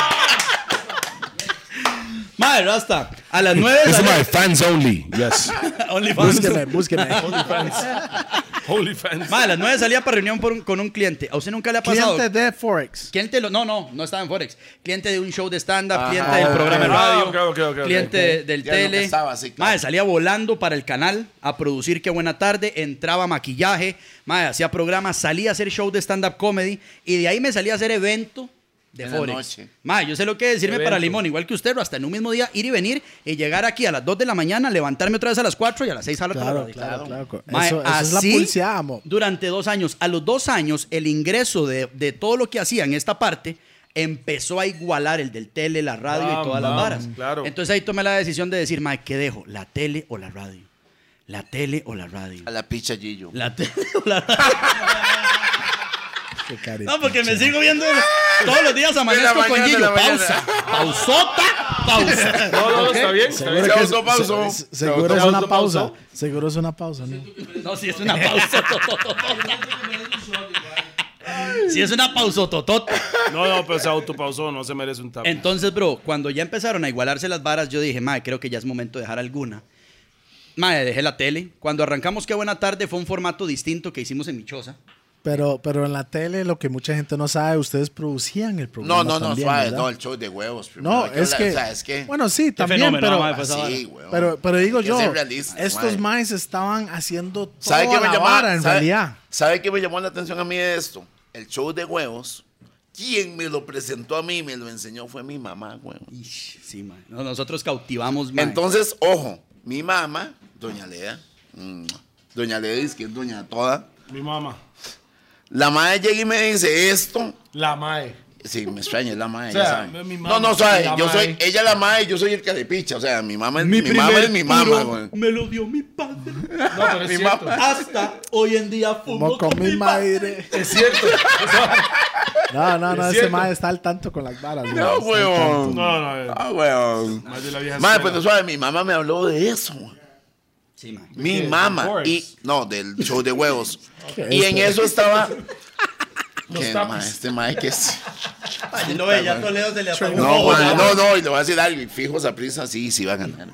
Madre, Rasta, a las 9 This is salía... my fans only. Yes. Búsqueme. OnlyFans. Madre, a las 9 salía para reunión con un cliente. ¿A usted nunca le ha pasado? Cliente de Forex. No estaba en Forex. Cliente de un show de stand-up, cliente del programa de radio, ok. cliente del Ya es lo que tele. estaba, sí, claro. Madre, salía volando para el canal a producir Qué Buena Tarde, entraba maquillaje, madre, hacía programas, salía a hacer show de stand-up comedy y de ahí me salía a hacer evento de En la Forex. noche. Madre, yo sé lo que es decirme Evento. para Limón, igual que usted, hasta en un mismo día ir y venir y llegar aquí a las 2 de la mañana, levantarme otra vez a las 4 y a las 6 a la tarde. Claro. Mae, Eso es la así, pulseada, mo. durante 2 años. A los 2 años, el ingreso de todo lo que hacía en esta parte empezó a igualar el del tele, la radio y todas las varas. Claro. Entonces ahí tomé la decisión de decir, mae, ¿qué dejo? ¿La tele o la radio? ¿La tele o la radio? A la picha Gillo. ¿La tele o la radio? Qué carita. No, porque me sigo viendo todos los días amanezco con mañana, de Gillo. la mañana. Pausa. Pausota. Pausa. No, está bien. Seguro Se que autopausó. seguro es una pausa. Seguro es una pausa, ¿no? No, si es una pausa. Si es una pausototota. No, pero se autopausó, no se merece un tap. Entonces, bro, cuando ya empezaron a igualarse las varas, yo dije, madre, creo que ya es momento de dejar alguna. Madre, dejé la tele. Cuando arrancamos Qué Buena Tarde fue un formato distinto que hicimos en mi choza. Pero en la tele, lo que mucha gente no sabe, ustedes producían el programa. No, también, suave. ¿verdad? No, el show de huevos. Primero. No, Hay es hablar, que, o sea, es que... bueno, sí, también, fenómeno, pero, mae, pues, ahora. Sí, weón. pero digo Hay que yo, ser realistas, estos mae. maes estaban haciendo ¿Sabe toda qué me la llamó? vara, en realidad. ¿Sabe qué me llamó la atención a mí de esto? El show de huevos. Quien me lo presentó a mí y me lo enseñó fue mi mamá, weón. Ish, sí, madre. No, nosotros cautivamos, madre. Entonces, ojo, mi mamá, doña Lea, doña Lea es que es doña toda. Mi mamá. La madre llega y me dice esto. La mae. Sí, me extraña, es la madre. O sea, ya saben. mi mamá, no, suave, la yo mae. soy, ella la madre y yo soy el carepicha. O sea, mi mamá es mi mamá, güey. me lo dio mi padre. No, pero es Mi cierto. mamá. Hasta hoy en día fumo Como con mi madre. Es cierto. No, Es ese cierto. mae está al tanto con las varas. No, mae, está al weón. tanto. No. Ah, weón. Más de la vieja Madre, escuela. pues suave, mi mamá me habló de eso. Sí, madre. Mi qué? mamá. ¿De Forex? Y, no, del show de huevos. ¿Qué Y es en esto? eso estaba. Los ¿Qué, tapis. ma, este mae que es. Ay, no ve, ya Toledo se le apagó. No, no, y le voy a decir algo. Y fijo, esa prisa, sí va a ganar.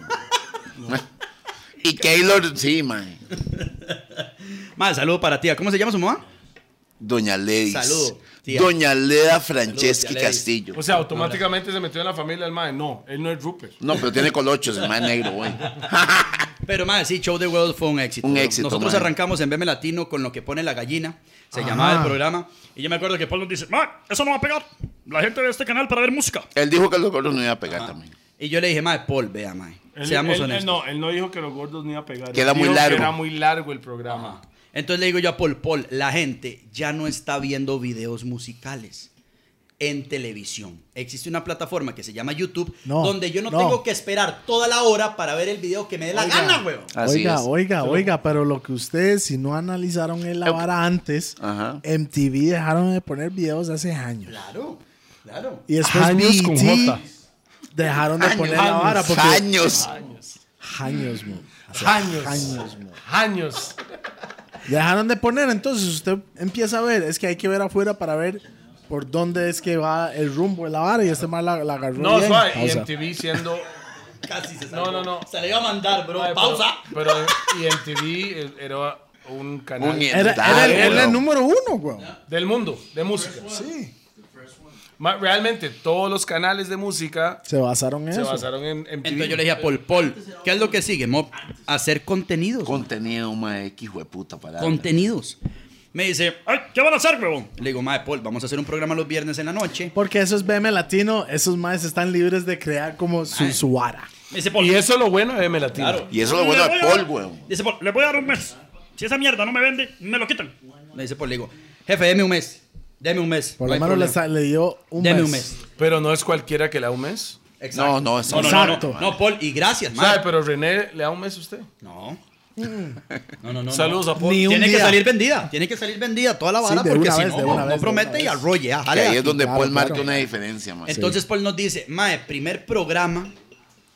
Y Keylor, sí, mae. Madre, saludo para tía. ¿Cómo se llama su mamá? Doña Ledis. Saludo, tía. Doña Leda Saludos, Franceschi tía Ledis. Castillo. O sea, automáticamente se metió en la familia del mae. No, él no es Rupert. No, pero tiene colochos, el mae negro, güey. Pero, madre, sí, Show de Huevos fue un éxito. Un bro. éxito, Nosotros madre. arrancamos en BM Latino con lo que pone la gallina. Se llamaba el programa. Y yo me acuerdo que Paul nos dice, ma, eso no va a pegar. La gente de este canal para ver música. Él dijo que los gordos no iba a pegar también. Y yo le dije, madre, Paul, vea, madre. Seamos honestos. Él no dijo que los gordos no iban a pegar. Que era Él muy dijo largo. Que era muy largo el programa. Entonces le digo yo a Paul, la gente ya no está viendo videos musicales en televisión. Existe una plataforma que se llama YouTube, No, donde yo no no. tengo que esperar toda la hora para ver el video que me dé la gana, weón. Así es. Oiga, pero lo que ustedes, si no analizaron la vara antes, Ajá. MTV dejaron de poner videos hace años. Claro. Y después Años con BET J. dejaron de poner la vara porque Años. años, mo. Años. Dejaron de poner, entonces usted empieza a ver, es que hay que ver afuera para ver por dónde es que va el rumbo de la vara y este mal la agarró No, bien. suave. Y Pausa. MTV siendo. Casi se No. Se le iba a mandar, bro. Ay, Pausa. Pero y MTV era un canal Un Era el weón. número uno, güey. del mundo de música. Sí. Realmente todos los canales de música Se basaron en se eso. basaron en MTV. Entonces yo le dije a Paul, ¿qué es lo que sigue, Mob? Hacer contenidos. Contenido, mae, que hijo de puta palabra. Contenidos. Me dice, Ay, ¿qué van a hacer, huevón? le digo, madre, Paul, vamos a hacer un programa los viernes en la noche. Porque eso es BM Latino, esos maes están libres de crear como su vara. Me dice Paul, Y eso es lo bueno de M Latino. claro. Y eso es lo bueno de Paul, weón. Dice Paul, le voy a dar un mes. Si esa mierda no me vende, me lo quitan. Me dice Paul, le digo, jefe, deme un mes. Deme un mes. Por no lo hay menos problema. le dio un Deme mes. un mes. Pero no es cualquiera que le da un mes. Exacto. No, eso No, Exacto. no, Paul, y gracias, ¿Sabe? madre. Pero René le da un mes a usted. No. No. Saludos a Paul. Ni un Tiene que día. salir vendida. Tiene que salir vendida toda la Sí, vara de porque una si vez, no, de una no vez, de promete una y vez. arrolle. Que ahí es donde claro, Paul marca claro. una diferencia, mae. Entonces Paul nos dice, mae, primer programa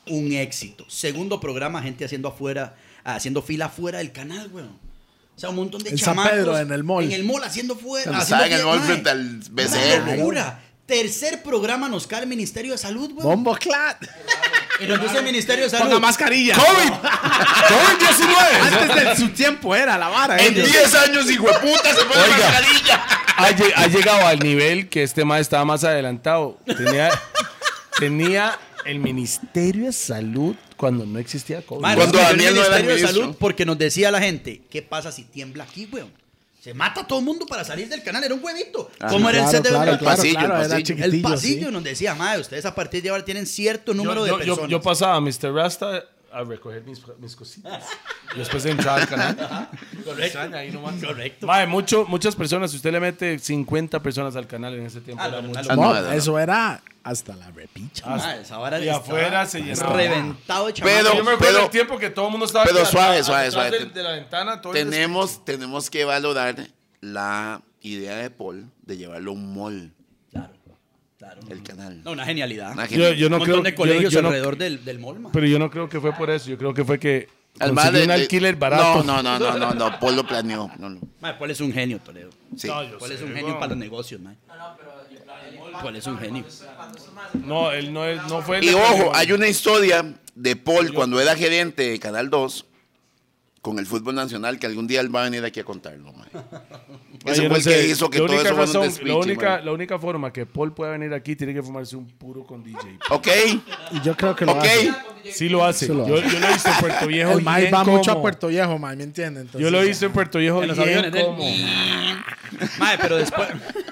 un éxito. Segundo programa, gente haciendo fila afuera del canal, weón. O sea, un montón de En San chamacos. Pedro, en el mall. En el mall, haciendo fuera. Cuando haciendo estaba en el fila, mall mae. frente al BCR. Una locura. Tercer programa nos cae el Ministerio de Salud, weón. Bombo clat. Y nos dice el Ministerio de Salud. Ponga mascarilla. COVID-19. Antes de su tiempo era la vara. En 10 años, hijo de puta, se pone Oiga. mascarilla. Ha llegado al nivel que este mae estaba más adelantado. Tenía el Ministerio de Salud cuando no existía COVID. Mae, Cuando nos pidió Daniel el no era Ministerio de ministro. Salud porque nos decía la gente, ¿qué pasa si tiembla aquí, weón? Se mata a todo el mundo para salir del canal, era un huevito. ¿Cómo era el set de el pasillo, era el chiquitillo, El pasillo sí. nos decía, madre, ustedes a partir de ahora tienen cierto número de personas. Yo pasaba a Mr. Rasta a recoger mis cositas. Y después entraba al canal. Correcto. Ahí nomás. Correcto. Mae, muchas personas, si usted le mete 50 personas al canal en ese tiempo, era mucho. No, eso era hasta la repicha. Madre, esa vara Y estaba afuera se llenaba. reventado de Pero- chamacos. Yo me acuerdo del tiempo que todo el mundo estaba pero aquí suave, atrás suave. De la ventana, todo el Tenemos que valorar la idea de Paul de llevarlo a un mall, Claro. el canal. No, una genialidad. Una Yo no un montón creo de colegios yo no- alrededor del mall, man. Pero yo no creo que fue por eso. Yo creo que fue que Al consiguió madre un alquiler barato. No, Paul lo planeó. No. Madre, Paul es un genio, Toledo. Sí. Paul es un genio para los negocios, man. Paul es un genio. No, él no fue el Y de- ojo, hay una historia de Paul cuando era gerente de Canal 2 con el fútbol nacional que algún día él va a venir aquí a contarlo, mae. Ay, Eso yo fue no el sé, que hizo que la todo única eso fuera un razón- despiche, mae. la única forma que Paul pueda venir aquí tiene que fumarse un puro con DJ. Ok, Y yo creo que lo ok. hace. Sí lo hace. Sí lo Yo hace. lo he visto en Puerto Viejo. El Mae bien va mucho a como. Puerto Viejo, Mae, ¿me entienden? Entonces, Yo lo he visto en Puerto Viejo En los bien aviones de él. como. Madre, pero después.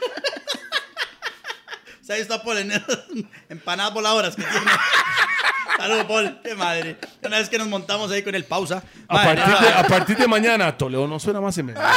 O sea, ahí está Paul en esas empanadas voladoras que tiene. Saludos, Paul. Qué madre. Una vez que nos montamos ahí con el pausa. Madre, A partir de mañana, Toledo no suena más en medio.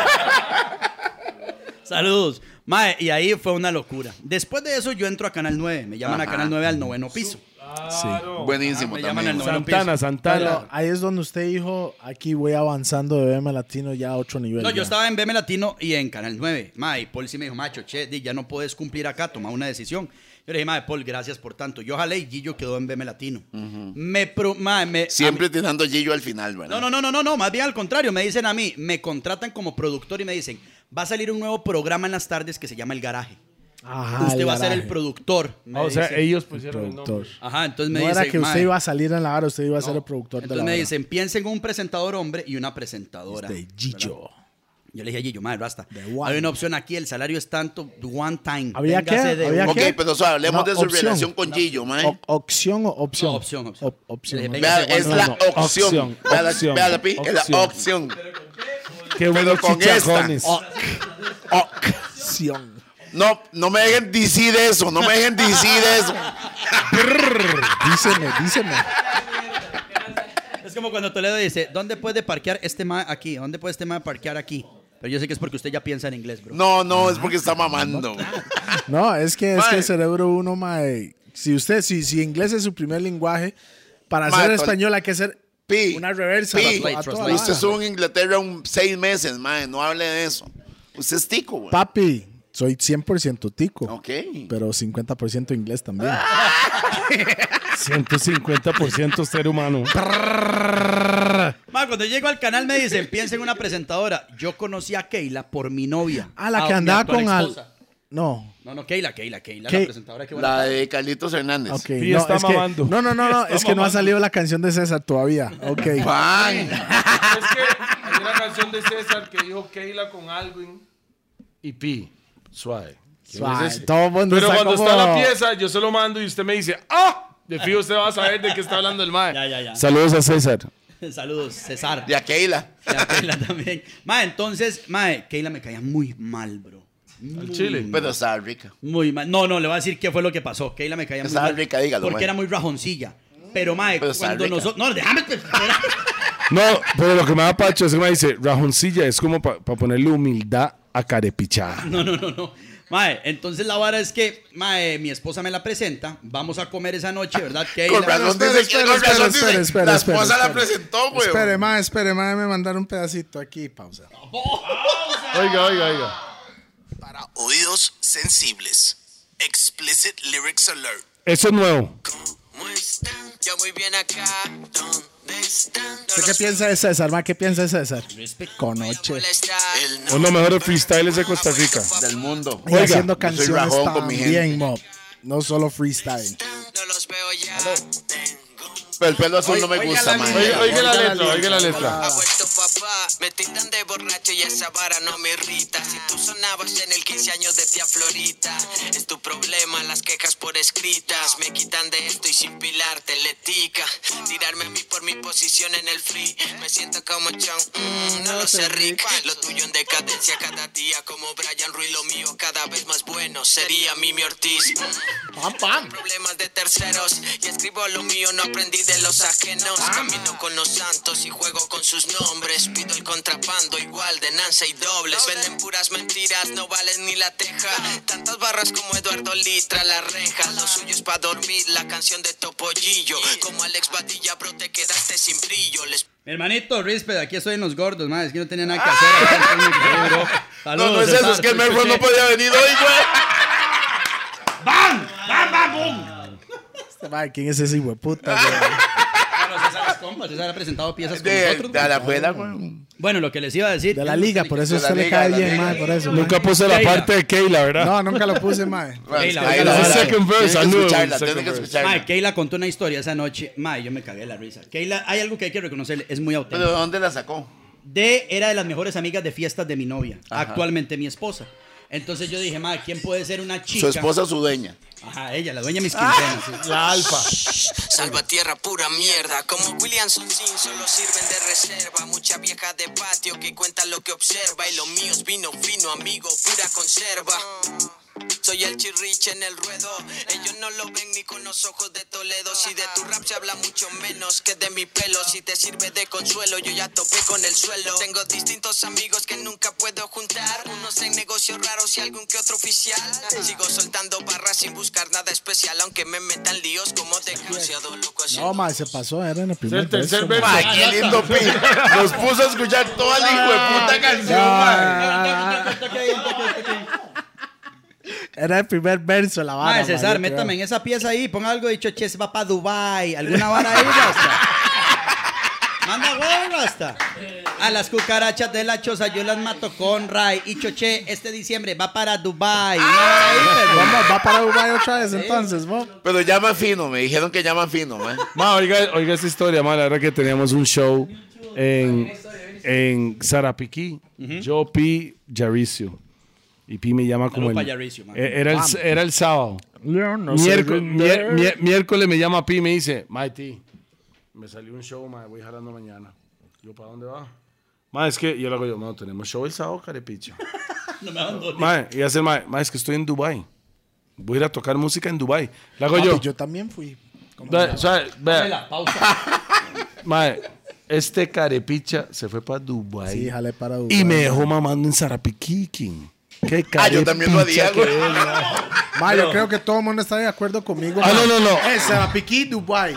Saludos. Mae, y ahí fue una locura. Después de eso, yo entro a Canal 9. Me llaman a Canal 9 al 9º piso. Buenísimo Me llaman también. al noveno Santana, Santana. Pero ahí es donde usted dijo, aquí voy avanzando de BM Latino ya a otro nivel. No, ya. yo estaba en BM Latino y en Canal 9. Mae, y Paul sí me dijo, macho, che, ya no puedes cumplir acá, toma una decisión. Yo le dije, mae, Paul, gracias por tanto. Yo jalé y Gillo quedó en BM Latino. Siempre tirando Gillo al final, ¿verdad? No, más bien al contrario, me dicen a mí, me contratan como productor y me dicen, va a salir un nuevo programa en las tardes que se llama El Garaje. Ajá, Usted va a ser garaje. el productor. me O sea, dicen. ellos pusieron el Productor. nombre. Ajá, entonces me No dicen, era que usted mae, iba a salir en la vara, usted iba a ser el productor de la entonces me vara. dicen, piensen en un presentador hombre y una presentadora. De Gillo. Yo le dije a Gillo, madre, basta. De one. Hay una opción aquí, el salario es tanto, one time. ¿Había Véngase qué? de ¿Había uno. Ok, qué? pero suave, hablemos No, de su opción. relación con Gillo, mae. ¿Opción o opción? No, opción. Opción. Le dije, Vea, véngase, es one la time. opción. Vea la pi, es la opción. Qué buenos con chicharrones. Opción. No me dejen decir eso, no me dejen decir eso. Díseme. Es como cuando Toledo dice, ¿dónde puede parquear este ma aquí? ¿Dónde puede este ma parquear aquí? Pero yo sé que es porque usted ya piensa en inglés, bro. No, es porque está mamando. No, es que Mae. el cerebro uno, mae, si inglés es su primer lenguaje, para Mae, hacer español hay que hacer Pi, una reversa. Pi, a toda la usted vara. estuvo en Inglaterra 6 meses, mae, no hable de eso. Usted es tico, güey. Papi, soy 100% tico. Ok. Pero 50% inglés también. 150% ser humano. Ma, cuando llego al canal me dicen, piensa en una presentadora. Yo conocí a Keila por mi novia. Ah, la que mi andaba actual con esposa. No. No, Keila, la Ke- presentadora que buena La tarde. de Carlitos Hernández. Ok, Pi no, está es que, mamando. no, es que no ha salido la canción de César todavía. Ok. Pan. Es que hay una canción de César que dijo Keila con Alvin y Pi. Suave. Suave, Es ese. todo el mundo Pero está cuando como- está la pieza, yo se lo mando y usted me dice, ¡ah! De fijo usted va a saber de qué está hablando el mae. Ya. Saludos a César. Saludos, César. De a Keila. Y a Keila también. Ma, entonces, Keila me caía muy mal, bro. Al chile. Pero estaba rica. Muy mal. No, le voy a decir qué fue lo que pasó. Keila me caía muy Estaba mal. rica, dígalo, Porque mae. era muy rajoncilla. Pero, Pero estaba cuando rica. nosotros... No, déjame... No, pero lo que me da pacho es que me dice, rajoncilla es como para ponerle humildad a carepichada. No. Mae, entonces la vara es que, mi esposa me la presenta. Vamos a comer esa noche, ¿verdad? Keila. Con razón espere, dice, espere, con razón espere, dice, espere, la espere, esposa la espere. presentó, güey. Espere, me mandaron un pedacito aquí. Pausa. Oiga. Para oídos sensibles. Explicit Lyrics Alert. Eso es nuevo. ¿Cómo están Yo muy bien acá. ¿Dónde están? ¿Usted qué piensa de César, ma? ¿Qué piensa de César? Conoche. Molestar. Uno de los mejores freestyles de Costa Rica. Del mundo. Y haciendo yo soy canciones rajón con mi gente. también, mo. No solo freestyle. No los veo ya. Pero el pelo azul no me gusta, man. Oiga la letra, oiga la letra. Ha vuelto papá, me tildan de borracho y esa vara no me irrita. Si tú sonabas en el 15 años de tía Florita, es tu problema, las quejas por escritas. Me quitan de esto y sin pilar te letica. Tirarme a mí por mi posición en el free. Me siento como John, no lo sé Rick. Lo tuyo en decadencia cada día como Brian Ruiz. Lo mío cada vez más bueno, sería Mimi Ortiz. Problemas de terceros y escribo lo mío, no aprendí de los ajenos. Camino con los santos y juego con sus nombres. Pido el contrabando igual de Nancy y dobles. Venden puras mentiras, no valen ni la teja. Tantas barras como Eduardo Litra, la reja. Lo suyo es pa' dormir, la canción de Topollillo. Como Alex Badilla, bro, te quedaste sin brillo. Mi hermanito, Risped, aquí estoy en los gordos, man. Es que no tenía nada que hacer. Saludos, No es eso, César, es que el soy Merford no Cheche. podía venir hoy, güey. ¡Bam! ¡Bam, bam, boom! Este, ma, ¿quién es ese hijo de puta, güey? Bueno, César es compa, César ha presentado piezas con nosotros. De güey. la abuela, güey. Bueno, lo que les iba a decir. De la liga, por eso De la usted le liga, cae de la bien, liga. ma, por eso. Nunca ma. puse la Keila. parte de Keila, ¿verdad? No, nunca lo puse, ma. Keila, Ahí oiga, la la vara. second verse, Tienen que I knew it was escucharla, second tienen que verse. escucharla. Mae, Keila contó una historia esa noche. Mae, yo me cagué de la risa. Keila, hay algo que hay que reconocerle, es muy ¿Pero auténtico. de dónde la sacó? Era de las mejores amigas de fiestas de mi novia, actualmente mi esposa. Entonces yo dije, mae, ¿quién puede ser una chica? Su esposa, su dueña. Ajá, ella, la dueña de mis quincenas. sí. La alfa. Salvatierra pura mierda, como William Sonsin solo sirven de reserva. Mucha vieja de patio que cuenta lo que observa. Y lo mío es vino fino, amigo, pura conserva. Soy el chirriche en el ruedo. Ellos no lo ven ni con los ojos de Toledo. Si de tu rap se habla mucho menos que de mi pelo. Si te sirve de consuelo, yo ya topé con el suelo. Tengo distintos amigos que nunca puedo juntar. Unos en negocios raros y algún que otro oficial. Sigo soltando barras sin buscar nada especial. Aunque me metan líos como de cruciado loco así. No, ma, se pasó, era en el primer El tercer verso, ma. verso. Ay, qué lindo pin. Nos puso a escuchar toda la hijo de puta canción, man. Era el primer verso, la vara. Mae, ma, César, yo creo. métame en esa pieza ahí, ponga algo de Choche, se va para Dubai, alguna vara ahí, basta. Manda huevo, basta. A las cucarachas de la choza yo las mato con Ray y Choche este diciembre va para Dubai. Una vara ahí, pero- Vamos, va para Uruguay otra vez, entonces, mo. Pero llama fino, me dijeron que llama fino, man. Ma, oiga esta historia, ma. La verdad que teníamos un show en Sarapiquí. Yo, Pi, Jaricio. Y Pi me llama como Saludo pa' el... Jaricio, man. Era el sábado. Miércoles me llama Pi y me dice, Mighty, me salió un show, ma, voy jalando mañana. Yo, ¿para dónde va? Ma, es que yo le hago no, tenemos show el sábado, carepicho. No me abandones. Ma, y hace ma, es que estoy en Dubai. Voy a ir a tocar música en Dubai. Le hago Papi, yo. yo también fui. ¿Cómo Ve, no? ¿sabe? Ve, Dale, pausa. ma, este carepicha se fue para Dubai. Sí, jale para Uruguay. Y me dejó mamando en Sarapiquiquín. Qué Yo también lo haría, carepicha güey. que es, ma. Ma, yo creo que todo el mundo está de acuerdo conmigo. Ah, ma. no. Sarapiquí, Dubai.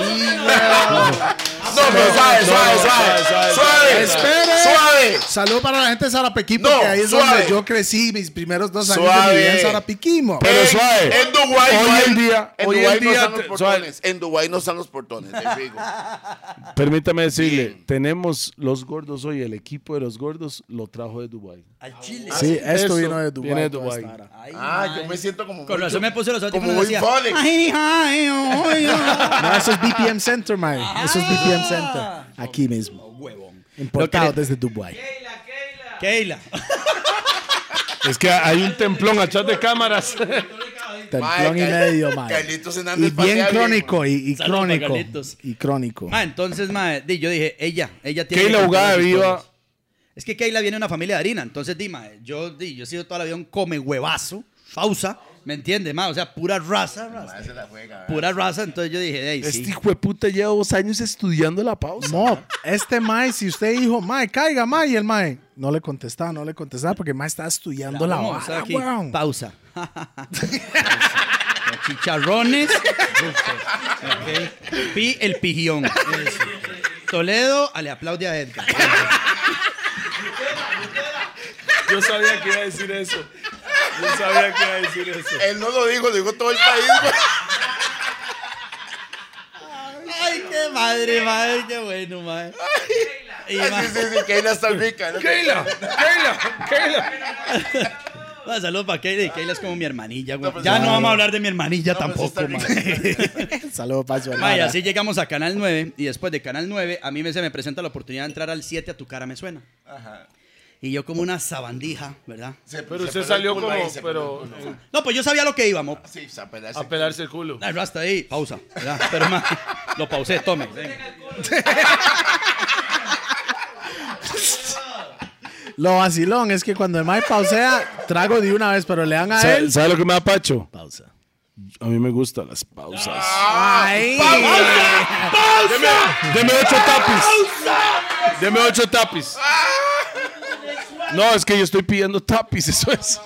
No, pero suave. Espere. Suave. Salud para la gente de Sarapiquí, porque No, ahí es suave. donde yo crecí mis primeros 2 años de Suave. mi vida en Sarapiquí, mo. Pero suave. En Dubái Hoy en día, en hoy Dubái en no día, están los suave. portones. En Dubái no están los portones, te digo. Permítame decirle, tenemos los gordos hoy, el equipo de los gordos lo trajo de Dubai. Al Chile. Sí, esto Eso vino de Dubai. viene de toda Dubái. esta vara. Ay, Yo me siento como con razón me puse los como audífonos y muy decía, Folex. ay, ay, ay, ay. No, eso es BPM Center, man. Eso es BPM Center. Aquí mismo. Huevón. Importado Lo que- desde Dubai. Keila. Es que hay un templón atrás de cámaras. Templón y medio, man. Carlitos Hernández Y bien pasea crónico, y Saludos para crónico. Carlitos. Y crónico. Entonces, yo dije, ella tiene Keila que contar Ugada las viva. historias. Es que Keila viene de una familia de harina. Entonces, yo he sido toda la vida un come huevazo, fausa, ¿me entiendes, ma? O sea, pura raza. Pura raza. Entonces yo dije, hey, Este sí. hijo de puta lleva 2 años estudiando la pausa. Mo, este mae, si usted dijo, mae, caiga, mae, y el mae no le contestaba, porque el mae estaba estudiando la Vamos, vara, aquí, weón. pausa. Los chicharrones. Ok. Pi, el pijión. Eso. Toledo, le aplaude a Edgar. Yo sabía que iba a decir eso. Él no lo dijo todo el país, güey. madre, mae! ¡Qué bueno, mae! Y, mae, Sí, Keila está rica. ¿No? Keila. mae, saludos para Keila. Y Keila es como mi hermanilla, güey. pues, Ya no no. vamos a hablar de mi hermanilla pues, tampoco, está mae. Saludos para su Mae, hermana. así llegamos a Canal 9. Y después de Canal 9, a mí se me presenta la oportunidad de entrar al 7 A Tu Cara Me Suena. Ajá. Y yo como una sabandija, ¿verdad? Pero usted salió como, pero No, pues yo sabía lo que íbamos. Sí, se apela. a pelarse el culo. Ay, Rasta ahí, pausa, ¿verdad? Pero más, lo pausé, tome. ven. Lo vacilón es que cuando el Mike pausea, trago de una vez, pero le dan a él. ¿Sabe lo que me da Pacho? Pausa. A mí me gustan las pausas. ¡Ay! Deme 8 tapis. Deme 8 tapis. No, es que yo estoy pidiendo tapis, eso es.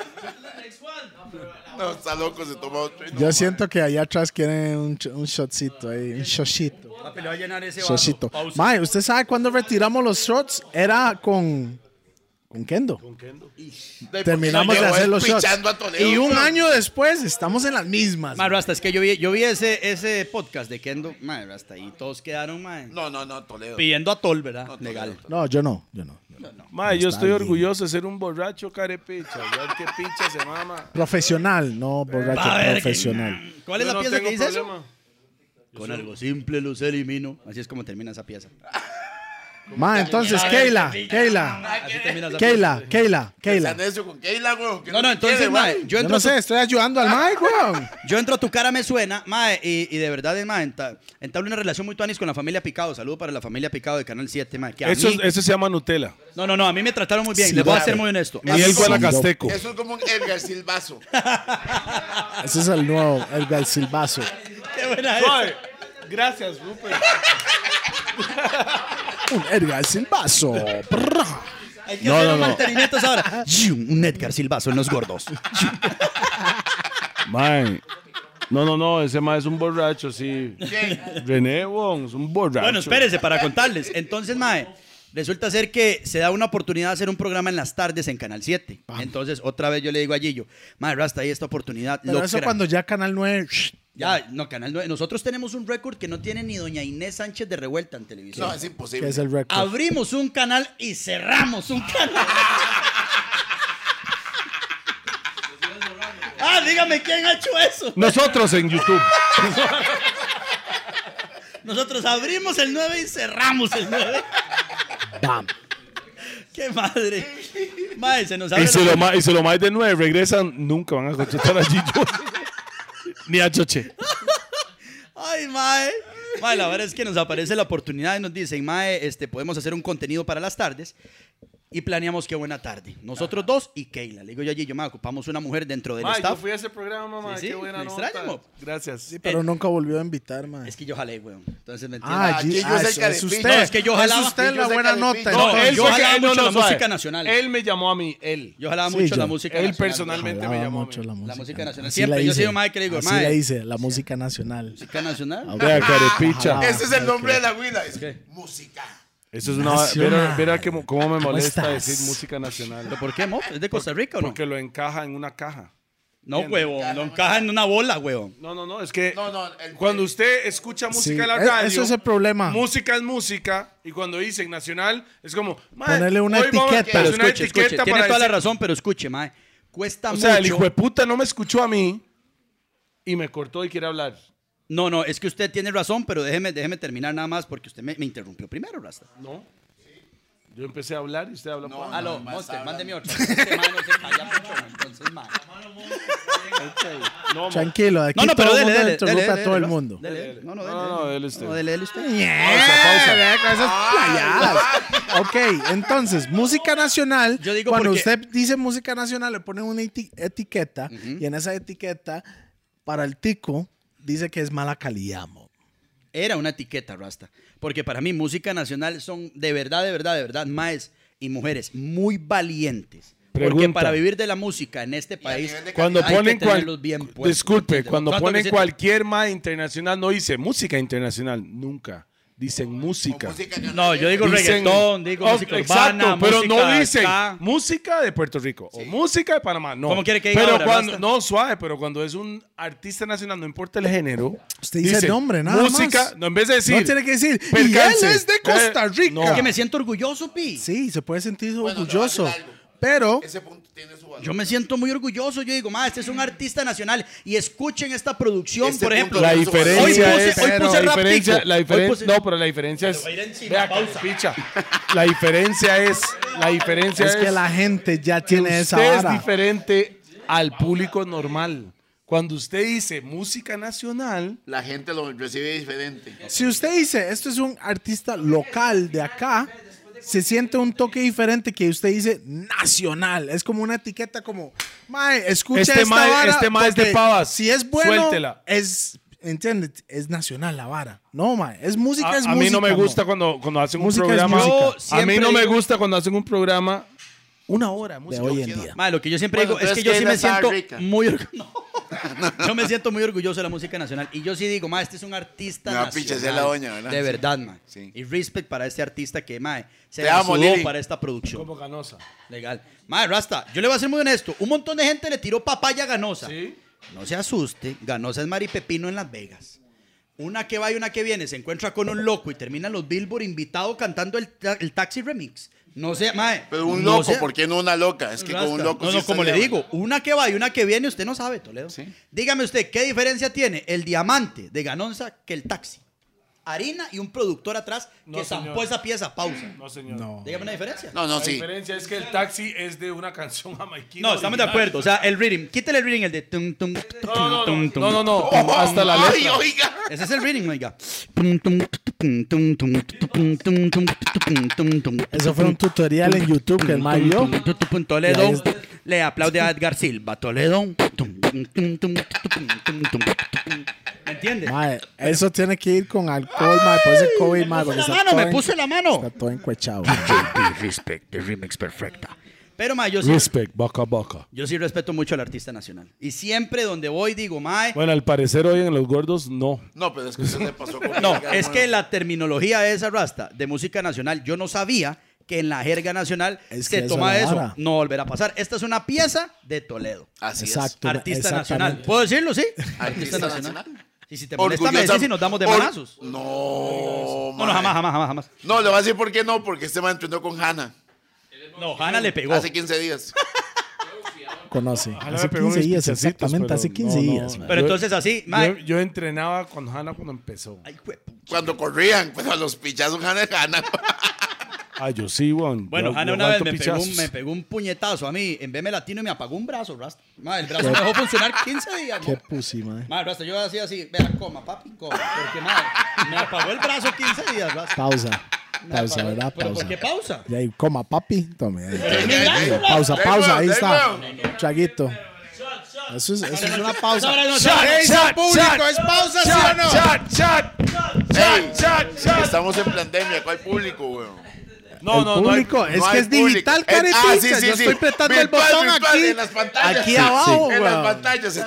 No, está loco, se toma otro. Yo siento que allá atrás quieren un shotcito ahí, un shotcito. Papi, le va a llenar ese vaso. Shotcito. Pausa. Mae, ¿usted sabe cuándo retiramos los shots? Era con Kendo. Terminamos de hacer los shots. Y un año después estamos en las mismas. Mae, Rasta, es que yo vi ese podcast de Kendo. Mae, Rasta, y todos quedaron, mae, No, Toledo. pidiendo atol, ¿verdad? No, Legal. No, yo no. Mae, yo Está estoy bien. orgulloso de ser un borracho carepicha. Ya que picha se mama. Profesional, no borracho, A ver, profesional. ¿Cuál es Yo la no pieza que tengo dice problema. eso? Con algo simple los elimino. Así es como termina esa pieza. Ma, entonces, Keila. Así termina esa pieza. Keila. necio con Keila, güey. No, entonces, mae, Yo no sé, estoy ayudando al Mike, weón. Yo entro a Tu Cara Me Suena, mae, y de verdad, mae, entablo una relación muy tuanis con la familia Picado. Saludo para la familia Picado de Canal 7, mae. Que a Eso, mí- eso se llama Nutella. No, a mí me trataron muy bien. Sí, Les voy a claro. ser muy honesto. Y el Sí, guanacasteco. Eso es como un Edgar Silvazo. Ese es el nuevo, el Silvazo. Qué buena es. Suave. Gracias, Rupert. Un Edgar Silvazo. Hay que No, hacer no, los no. mantenimientos ahora. Un Edgar Silvazo en los gordos. Mae. No, ese mae es un borracho, sí. René Wong es un borracho. Bueno, espérese para contarles. Entonces, mae, resulta ser que se da una oportunidad de hacer un programa en las tardes en Canal 7. Entonces, otra vez yo le digo a Gillo, mae, Rasta, ahí esta oportunidad. Pero eso locra. cuando ya Canal 9... Ya, no, Canal 9. Nosotros tenemos un récord que no tiene ni doña Inés Sánchez de Revuelta en televisión. No, es ¿Qué imposible. es el récord? Abrimos un canal y cerramos un canal. Dígame quién ha hecho eso. Nosotros en YouTube. Nosotros abrimos el 9 y cerramos el 9. Bam. ¡Qué madre! Mae, se nos abre Y se lo más de 9 regresan, nunca van a contratar a Gillo. Ni a Choche. ¡Ay, mae! Mae, la verdad es que nos aparece la oportunidad y nos dicen, mae, podemos hacer un contenido para las tardes. Y planeamos qué buena tarde. Nosotros dos y Keila. Le digo yo allí, mae, ocupamos una mujer dentro del Mae, yo staff. fui a ese programa, mamá. Sí, Qué buena me nota. extraña, mo. Gracias. Sí, pero nunca volvió a invitar, man. Es que yo jalé, weón. Entonces, ¿me entiendes? Ah, Aquí yo soy es carepicha. usted. No, es que yo jalaba- Es usted yo la soy buena carepicha. nota. No, entonces. él yo fue jalaba que- mucho la suave. música nacional. Él me llamó a mí, él. Yo jalaba Sí, mucho yo- la música Él nacional. personalmente Jalaba me llamó. mucho la música nacional. Así Siempre, la yo hice. soy un mae que le digo, Así mae. la hice, la música nacional. ¿Música nacional? Vea, carepicha. Ah, Ese es el nombre de la huila. Es ¿Qué? música. Eso es una. Nacional. Verá cómo me molesta estás? decir música nacional. ¿Pero por qué, mo? ¿Es de Costa Rica o no? Porque lo encaja en una caja. No, huevón. No encaja en una bola, huevón. No, es que No, cuando usted escucha música Sí, en la radio, eso es el problema. música es música, y cuando dicen nacional, es como, mae, Ponerle una hoy vamos a etiqueta. hacer Pero una escuche, etiqueta tiene para toda la decir- razón, pero escuche, mae. Cuesta O mucho. sea, el hijo de puta no me escuchó a mí y me cortó y quiere hablar. No, es que usted tiene razón, pero déjeme terminar nada más porque usted me interrumpió primero, Rasta. No. Yo empecé a hablar y usted habló. No, Aló, mae, Monster, está mándeme otra. Este mae no se calla mucho, entonces, mae. No, Tranquilo, aquí No, pero todo el dele, mundo dele, interrumpe dele, a todo dele, el mundo. Dele. No, dele usted. No, dele usted. Pausa. Vea, con esas playadas. Ok, entonces, música nacional. Yo digo cuando porque- usted dice música nacional, le ponen una etiqueta y en esa etiqueta, para el tico, dice que es mala calidad, mo. Era una etiqueta, Rasta. Porque para mí, música nacional son de verdad, maes y mujeres muy valientes. Porque Pregunta. para vivir de la música en este país, nivel de Cuando hay ponen que tenerlos bien puestos, disculpe, ¿entiendes? cuando ¿Cuánto ponen que se- cualquier más internacional no dice música internacional, nunca. dicen música. No, yo digo Dicen- reggaetón, digo música urbana, exacto, pero música no dicen ska. música de Puerto Rico o música de Panamá, no. ¿Cómo quiere que diga pero ahora, cuando Rasta? no suave, pero cuando es un artista nacional, no importa el género. Usted dice el nombre, nada música, más. No, en vez de decir No tiene que decir, y percance, él es de Costa Rica. no. Es que me siento orgulloso, Pi. Sí, se puede sentir Bueno, le voy a orgulloso. decir algo. Pero Ese punto tiene su valor. Yo me siento muy orgulloso. Yo digo, este es un artista nacional. Y escuchen esta producción, Este por ejemplo. punto La Hoy diferencia puse- es, hoy puse la rap diferencia, tico. la Hoy diferencia, puse- no, pero la diferencia es, Pero va a ir encima, vea, pausa. picha. La diferencia es es que la gente ya tiene esa usted es vara. diferente al público normal. Cuando usted dice música nacional, La gente lo recibe diferente. Si usted dice, esto es un artista local de acá, se siente un toque diferente que usted dice nacional. Es como una etiqueta como, mae, escucha Este esta mae- vara. este mae es de porque Pavas. Si es bueno, Suéltela. ¿entiendes? Es nacional la vara. No, mae, es música, es a música. mí no me mo. gusta cuando hacen un Música es programa. música. Yo A mí siempre no me digo- gusta cuando hacen un programa una hora de De música. hoy en día. Mae, lo que yo siempre Bueno, digo es que entonces, yo ¿qué sí es me la Sara siento Rica? muy yo me siento muy orgulloso de la música nacional. Y yo sí digo, este es un artista Me va a nacional. pichasear la doña, ¿verdad? De Sí. verdad, mae. Sí. Y respect para este artista que, se Te la amo, sudó Lili. para esta producción. Como Ganosa. Legal. Rasta, yo le voy a ser muy honesto. Un montón de gente le tiró papaya a Ganosa. Sí. No se asuste, Ganosa es Mari Pepino en Las Vegas. Una que va y una que viene, se encuentra con un loco y terminan los Billboard invitados cantando el Taxi Remix. No sé, mae. Pero un no loco, sé. ¿por qué no una loca? Es que con un Rasta. loco No, sí no, está como le lleva. digo, una que va y una que viene, usted no sabe, Toledo. Sí. Dígame usted, ¿qué diferencia tiene el diamante de Ganosa que el taxi? Harina y un productor atrás No, que zampó señor. esa pieza, pausa. No, señor. No. Dígame una diferencia. No, no, La sí. diferencia es que el taxi es de una canción jamaiquina. No, estamos de original. acuerdo. O sea, el reading, quítale el reading, el de tum, tum, No, tum, tum, tum. no. Hasta la Ay, letra. oiga. Ese es el reading, oiga. Eso fue un tutorial en YouTube que el mae vio. Toledo Y ahí está. le aplaude a Edgar Silva. Toledo. ¿Me entiendes? Mae, eso tiene que ir con alcohol, mae. Puede ser COVID, mae. porque la está mano, todo me en- puse la mano. Está todo encuechado. Respect, the remix perfecta. Pero, mae, yo sí, Respect, boca a boca. yo sí respeto mucho al artista nacional. Y siempre donde voy digo, mae, Bueno, al parecer hoy en Los Gordos, no. No, pero es que usted se pasó con no, es que la terminología de esa rasta de música nacional, yo no sabía que en la jerga nacional Es que se eso toma es la eso. vara. No volverá a pasar. Esta es una pieza de Toledo. Así Exacto. Artista exactamente. nacional. ¿Puedo decirlo? Sí. Artista nacional. Y si te molesta, me decís y nos damos de manazos. No, No, no, jamás. No, le voy a decir por qué no, porque este man entrenó con Hanna No, Hanna le pegó. hace 15 días. Conoce. Ojalá Hace me pegó 15 unos días, pichacitos, exactamente. pero Hace 15 no, no. días, mae. Pero entonces así, mae. Yo entrenaba con Hanna cuando empezó. Ay, juepu- Cuando corrían, pues a los pichazos Hanna. Ah, yo sí, weón. Bueno, Yo Hanna una vez aguanto me pichazos. pegó un puñetazo a mí en BM Latino y me apagó un brazo, Rasta. Mae, el brazo me dejó funcionar 15 días, Qué ¿no? pussy, mae. Mae, Rasta, yo hacía así, vea, coma, papi, coma. Porque, mae, me apagó el brazo 15 días, Rasta. Pausa. Me Pausa, apagó. ¿verdad? ¿Pero Pausa. por qué pausa? Y ahí, coma, papi. Tome. Ahí. Es mi brazo, Pausa, Ahí, pausa. weón, Ahí ahí, está. weón. Chaguito. Eso es una pausa. Ahora no, Shot, ¿sabes? shot, shot. ¿Es pausa, sí o Shot, no? shot, shot. Ey, Shot. estamos en pandemia, ¿cuál público, weón? No, El no, no. hay- público, es no que hay es digital, público. caretica. Sí, Yo estoy apretando el Virtual, botón virtual, aquí. en las pantallas. Aquí abajo, En las weón. pantallas.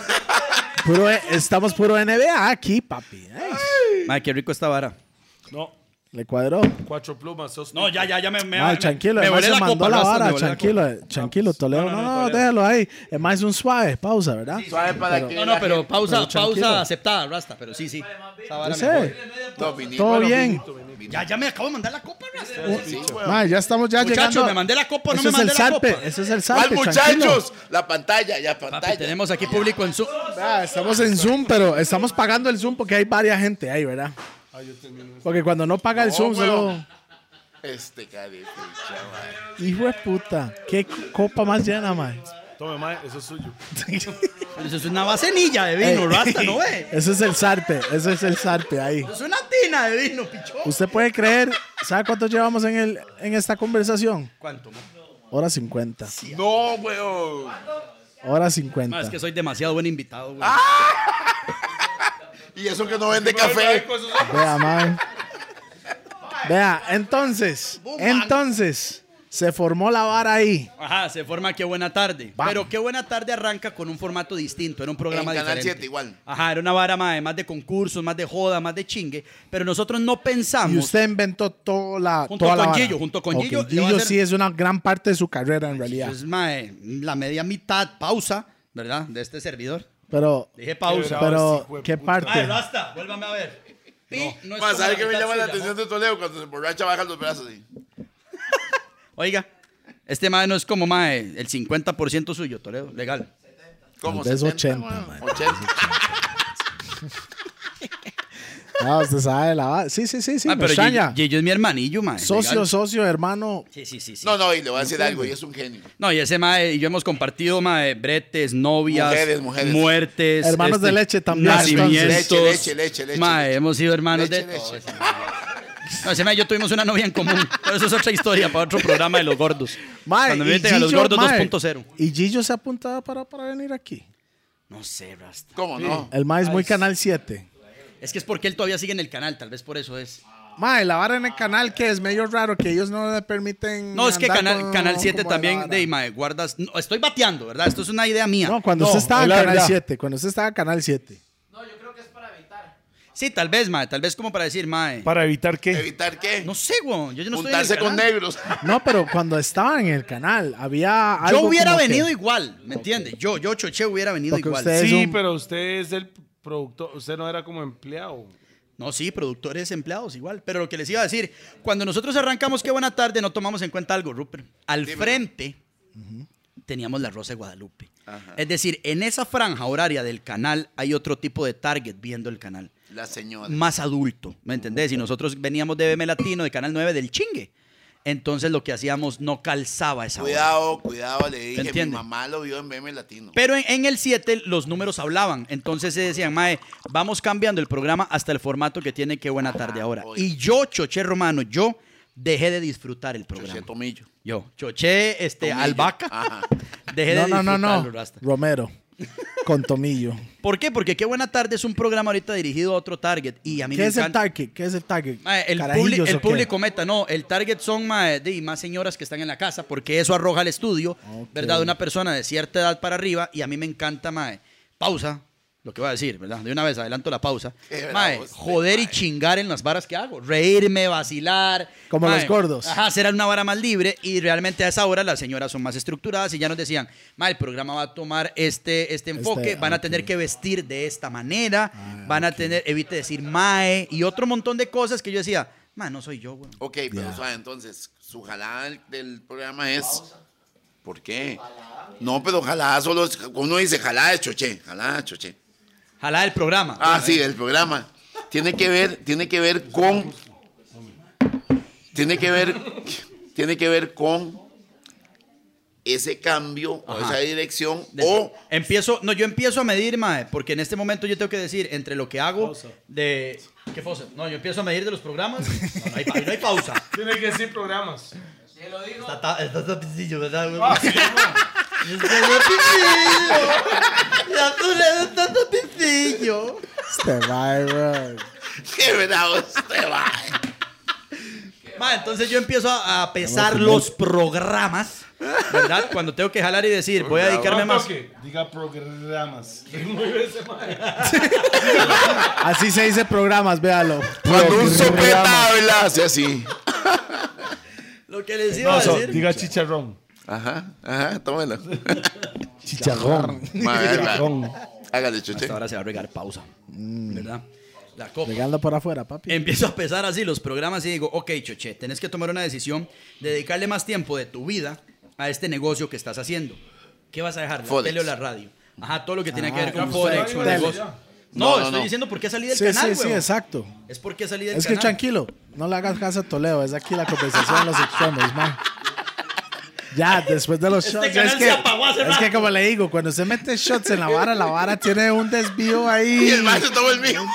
Estamos puro NBA aquí, papi. Ay, Mae, qué rico esta vara. No, le cuadró. 4 plumas. sos No, ya me Ay, tranquilo, me además volé se la mandó copa, la Rasta, vara. me volé la copa. Tranquilo, Toledo. No, No, Toledo. déjalo ahí. Es más un suave. Pausa, ¿verdad? Suave para que. No, pero pausa tranquilo. aceptada, Rasta, pero sí. Esa vara Yo me sé. voy. No, vinito. Todo bien. Ya me acabo de mandar la copa, Rasta. Mae, ya estamos ya Muchachos, llegando. ¿me mandé la copa o no Eso me es el mandé la salpe. copa? Eso es el ¿Cuál, salpe. tranquilo. muchachos? La pantalla, ya Papi, pantalla. tenemos aquí público en Zoom. Vea, estamos en Zoom, pero estamos pagando el Zoom porque hay varias gente ahí, ¿verdad? Porque cuando no paga el Zoom, solo... weón. Este carito, chaval. Hijo de puta. Qué copa más llena, mae. Tome, mae, eso es suyo. Pero eso es una vasenilla de vino, Rasta, ¿no ve? Eso es el sarpe. Eso es el sarpe ahí. Eso es una tina de vino, pichón. ¿Usted puede creer? ¿Sabe cuánto llevamos en esta conversación? ¿Cuánto, man? Hora 50. No, weón. Hora 50. Es que soy demasiado buen invitado, güey. Y eso que no vende café. Vea, mae. Vea, entonces, Se formó la vara ahí. Ajá, se forma Qué Buena Tarde. Vamos. Pero Qué Buena Tarde arranca con un formato distinto, era un programa En Canal diferente. 7 igual. Ajá, era una vara más de concursos, más de joda, más de chingue. Pero nosotros no pensamos... Y usted inventó toda la Junto toda la con vara. Gillo, junto con Ok, Gillo, le voy a Gillo hacer- sí es una gran parte de su carrera en realidad. Pues, mae, la media mitad, pausa, ¿verdad? De este servidor. Pero, Dije pausa. pero hijo de ¿qué puta. Mae, parte? Rasta, vuélvame a ver. No es Más, como ¿sabe qué me mitad llama la suya, atención de Toledo? Cuando se emborracha baja los brazos así. Oiga, este mae no es como mae, el 50% suyo, Toledo, legal. Como Tal vez 80, weón. man. 80. Ah, usted sabe la vara. Sí, me Pero extraña. Gillo es mi hermanillo, mae. Socio, legal. hermano. Sí. No, y le voy a decir algo, y es un genio. No, y ese mae y yo hemos compartido mae, bretes, novias, Mujeres. muertes, Hermanos de leche también, nacimientos. Leche. Mae, hemos sido hermanos Leche, de leche. todo ese mae. No, ese mae y yo tuvimos una novia en común, pero eso es otra historia para otro programa de los gordos. Mae, Cuando y me meten a los Gillo, gordos mae, 2.0. ¿Y Gillo se apuntaba para venir aquí? No sé, Rasta. ¿Cómo no? El mae es muy Canal 7. Es que es porque él todavía sigue en el canal, tal vez por eso es. Mae, la vara en el canal que es medio raro, que ellos no le permiten. No, es que andar Canal 7 como la también, vara. mae, guardas. No, estoy bateando, ¿verdad? Esto es una idea mía. No, cuando No, usted estaba es en la Canal verdad. 7. Cuando usted estaba en Canal 7. Sí, tal vez, mae, tal vez como para decir, mae. ¿Para evitar qué? ¿Evitar qué? No sé, güey. Yo no estoy en Juntarse el con canal. negros. No, pero cuando estaba en el canal, había algo Yo hubiera como que- venido igual, ¿me entiendes? Yo, Choche, hubiera venido Porque igual. usted- Es Sí, un- pero usted es el productor. Usted no era como empleado. No, sí, productores, empleados, igual. Pero lo que les iba a decir, cuando nosotros arrancamos Qué Buena Tarde, no tomamos en cuenta algo, Rupert. Al frente teníamos La Rosa de Guadalupe. Es decir, en esa franja horaria del canal hay otro tipo de target viendo el canal. La señora. Más adulto, ¿me entendés? Y nosotros veníamos de BM Latino, de Canal 9, del chingue. Entonces lo que hacíamos no calzaba esa hora. Cuidado, le dije. Mi entiende? mamá lo vio en BM Latino. Pero en el 7 los números hablaban. Entonces se decían, mae, vamos cambiando el programa hasta el formato que tiene Qué Buena Tarde ahora. oye. Y yo, Choché Romano, yo dejé de disfrutar el programa. Choché Tomillo. Yo, Choché Tomillo. Albahaca, Ajá. dejé de No, disfrutarlo, Rasta. Romero. Con Tomillo. ¿Por qué? Porque Qué Buena Tarde es un programa ahorita dirigido a otro target. Y a mí ¿Qué me es el encanta. target? ¿Qué es el target? Mae, el ¿Carajillos o qué? público meta, no, el target son mae, más señoras que están en la casa, porque eso arroja al estudio, Ok. ¿verdad? De una persona de cierta edad para arriba, y a mí me encanta, mae, pausa, lo que voy a decir, ¿verdad? De una vez adelanto la pausa. Qué bravo Mae, usted, joder y mae. chingar en las varas que hago, reírme, vacilar. Como mae, los gordos. Ajá, hacer una vara más libre, y realmente a esa hora las señoras son más estructuradas, y ya nos decían, mae, el programa va a tomar este enfoque, van a ok. tener que vestir de esta manera, van a tener, evite decir mae, y otro montón de cosas que yo decía, mae, no soy yo, güey. Ok, pero suave, entonces, su jalada del programa es... ¿Por qué? No, pero jalada solo es... Uno dice jalada de Choché, jalada de Choché. Jalá el programa. Ah, sí, el programa. Tiene que ver con... Tiene que ver con ese cambio o esa dirección o... Yo empiezo a medir, mae, porque en este momento yo tengo que decir entre lo que hago de... ¿Qué cosa? No, yo empiezo a medir de los programas. No hay pausa. Tiene que decir programas. Está tapicillo, ¿verdad, güey? Ah, sí, Ya Toledo está tapicillo. Este mae, bro. ¡Qué bravo este va! Mae, entonces yo empiezo a pesar los programas, ¿verdad? Cuando tengo que jalar y decir, voy a dedicarme más... Diga programas. Muy bien ese mae. Así se dice programas, véalo. Cuando un Programas. sopeta habla, hace así. Lo que les iba No, a decir... diga chicharrón. Ajá, tómelo. Chicharrón. Chicharrón. Hágale, Choché. Hasta ahora se va a regar pausa, ¿verdad? La copa. Regando por afuera, papi. Empiezo a pesar así los programas y digo, ok, Choché, tenés que tomar una decisión de dedicarle más tiempo de tu vida a este negocio que estás haciendo. ¿Qué vas a dejar? ¿La Forex. tele o la radio? Ajá, todo lo que tiene que ver Ah, con Forex, con negocio. No, No, estoy no. diciendo por qué salí del Sí, canal, sí, güey. exacto. Es porque salí del Es que canal. tranquilo, no le hagas caso a Toledo, es aquí la conversación en los extremos, man. Ya, después de los Este shots, canal es se apagó hace que rato. como le digo, cuando usted mete shots en la vara tiene un desvío ahí. Y el más se tomó el mío.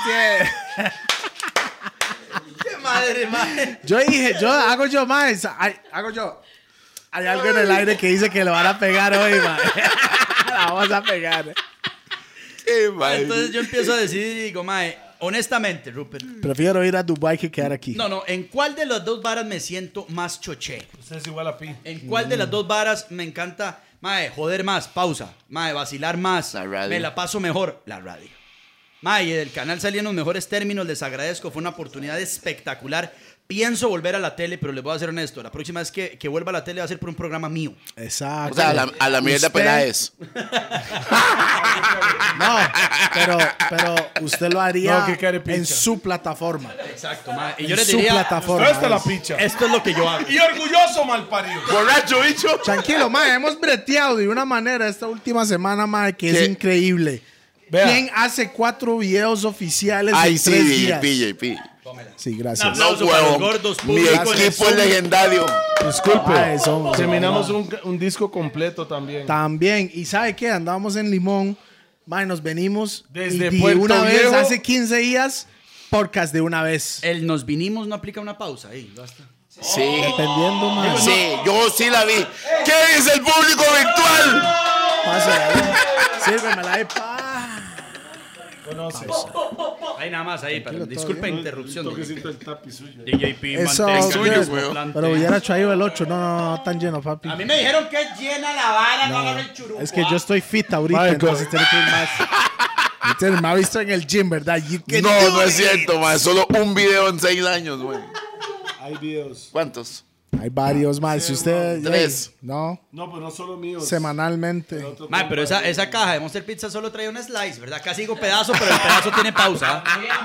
¡Qué madre! Yo dije, hago yo. Hay algo en el aire que dice que lo van a pegar hoy, man. La vamos a pegar. Qué mal. Entonces yo empiezo a decidir y digo, mae, honestamente, Rupert. Prefiero ir a Dubai que quedar aquí. No, ¿en cuál de las dos varas me siento más choché? Usted es igual a Pi. ¿En cuál de las dos varas me encanta, mae, joder más, pausa, mae, vacilar más, La radio. me la paso mejor? La radio. Mae, y el canal salía en los mejores términos, les agradezco, fue una oportunidad espectacular. Pienso volver a la tele, pero les voy a ser honesto, la próxima vez que vuelva a la tele va a ser por un programa mío. Exacto. O sea, a la mierda Usted- Peláez. No, pero usted lo haría No, qué carepicha. en su plataforma. Exacto, mae. Y yo En les su diría, plataforma. Esta es la picha. esto es lo que yo hago. Y orgulloso, malparido. Borracho, bicho. Tranquilo, mae, hemos breteado de una manera esta última semana, mae, que ¿Qué? es increíble. Vea. ¿Quién hace 4 videos oficiales Ay, en 3 sí, días? JP. Sí, Un gracias. aplauso No, para los huevón. gordos Mi públicos. equipo es legendario. Disculpe. Ay, son- Terminamos un disco completo también. También, y ¿sabe qué? Andábamos en Limón, mae, nos venimos Desde y de Puerto una vez, Viejo. hace 15 días, podcast de una vez. El nos vinimos no aplica una pausa ahí, basta. Sí. Dependiendo, mae. Sí, yo sí la vi. ¿Qué dice el público virtual? Pase, sírvemela ahí, pa. Ahí nada más, ahí, para, disculpa interrupción. el tapiz suyo. DJP, Eso, mantenga suyo, el weón. desplante. Pero hubiera traído el 8. No tan lleno, papi. A mí me dijeron que es llena la vara, no agarre el churuco. Es que yo estoy fit ahorita, Mae, entonces tiene que ir más. Usted me ha visto en el gym, ¿verdad? You can No, do no es it. cierto, man. Solo un video en 6 años, güey. Hay videos. ¿Cuántos? Hay varios más. Si usted. 3. No, No, pero no solo míos. semanalmente. Mae, pero esa caja de Monster Pizza solo trae un slice, ¿verdad? Casi digo pedazo, pero el pedazo tiene pausa.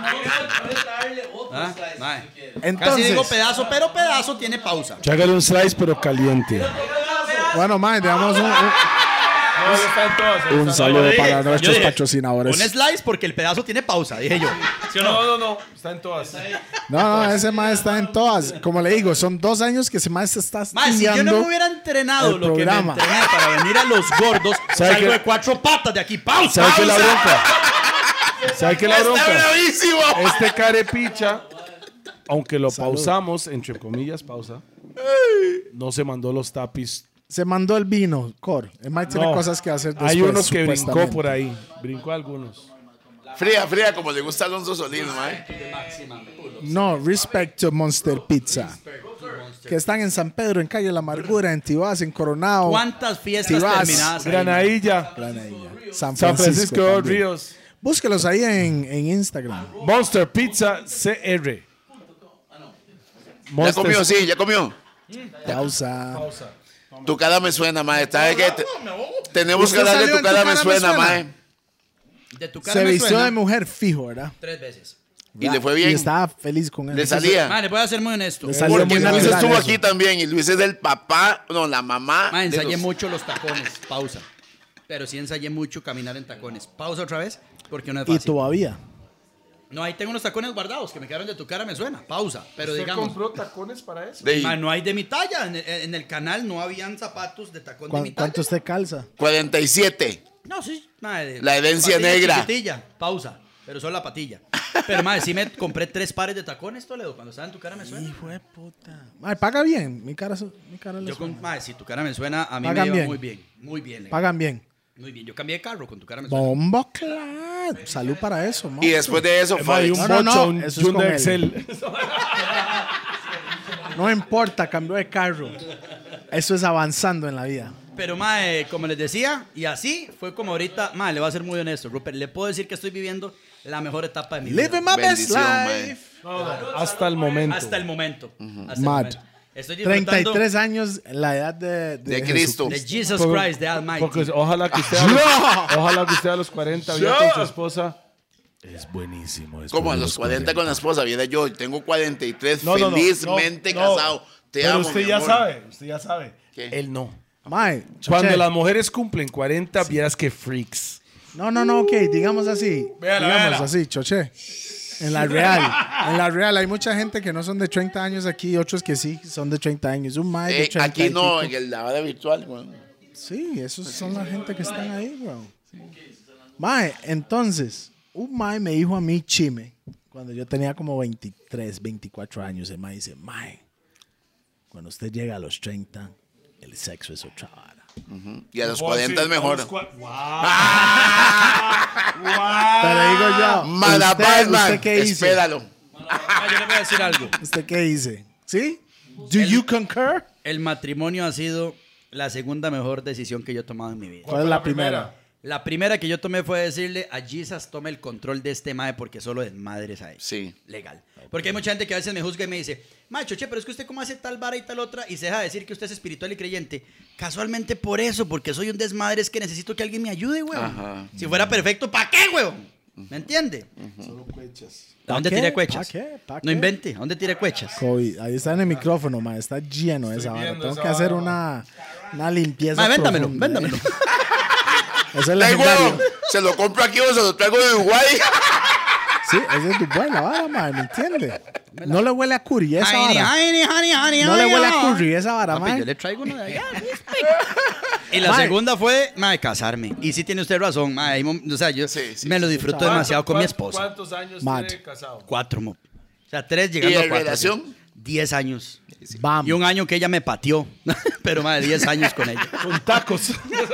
¿Ah? Mae. Casi Entonces, digo pedazo, pero pedazo tiene pausa. Chágale un slice, pero caliente. bueno, mae, digamos No, está en todas. un saludo Yo para dije, nuestros patrocinadores. Un slice porque el pedazo tiene pausa, dije yo. ¿Sí o no? No. Está en todas. No, ese mae está en todas. Como le digo, son 2 años que ese mae se está Mae, si yo no me estudiando. hubiera entrenado el lo que me programa. entrené para venir a los gordos, ¿Sabe salgo qué? de 4 patas de aquí. ¡Pausa! ¿Sabe qué es la pausa! bronca? ¿Sabe qué es la ¡Está bronca? bravísimo! Este carepicha, aunque lo Salud. pausamos, entre comillas, pausa, no se mandó los tapis. Se mandó el vino, Cor. El mae tiene No. cosas que hacer después. Hay uno que brincó supuestamente. por ahí. Brincó algunos. Fría, como le gusta a Alonso Solís, man. No, respect to Monster Pizza. Que están en San Pedro, en Calle La Amargura, en Tibás, en Coronado, ¿Cuántas fiestas Tibás, terminadas ahí? Granadilla, Granadilla, San San Francisco. Francisco también. Ríos, Búsquelos ahí en Instagram. Monster Pizza CR. ¿Ya comió? Sí, ya comió. Pausa. Tu cara me suena, mae. ¿Sabes qué? Tenemos que ¿Usted hablar de salió tu en cara me suena, mae. suena? De tu cara Se me vistió suena de mujer fijo, ¿verdad? 3 veces. Y le fue bien. Y estaba feliz con él. Le salía. Mae, le voy a ser muy honesto. Le salió Porque muy Luis natural estuvo eso. aquí también. Y Luis es el papá, no, la mamá. Mae, de ensayé los- mucho los tacones. Pausa. Pero sí ensayé mucho caminar en tacones. Pausa otra vez, porque no es Y fácil. todavía. No, ahí tengo unos tacones guardados que me quedaron de tu cara, me suena. Pausa. Pero digamos, tacones para eso? De mae, no hay de mi talla. En el canal no habían zapatos de tacón de mi talla. ¿Cuánto usted calza? 47. No, sí. Mae, La herencia patilla negra. chiquitilla. Pausa. Pero solo la patilla. Pero, madre, sí me compré 3 pares de tacones, Toledo. Cuando estaba en tu cara me suena. Hijo de puta. Ay, paga bien. Mi cara le Yo suena. con, madre, si tu cara me suena, a mí Pagan me iba bien. muy bien. Muy bien. Pagan bien. Muy bien. Yo cambié de carro con tu cara me suena. Bombo, claro. Salud para eso, Y después de eso fue. Hay un No, no, bocho, no, un eso es Hyundai con él. Excel. No importa, cambió de carro. Eso es avanzando en la vida. Pero, madre, como les decía, y así fue como ahorita, madre, le voy a ser muy honesto, Rupert. Le puedo decir que estoy viviendo la mejor etapa de mi vida. Living my best Bendición, life. Hasta el momento. Hasta el momento. Hasta el Mad. momento. Estoy disfrutando 33 años, la edad De Cristo. de Jesus Por- Christ, de Almighty. Porque ojalá que usted ojalá que usted a los 40 viva con su esposa. Es buenísimo. después Como a de los 40 con la esposa. Viene yo, tengo 43, No, no, no, felizmente no, casado. Te Pero amo, usted mi ya amor. sabe, usted ya sabe. ¿Qué? Él no. Mae, Cuando Choche. las mujeres cumplen 40, vieras que freaks. No, ok, digamos así. Véala, digamos véala. así, Choche. En la real hay mucha gente que no son de 30 años aquí y otros que sí son de 30 años. Un mae de 30 Aquí y no, pico. en la hora virtual, güey. Sí, esos son la gente que están ahí, bro. Mae, entonces, un mae me dijo a mí, Chime, cuando yo tenía como 23, 24 años, el mae dice, mae, cuando usted llega a los 30, el sexo es otra vara. Y a los 40 es mejor. Pero digo yo, ¿usted qué dice? Espéralo. Yo le voy a decir algo. ¿Usted qué dice? ¿Sí? ¿Do you concur? El matrimonio ha sido la segunda mejor decisión que yo he tomado en mi vida. ¿Cuál es la primera? La primera que yo tomé fue decirle a Jesus, tome el control de este mae porque solo desmadres a él. Sí. Legal. Porque hay mucha gente que a veces me juzga y me dice, macho, che, pero es que usted cómo hace tal vara y tal otra y se deja decir que usted es espiritual y creyente. Casualmente por eso, porque soy un desmadre, es que necesito que alguien me ayude, weón. Ajá. Si fuera perfecto, ¿para qué, weón? ¿Me entiende? Solo cuechas. ¿A dónde ¿Pa' tiré qué? cuechas? ¿Pa' qué? ¿Pa' No qué? invente. ¿A dónde tiré cuechas? COVID. Ahí está en el micrófono, ma. Está lleno esa vara. viendo Tengo esa que hacer vara. una limpieza. Mae, véndamelo, profunda, véndamelo. Ese es Ay, legendario. huevo, ¿se lo compro aquí o se lo traigo de Uruguay? Sí, ese es Dubai, la vara, ma. ¿Me entiende? No le huele a curry esa vara. No le huele a curry esa vara, Papi, ma. yo le traigo uno de allá. Y la Mae. segunda fue, mae, casarme. Y sí tiene usted razón, mae. O sea, yo Sí. me lo disfruto demasiado con mi esposa. ¿Cuántos años Mad. tiene casado? 4, mo. O sea, 3 llegando ¿Y a de 4. relación? 10 años. Bam. Y un año que ella me pateó. Pero, mae, 10 años con ella. Con tacos.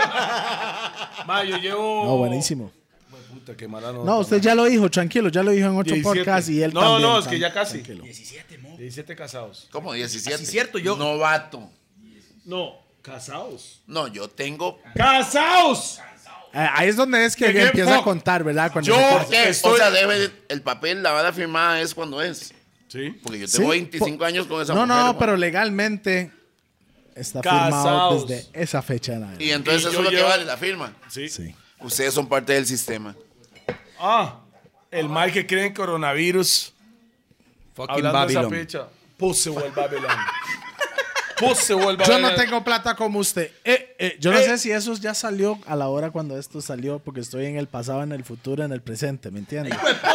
Ma, yo llevo... No, buenísimo. Puta, qué mala nota. No, usted ya lo dijo, tranquilo. Ya lo dijo en otro 17. podcast y él No, también. no, es que ya casi. Tranquilo. 17 casados. ¿Cómo? 17. Sí, cierto, yo- Novato. No, casados. No, yo tengo... ¡Casados! Ahí es donde es que ¿Qué empieza a fuck? contar, ¿verdad? Cuando Yo- se casa. ¿Qué? Estoy- O sea, debe el papel, la vara firmada es cuando es. Sí. Porque yo tengo Sí, 25 años con esa No, mujer. no, ma. pero legalmente está firmado Casados. desde esa fecha en adelante. Y entonces Y eso yo es lo que llevo- vale, la firma. Sí. Sí. Ustedes son parte del sistema. Ah, el Mike que cree en coronavirus. Fucking Hablando de esa Babylon. fecha. Pussy World Babylon. Pussy World Yo Babylon. no tengo plata como usted. Yo no sé si eso ya salió a la hora cuando esto salió, porque estoy en el pasado, en el futuro, en el presente, ¿me entiende?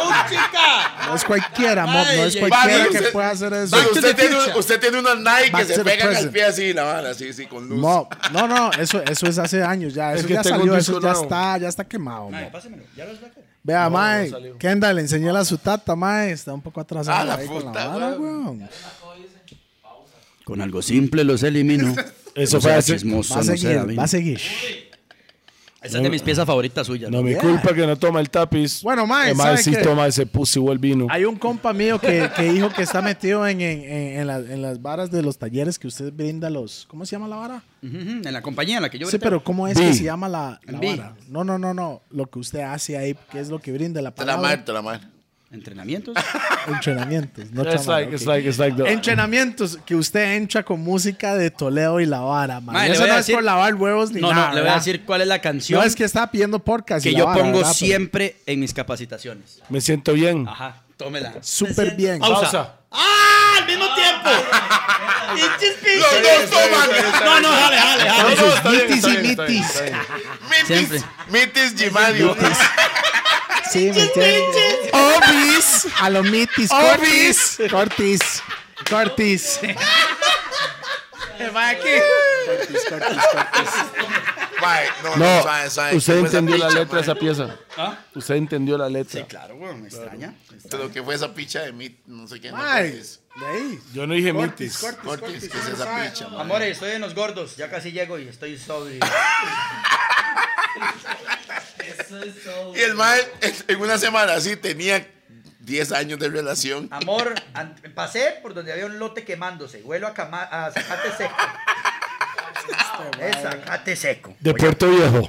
No es cualquiera, Mob, no es Ay, cualquiera Babi, que usted- pueda hacer eso. Pero to usted the tiene, future. usted tiene unos Nike Back que se to the pegan al present. pie así, la vara, así, con luz. Mob, no, eso es hace años ya. Es Eso que ya tengo un salió, disco eso nuevo. ya está quemado, Mae, Mob. pásemelo. ¿Ya los saqué? Vea, No, Mae, no salió. Kendall, enseñale a su tata, Mae. Está un poco atrasado Ah, la ahí con la puta, vara, weón. weón. Con algo simple los elimino. Eso No fue sea así. chismoso, Va a no sea seguir, David. va a seguir. Esa es de mis piezas favoritas suyas. No, ¿no? mi Yeah. culpa que no toma el tapiz. Bueno, Mae, El ¿sabe sí qué? toma ese Pussy World vino. Hay un compa mío que dijo que está metido en las varas de los talleres que usted brinda los... ¿Cómo se llama la vara? Ujú, en la compañía en la que yo Sí, ahorita- pero ¿cómo es Vi. que se llama la Vi. vara? No. Lo que usted hace ahí, ¿qué es lo que brinda la Te la palabra? mar, te la mar. ¿Entrenamientos? Entrenamientos. No It's chamana, like, ok. it's like the... Entrenamientos que usted entra con música de Toledo y la vara, man. Mae, le Eso voy a no es decir- por lavar huevos ni No, nada. no, le voy a ¿verdad? decir cuál es la canción No es que estaba pidiendo podcast y que la yo vara, pongo ¿verdad? Pero siempre en mis capacitaciones. Me siento bien. Ajá, tómela. Súper bien. Pausa. ¡Ah! ¡Al mismo tiempo! Los dos toman. No, no, jale. No, no, está bien, mitis está y bien, está bien, mitis. está bien. Siempre. Mitis Gimadio. Sí, ¿me entiendes? Obis. A los mitis. Obis. Cortis. Va aquí. Mae, no, No, suave. usted ¿Qué fue esa entendió la picha, letra de esa mae? pieza. ¿Ah? Usted entendió la letra. Sí, claro, güey, me extraña. Pero ¿qué fue esa picha de mit? No sé qué. no, Ay, Cortis. de ahí. Yo no dije mitis. Cortis, ¿qué es esa picha, mae? Amores, estoy en los gordos. Ya casi llego y estoy sobrio. Y el mae en una semana así tenía 10 años de relación. Amor, pasé por donde había un lote quemándose. Huelo a zacate seco. Es zacate seco. De Puerto Viejo.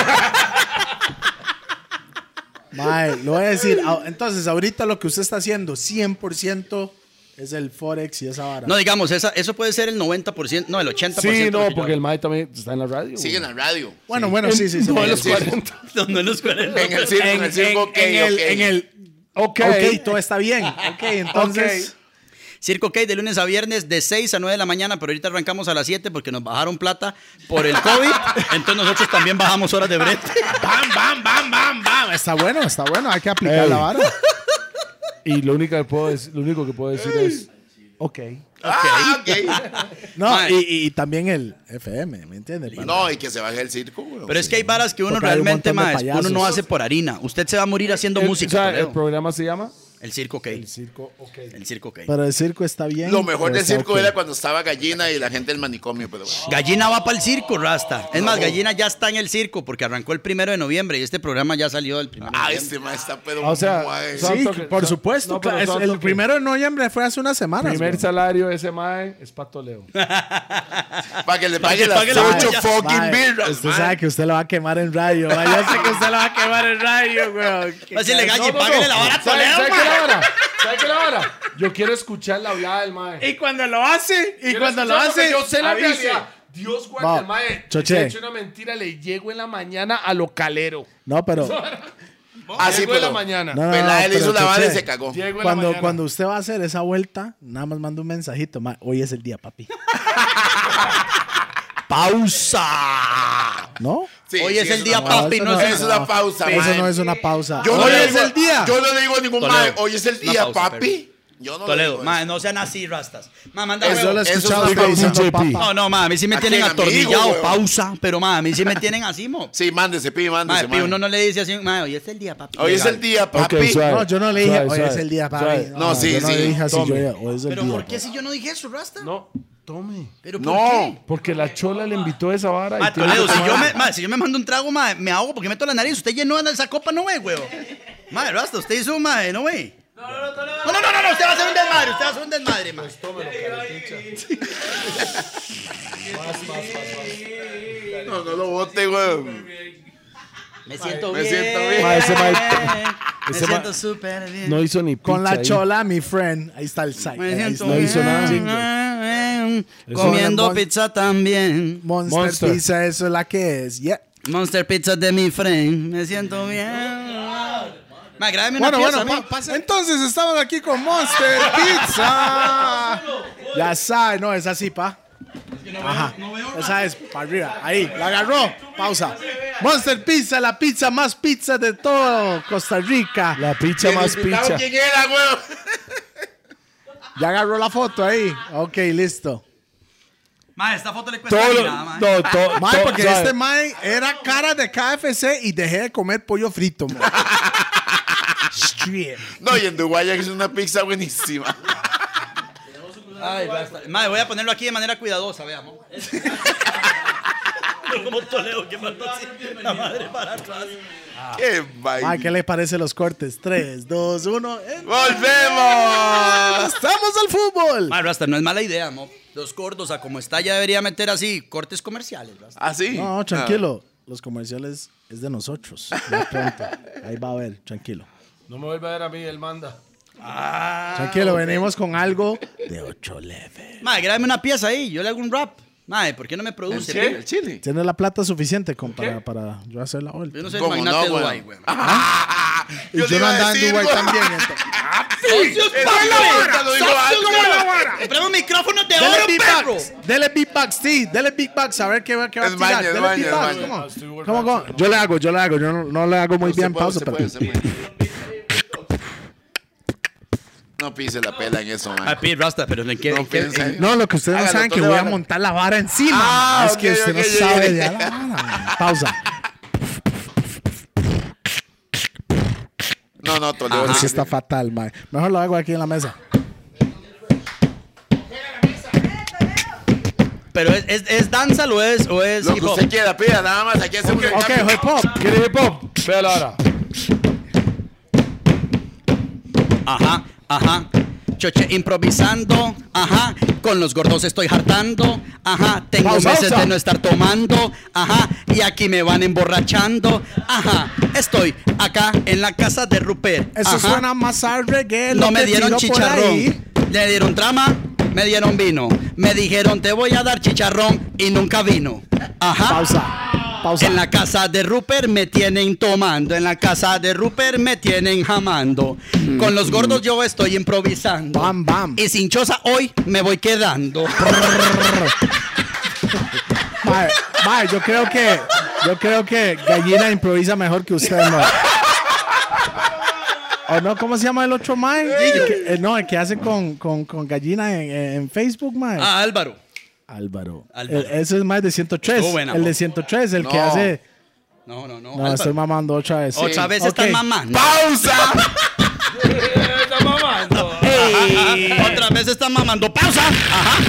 Mae, lo voy a decir. Entonces, ahorita lo que usted está haciendo 100% es el Forex y esa vara. No, digamos, eso puede ser el 90%, no, el 80%. Sí, de lo que no, yo porque el hago. Mae también está en la radio. Sigue en la radio. Bueno, sí. No, en los sí. 40. No, en los 40. En el circo, ok, en el Ok. ok, todo está bien. Ok, entonces. Circo K de lunes a viernes de 6 a 9 de la mañana, pero ahorita arrancamos a las 7 porque nos bajaron plata por el COVID. Entonces nosotros también bajamos horas de brete. Bam. Está bueno. Hay que aplicar Ey. la vara. Y lo único que puedo decir es... Ok. Ah, ok. No, Mae. y también el FM, ¿me entiendes? No, y que se baje el circo, güey. Pero es que hay varas que uno Porque hay un realmente montón de más, uno payasos. no hace por harina. Usted se va a morir haciendo música. O sea, el Toledo. programa se llama... El circo, ok. El circo, ok. El circo, ok. Pero el circo está bien. Lo mejor o del está circo ok? era cuando estaba Gallina y la gente del manicomio, pero bueno. Gallina va para el circo, Rasta. Es más, Gallina ya está en el circo porque arrancó el 1 de noviembre y este programa ya salió el 1 de Ah, noviembre. este ma está pero O sea, mae. son- Sí, toque- por son- supuesto. no, pero claro, son el toque. 1 de noviembre fue hace unas semanas. Primer güey. salario de ese mae es para Toledo. Para que le Para pague que las pague la 8 bulla. fucking Mae, birras. usted mae. sabe que usted lo va a quemar en radio. mae. Yo sé que usted lo va a quemar en radio, güey. Va a decirle, Galli, págale la vara a Toledo, ¿Sabe qué mae. la vara? ¿Sabe qué la vara? Yo quiero escuchar la hablada del mae. Y cuando lo hace, Quiero escuchar porque yo sé la avise. realidad. Dios guarda Va, el mae. Choche. Se ha hecho una mentira, le llego en la mañana a lo calero. No, pero Así, Llego en la pero mañana. No, no, Pelada le pero, hizo la vara y Choche, se cagó. Llego en la cuando, mañana. cuando usted va a hacer esa vuelta, nada más manda un mensajito. mae, hoy es el día, papi. ¡Pausa! ¿No? Sí, Hoy sí, es el día, no, papi, eso no no es Es una pausa, Eso mae. no es una pausa. Yo no Hoy le es digo- el día. Yo no le digo a ningún Toledo. mae, hoy es el Una día, pausa, papi. Yo no le Toledo, digo ma, eso. no sean así, Rastas. Ma, manda Eso huevo. lo he eso escuchado es hasta pausa. diciendo JP. papa. No, no, ma, a mí sí me ¿A tienen quién? atornillado, Amigo, huevón. pausa, pero ma, a mí sí me tienen así, mo. Sí, mándese, pi, Ma, mándese, pi, mae. uno no le dice así, ma, hoy es el día, papi. Hoy es Legal. el día, papi. Ok, suave. No, yo no le dije, Suave, hoy suave, es el día, papi. suave. No, sí, yo no sí. le dije así, Tome. hoy es el Pero día. ¿por qué si yo no dije eso, Rasta? No, tome. ¿Pero por No. qué? Porque la chola le invitó a esa vara. y Ma, tiene Toledo, que si yo, tomar. si yo me mando un trago, ma, me ahogo porque meto la nariz. Usted llenó esa copa, no ve, huevo. Ma, Rasta, usted hizo un ma, no ve. No, usted va a hacer un desmadre, usted va a hacer un desmadre, ma. No, no lo bote, weón. Me siento me bien. siento bien. Ma, ese Me ese siento ma- súper bien. No hizo ni Con pizza la ahí. chola, mi friend. Ahí está el site. Me Ahí siento está. no hizo nada. bien. Eso- Comiendo Mon- pizza también. Monster, Monster. Pizza, eso es la que es. Yeah. Monster Pizza de mi friend. Me siento bien. Ma, grábeme una Bueno, pieza, bueno, a mí. entonces estamos aquí con Monster Pizza. Ya sabe, no, es así, pa. Ajá. Esa es para arriba. Ahí, la agarró. Pausa. Monster Pizza, la pizza más pizza de todo Costa Rica. La pizza más pizza. ¿Quién era, weón? Ya agarró la foto ahí. Ok, listo. Ma, esta foto le cuesta Todo, ni nada, ma. no, todo, Mae, porque ¿sabe? este mae era cara de KFC y dejé de comer pollo frito, mo. Straight. No, y en Dubái es una pizza buenísima. Ay, basta. Ma, voy a ponerlo aquí de manera cuidadosa, veamos. Como Toledo que mandó así la madre para atrás. Qué Mae, vaina. ¿qué le parece los cortes? 3, 2, 1. ¡Volvemos! ¡Estamos al fútbol! Ma, Rasta, no es mala idea, mo. Los gordos, a como está, ya debería meter así cortes comerciales, Rasta. ¿Ah, sí? No, tranquilo. Los comerciales es de nosotros. Ya pronto. Ahí va a ver, tranquilo. No me vuelva a ver a mí, él manda. Tranquilo, venimos con algo de 8 level. Ma, grábame una pieza ahí, yo le hago un rap. Ma, ¿por qué no me produce? ¿Qué? ¿El chile? ¿Tienes la plata suficiente para yo hacer la Yo vuelta? no soy ¿Cómo magnate de no, Dubái, güey? güey. Y Yo yo le no iba a andaba en decir, Dubái güey. también. entonces. ¡Socios, Lo digo antes. ¡Compramos micrófonos de Dele oro, perro! beatbox. Dele beatbox, sí. Dele beatbox. A ver qué va a Es tirar. maña, es Dele maña, es beatbox. maña. ¿Cómo? Yo le hago. Yo no le hago muy bien pausa, Se pero... puede, se puede. No pise la pela en eso, man. Ah, Pete Rasta, pero ¿en qué? No en qué- piensa, en- No, lo que ustedes no Hágalo, saben que tú le voy a vas a- montar la vara encima. Ah, es que ok, usted ok, no ya sabe llegué. de la vara. Pausa. No, Toledo. Eso está fatal, man. Mejor lo hago aquí en la mesa. Pero ¿es danza o es Lo hip que hop? usted quiera, pida, nada más. Aquí hacemos el Ok, cambio. hip hop. ¿Quiere hip hop? Véala ahora. Ajá. Choche improvisando, ajá. Con los gordos estoy hartando, ajá. Tengo Pausa, meses pausa. de no estar tomando, ajá. Y aquí me van emborrachando, ajá. Estoy acá en la casa de Rupert. Eso ajá. suena más al reggae. lo No me que dieron tiro por ahí. chicharrón, le dieron trama, me dieron vino. Me dijeron te voy a dar chicharrón y nunca vino. Ajá. Pausa. En la casa de Rupert me tienen tomando, en la casa de Rupert me tienen jamando. Con los gordos yo estoy improvisando. Bam, bam. Y sin choza hoy me voy quedando. Mae, yo creo que Gallina improvisa mejor que usted, ¿no? ¿O no? ¿Cómo se llama el otro mae? El que hace con Gallina en Facebook, mae. Ah, Álvaro. Álvaro. Álvaro. Ese es más de 103. Estuvo buena, el mo. de 103, el que No. hace... No, No, Álvaro. estoy mamando otra vez. Otra vez Ok. estás mamando. ¡Pausa! mamando. Otra vez están mamando. ¡Pausa! Ajá.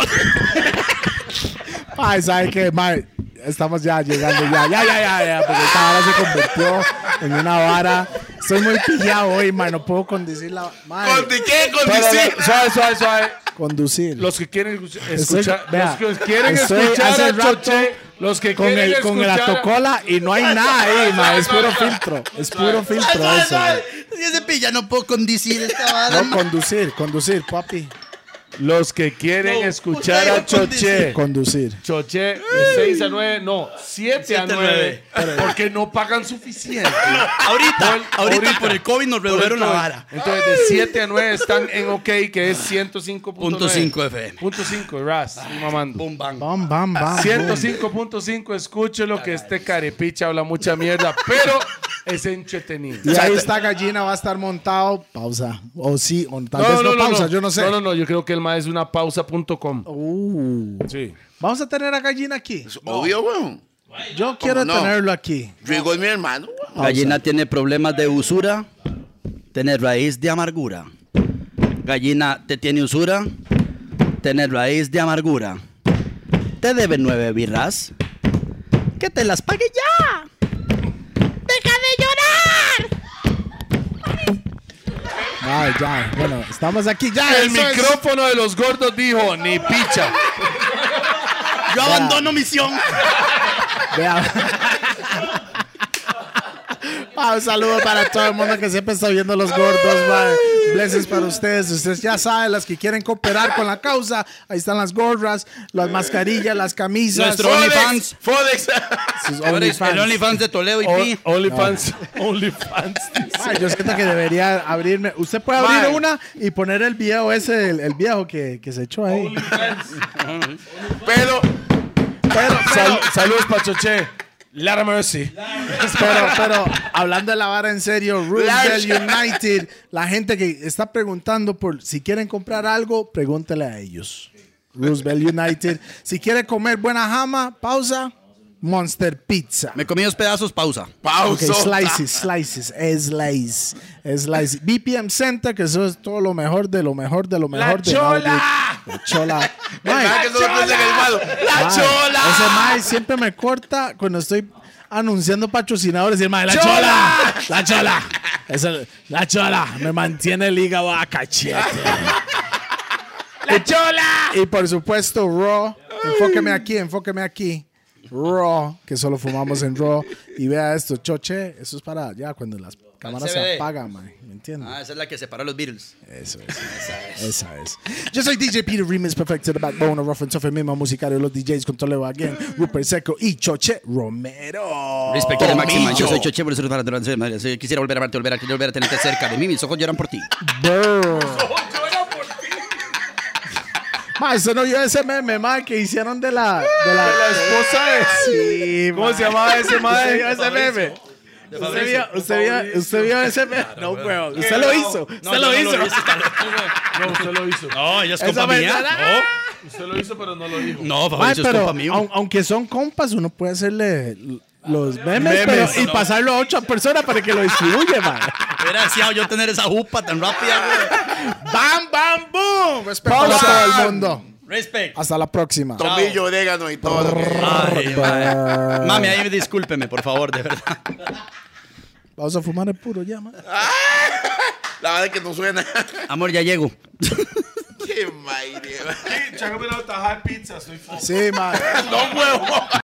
Ay, ¿sabe qué, mae? Estamos ya llegando, ya, porque esta vara se convirtió en una vara. Estoy muy pillado hoy, mae, no puedo conducir la... Mae. ¿Qué? Suave. Conducir. Los que quieren escuchar, Vea, los que quieren estoy escuchar hace a rato Choche, los que con quieren el con la escuchar tocola y no hay nada ahí, mae, es puro filtro. Es puro filtro eso. mae. Si ese pilla no puedo conducir esta vara. No, conducir, papi. los que quieren escuchar a Choche. Conducir. Choche de 6 a 9, no, 7 a 9, porque no pagan suficiente. Ahorita por el COVID nos redujeron la vara. Entonces de 7 a 9 están en OK, que es 105.9. FM. Punto 5, Ras, mamando. Boom, bang. Bam, bam, bam. 105.5, escúchelo que este carepicha habla mucha mierda, pero es entretenido. Y ahí esta gallina va a estar montado. Pausa. O sí, o tal vez no pausa, yo no sé. No, yo creo que el más es una pausa.com. Sí. Vamos a tener a gallina aquí. Obvio, weón. Yo quiero no? tenerlo aquí. Rigo es mi hermano, weón. Gallina tiene problemas de usura, tiene raíz de amargura. Gallina te tiene usura, tiene raíz de amargura. Te debe 9 birras. Que te las pague ya. ¡Deja de llorar! Ay, ya. Bueno, estamos aquí ya. El eso es. micrófono de los gordos dijo, ni picha. Yo abandono misión. Vea. Un saludo para todo el mundo que siempre está viendo Los Gordos, man. Blessings para ustedes. Ustedes ya saben, las que quieren cooperar con la causa. Ahí están las gorras, las mascarillas, las camisas. Nuestro OnlyFans. Fodex. Sus El OnlyFans. OnlyFans de Toledo y Pi. OnlyFans. Ay, yo siento que debería abrirme. Usted puede abrir Man. una y poner el video ese, el viejo que se echó ahí. Pero, Saludos para Choche. Lara Mercy. Pero hablando de la vara en serio, Roosevelt United, la gente que está preguntando por si quieren comprar algo, pregúntele a ellos. Roosevelt United. Si quiere comer buena jama, pausa. Monster Pizza. Me comí 2 pedazos, pausa. Ok, pausa. slices. BPM Center, que eso es todo lo mejor de lo mejor de lo mejor. ¡La Chola! La Chola. El man que solo piensa en el malo. ¡La Mae, chola! Ese mae siempre me corta cuando estoy anunciando patrocinadores y el mae, la chola. La chola. La chola. Me mantiene el hígado a cachete. ¡La Chola! Y por supuesto, Raw. Enfóqueme aquí. Raw, que solo fumamos en Raw. Y vea esto, Choche. Eso es para ya cuando las cámaras se CBD. apagan, mae. ¿Me entiendes? Ah, esa es la que separó a los Beatles. Eso es. Esa es. Yo soy DJ Peter Remix Perfecto, The Backbone, Rough and Tough, el mismo musicario de los DJs con Toledo Again, Rupert Seco y Choche Romero. Respecto a la máxima, yo soy Choche, por eso quisiera volver a verte, volver a tenerte cerca de mí. Mis ojos lloran por ti. Brr. Ma, eso no vio ese meme, ma, que hicieron de la esposa de... Sí, ¿Cómo se llamaba ese ¿Usted vio mae? ese meme? ¿Usted vio ese meme? No, weón. Usted lo hizo. Usted lo hizo. No, usted lo hizo. No, ella es Esa compa mía. persona- Usted lo hizo, pero no lo dijo. No, Ma, Fabricio es pero compa mío. aunque son compas, uno puede hacerle los memes, Memes, pero, y pasarlo a otra persona para que lo distribuya, man. Hubiera deseado yo tener esa jupa tan rápida, güey. ¡Bam, bam, boom! Respeto a todo el mundo. Respect. Hasta la próxima. Tomillo, orégano y todo. Ay, madre. Mami, ahí discúlpeme, por favor, de verdad. Vamos a fumar el puro ya, man. La verdad es que no suena. Amor, ya llego. Qué madre. Chágame la tajada de pizza, estoy Sí, man. No, huevo.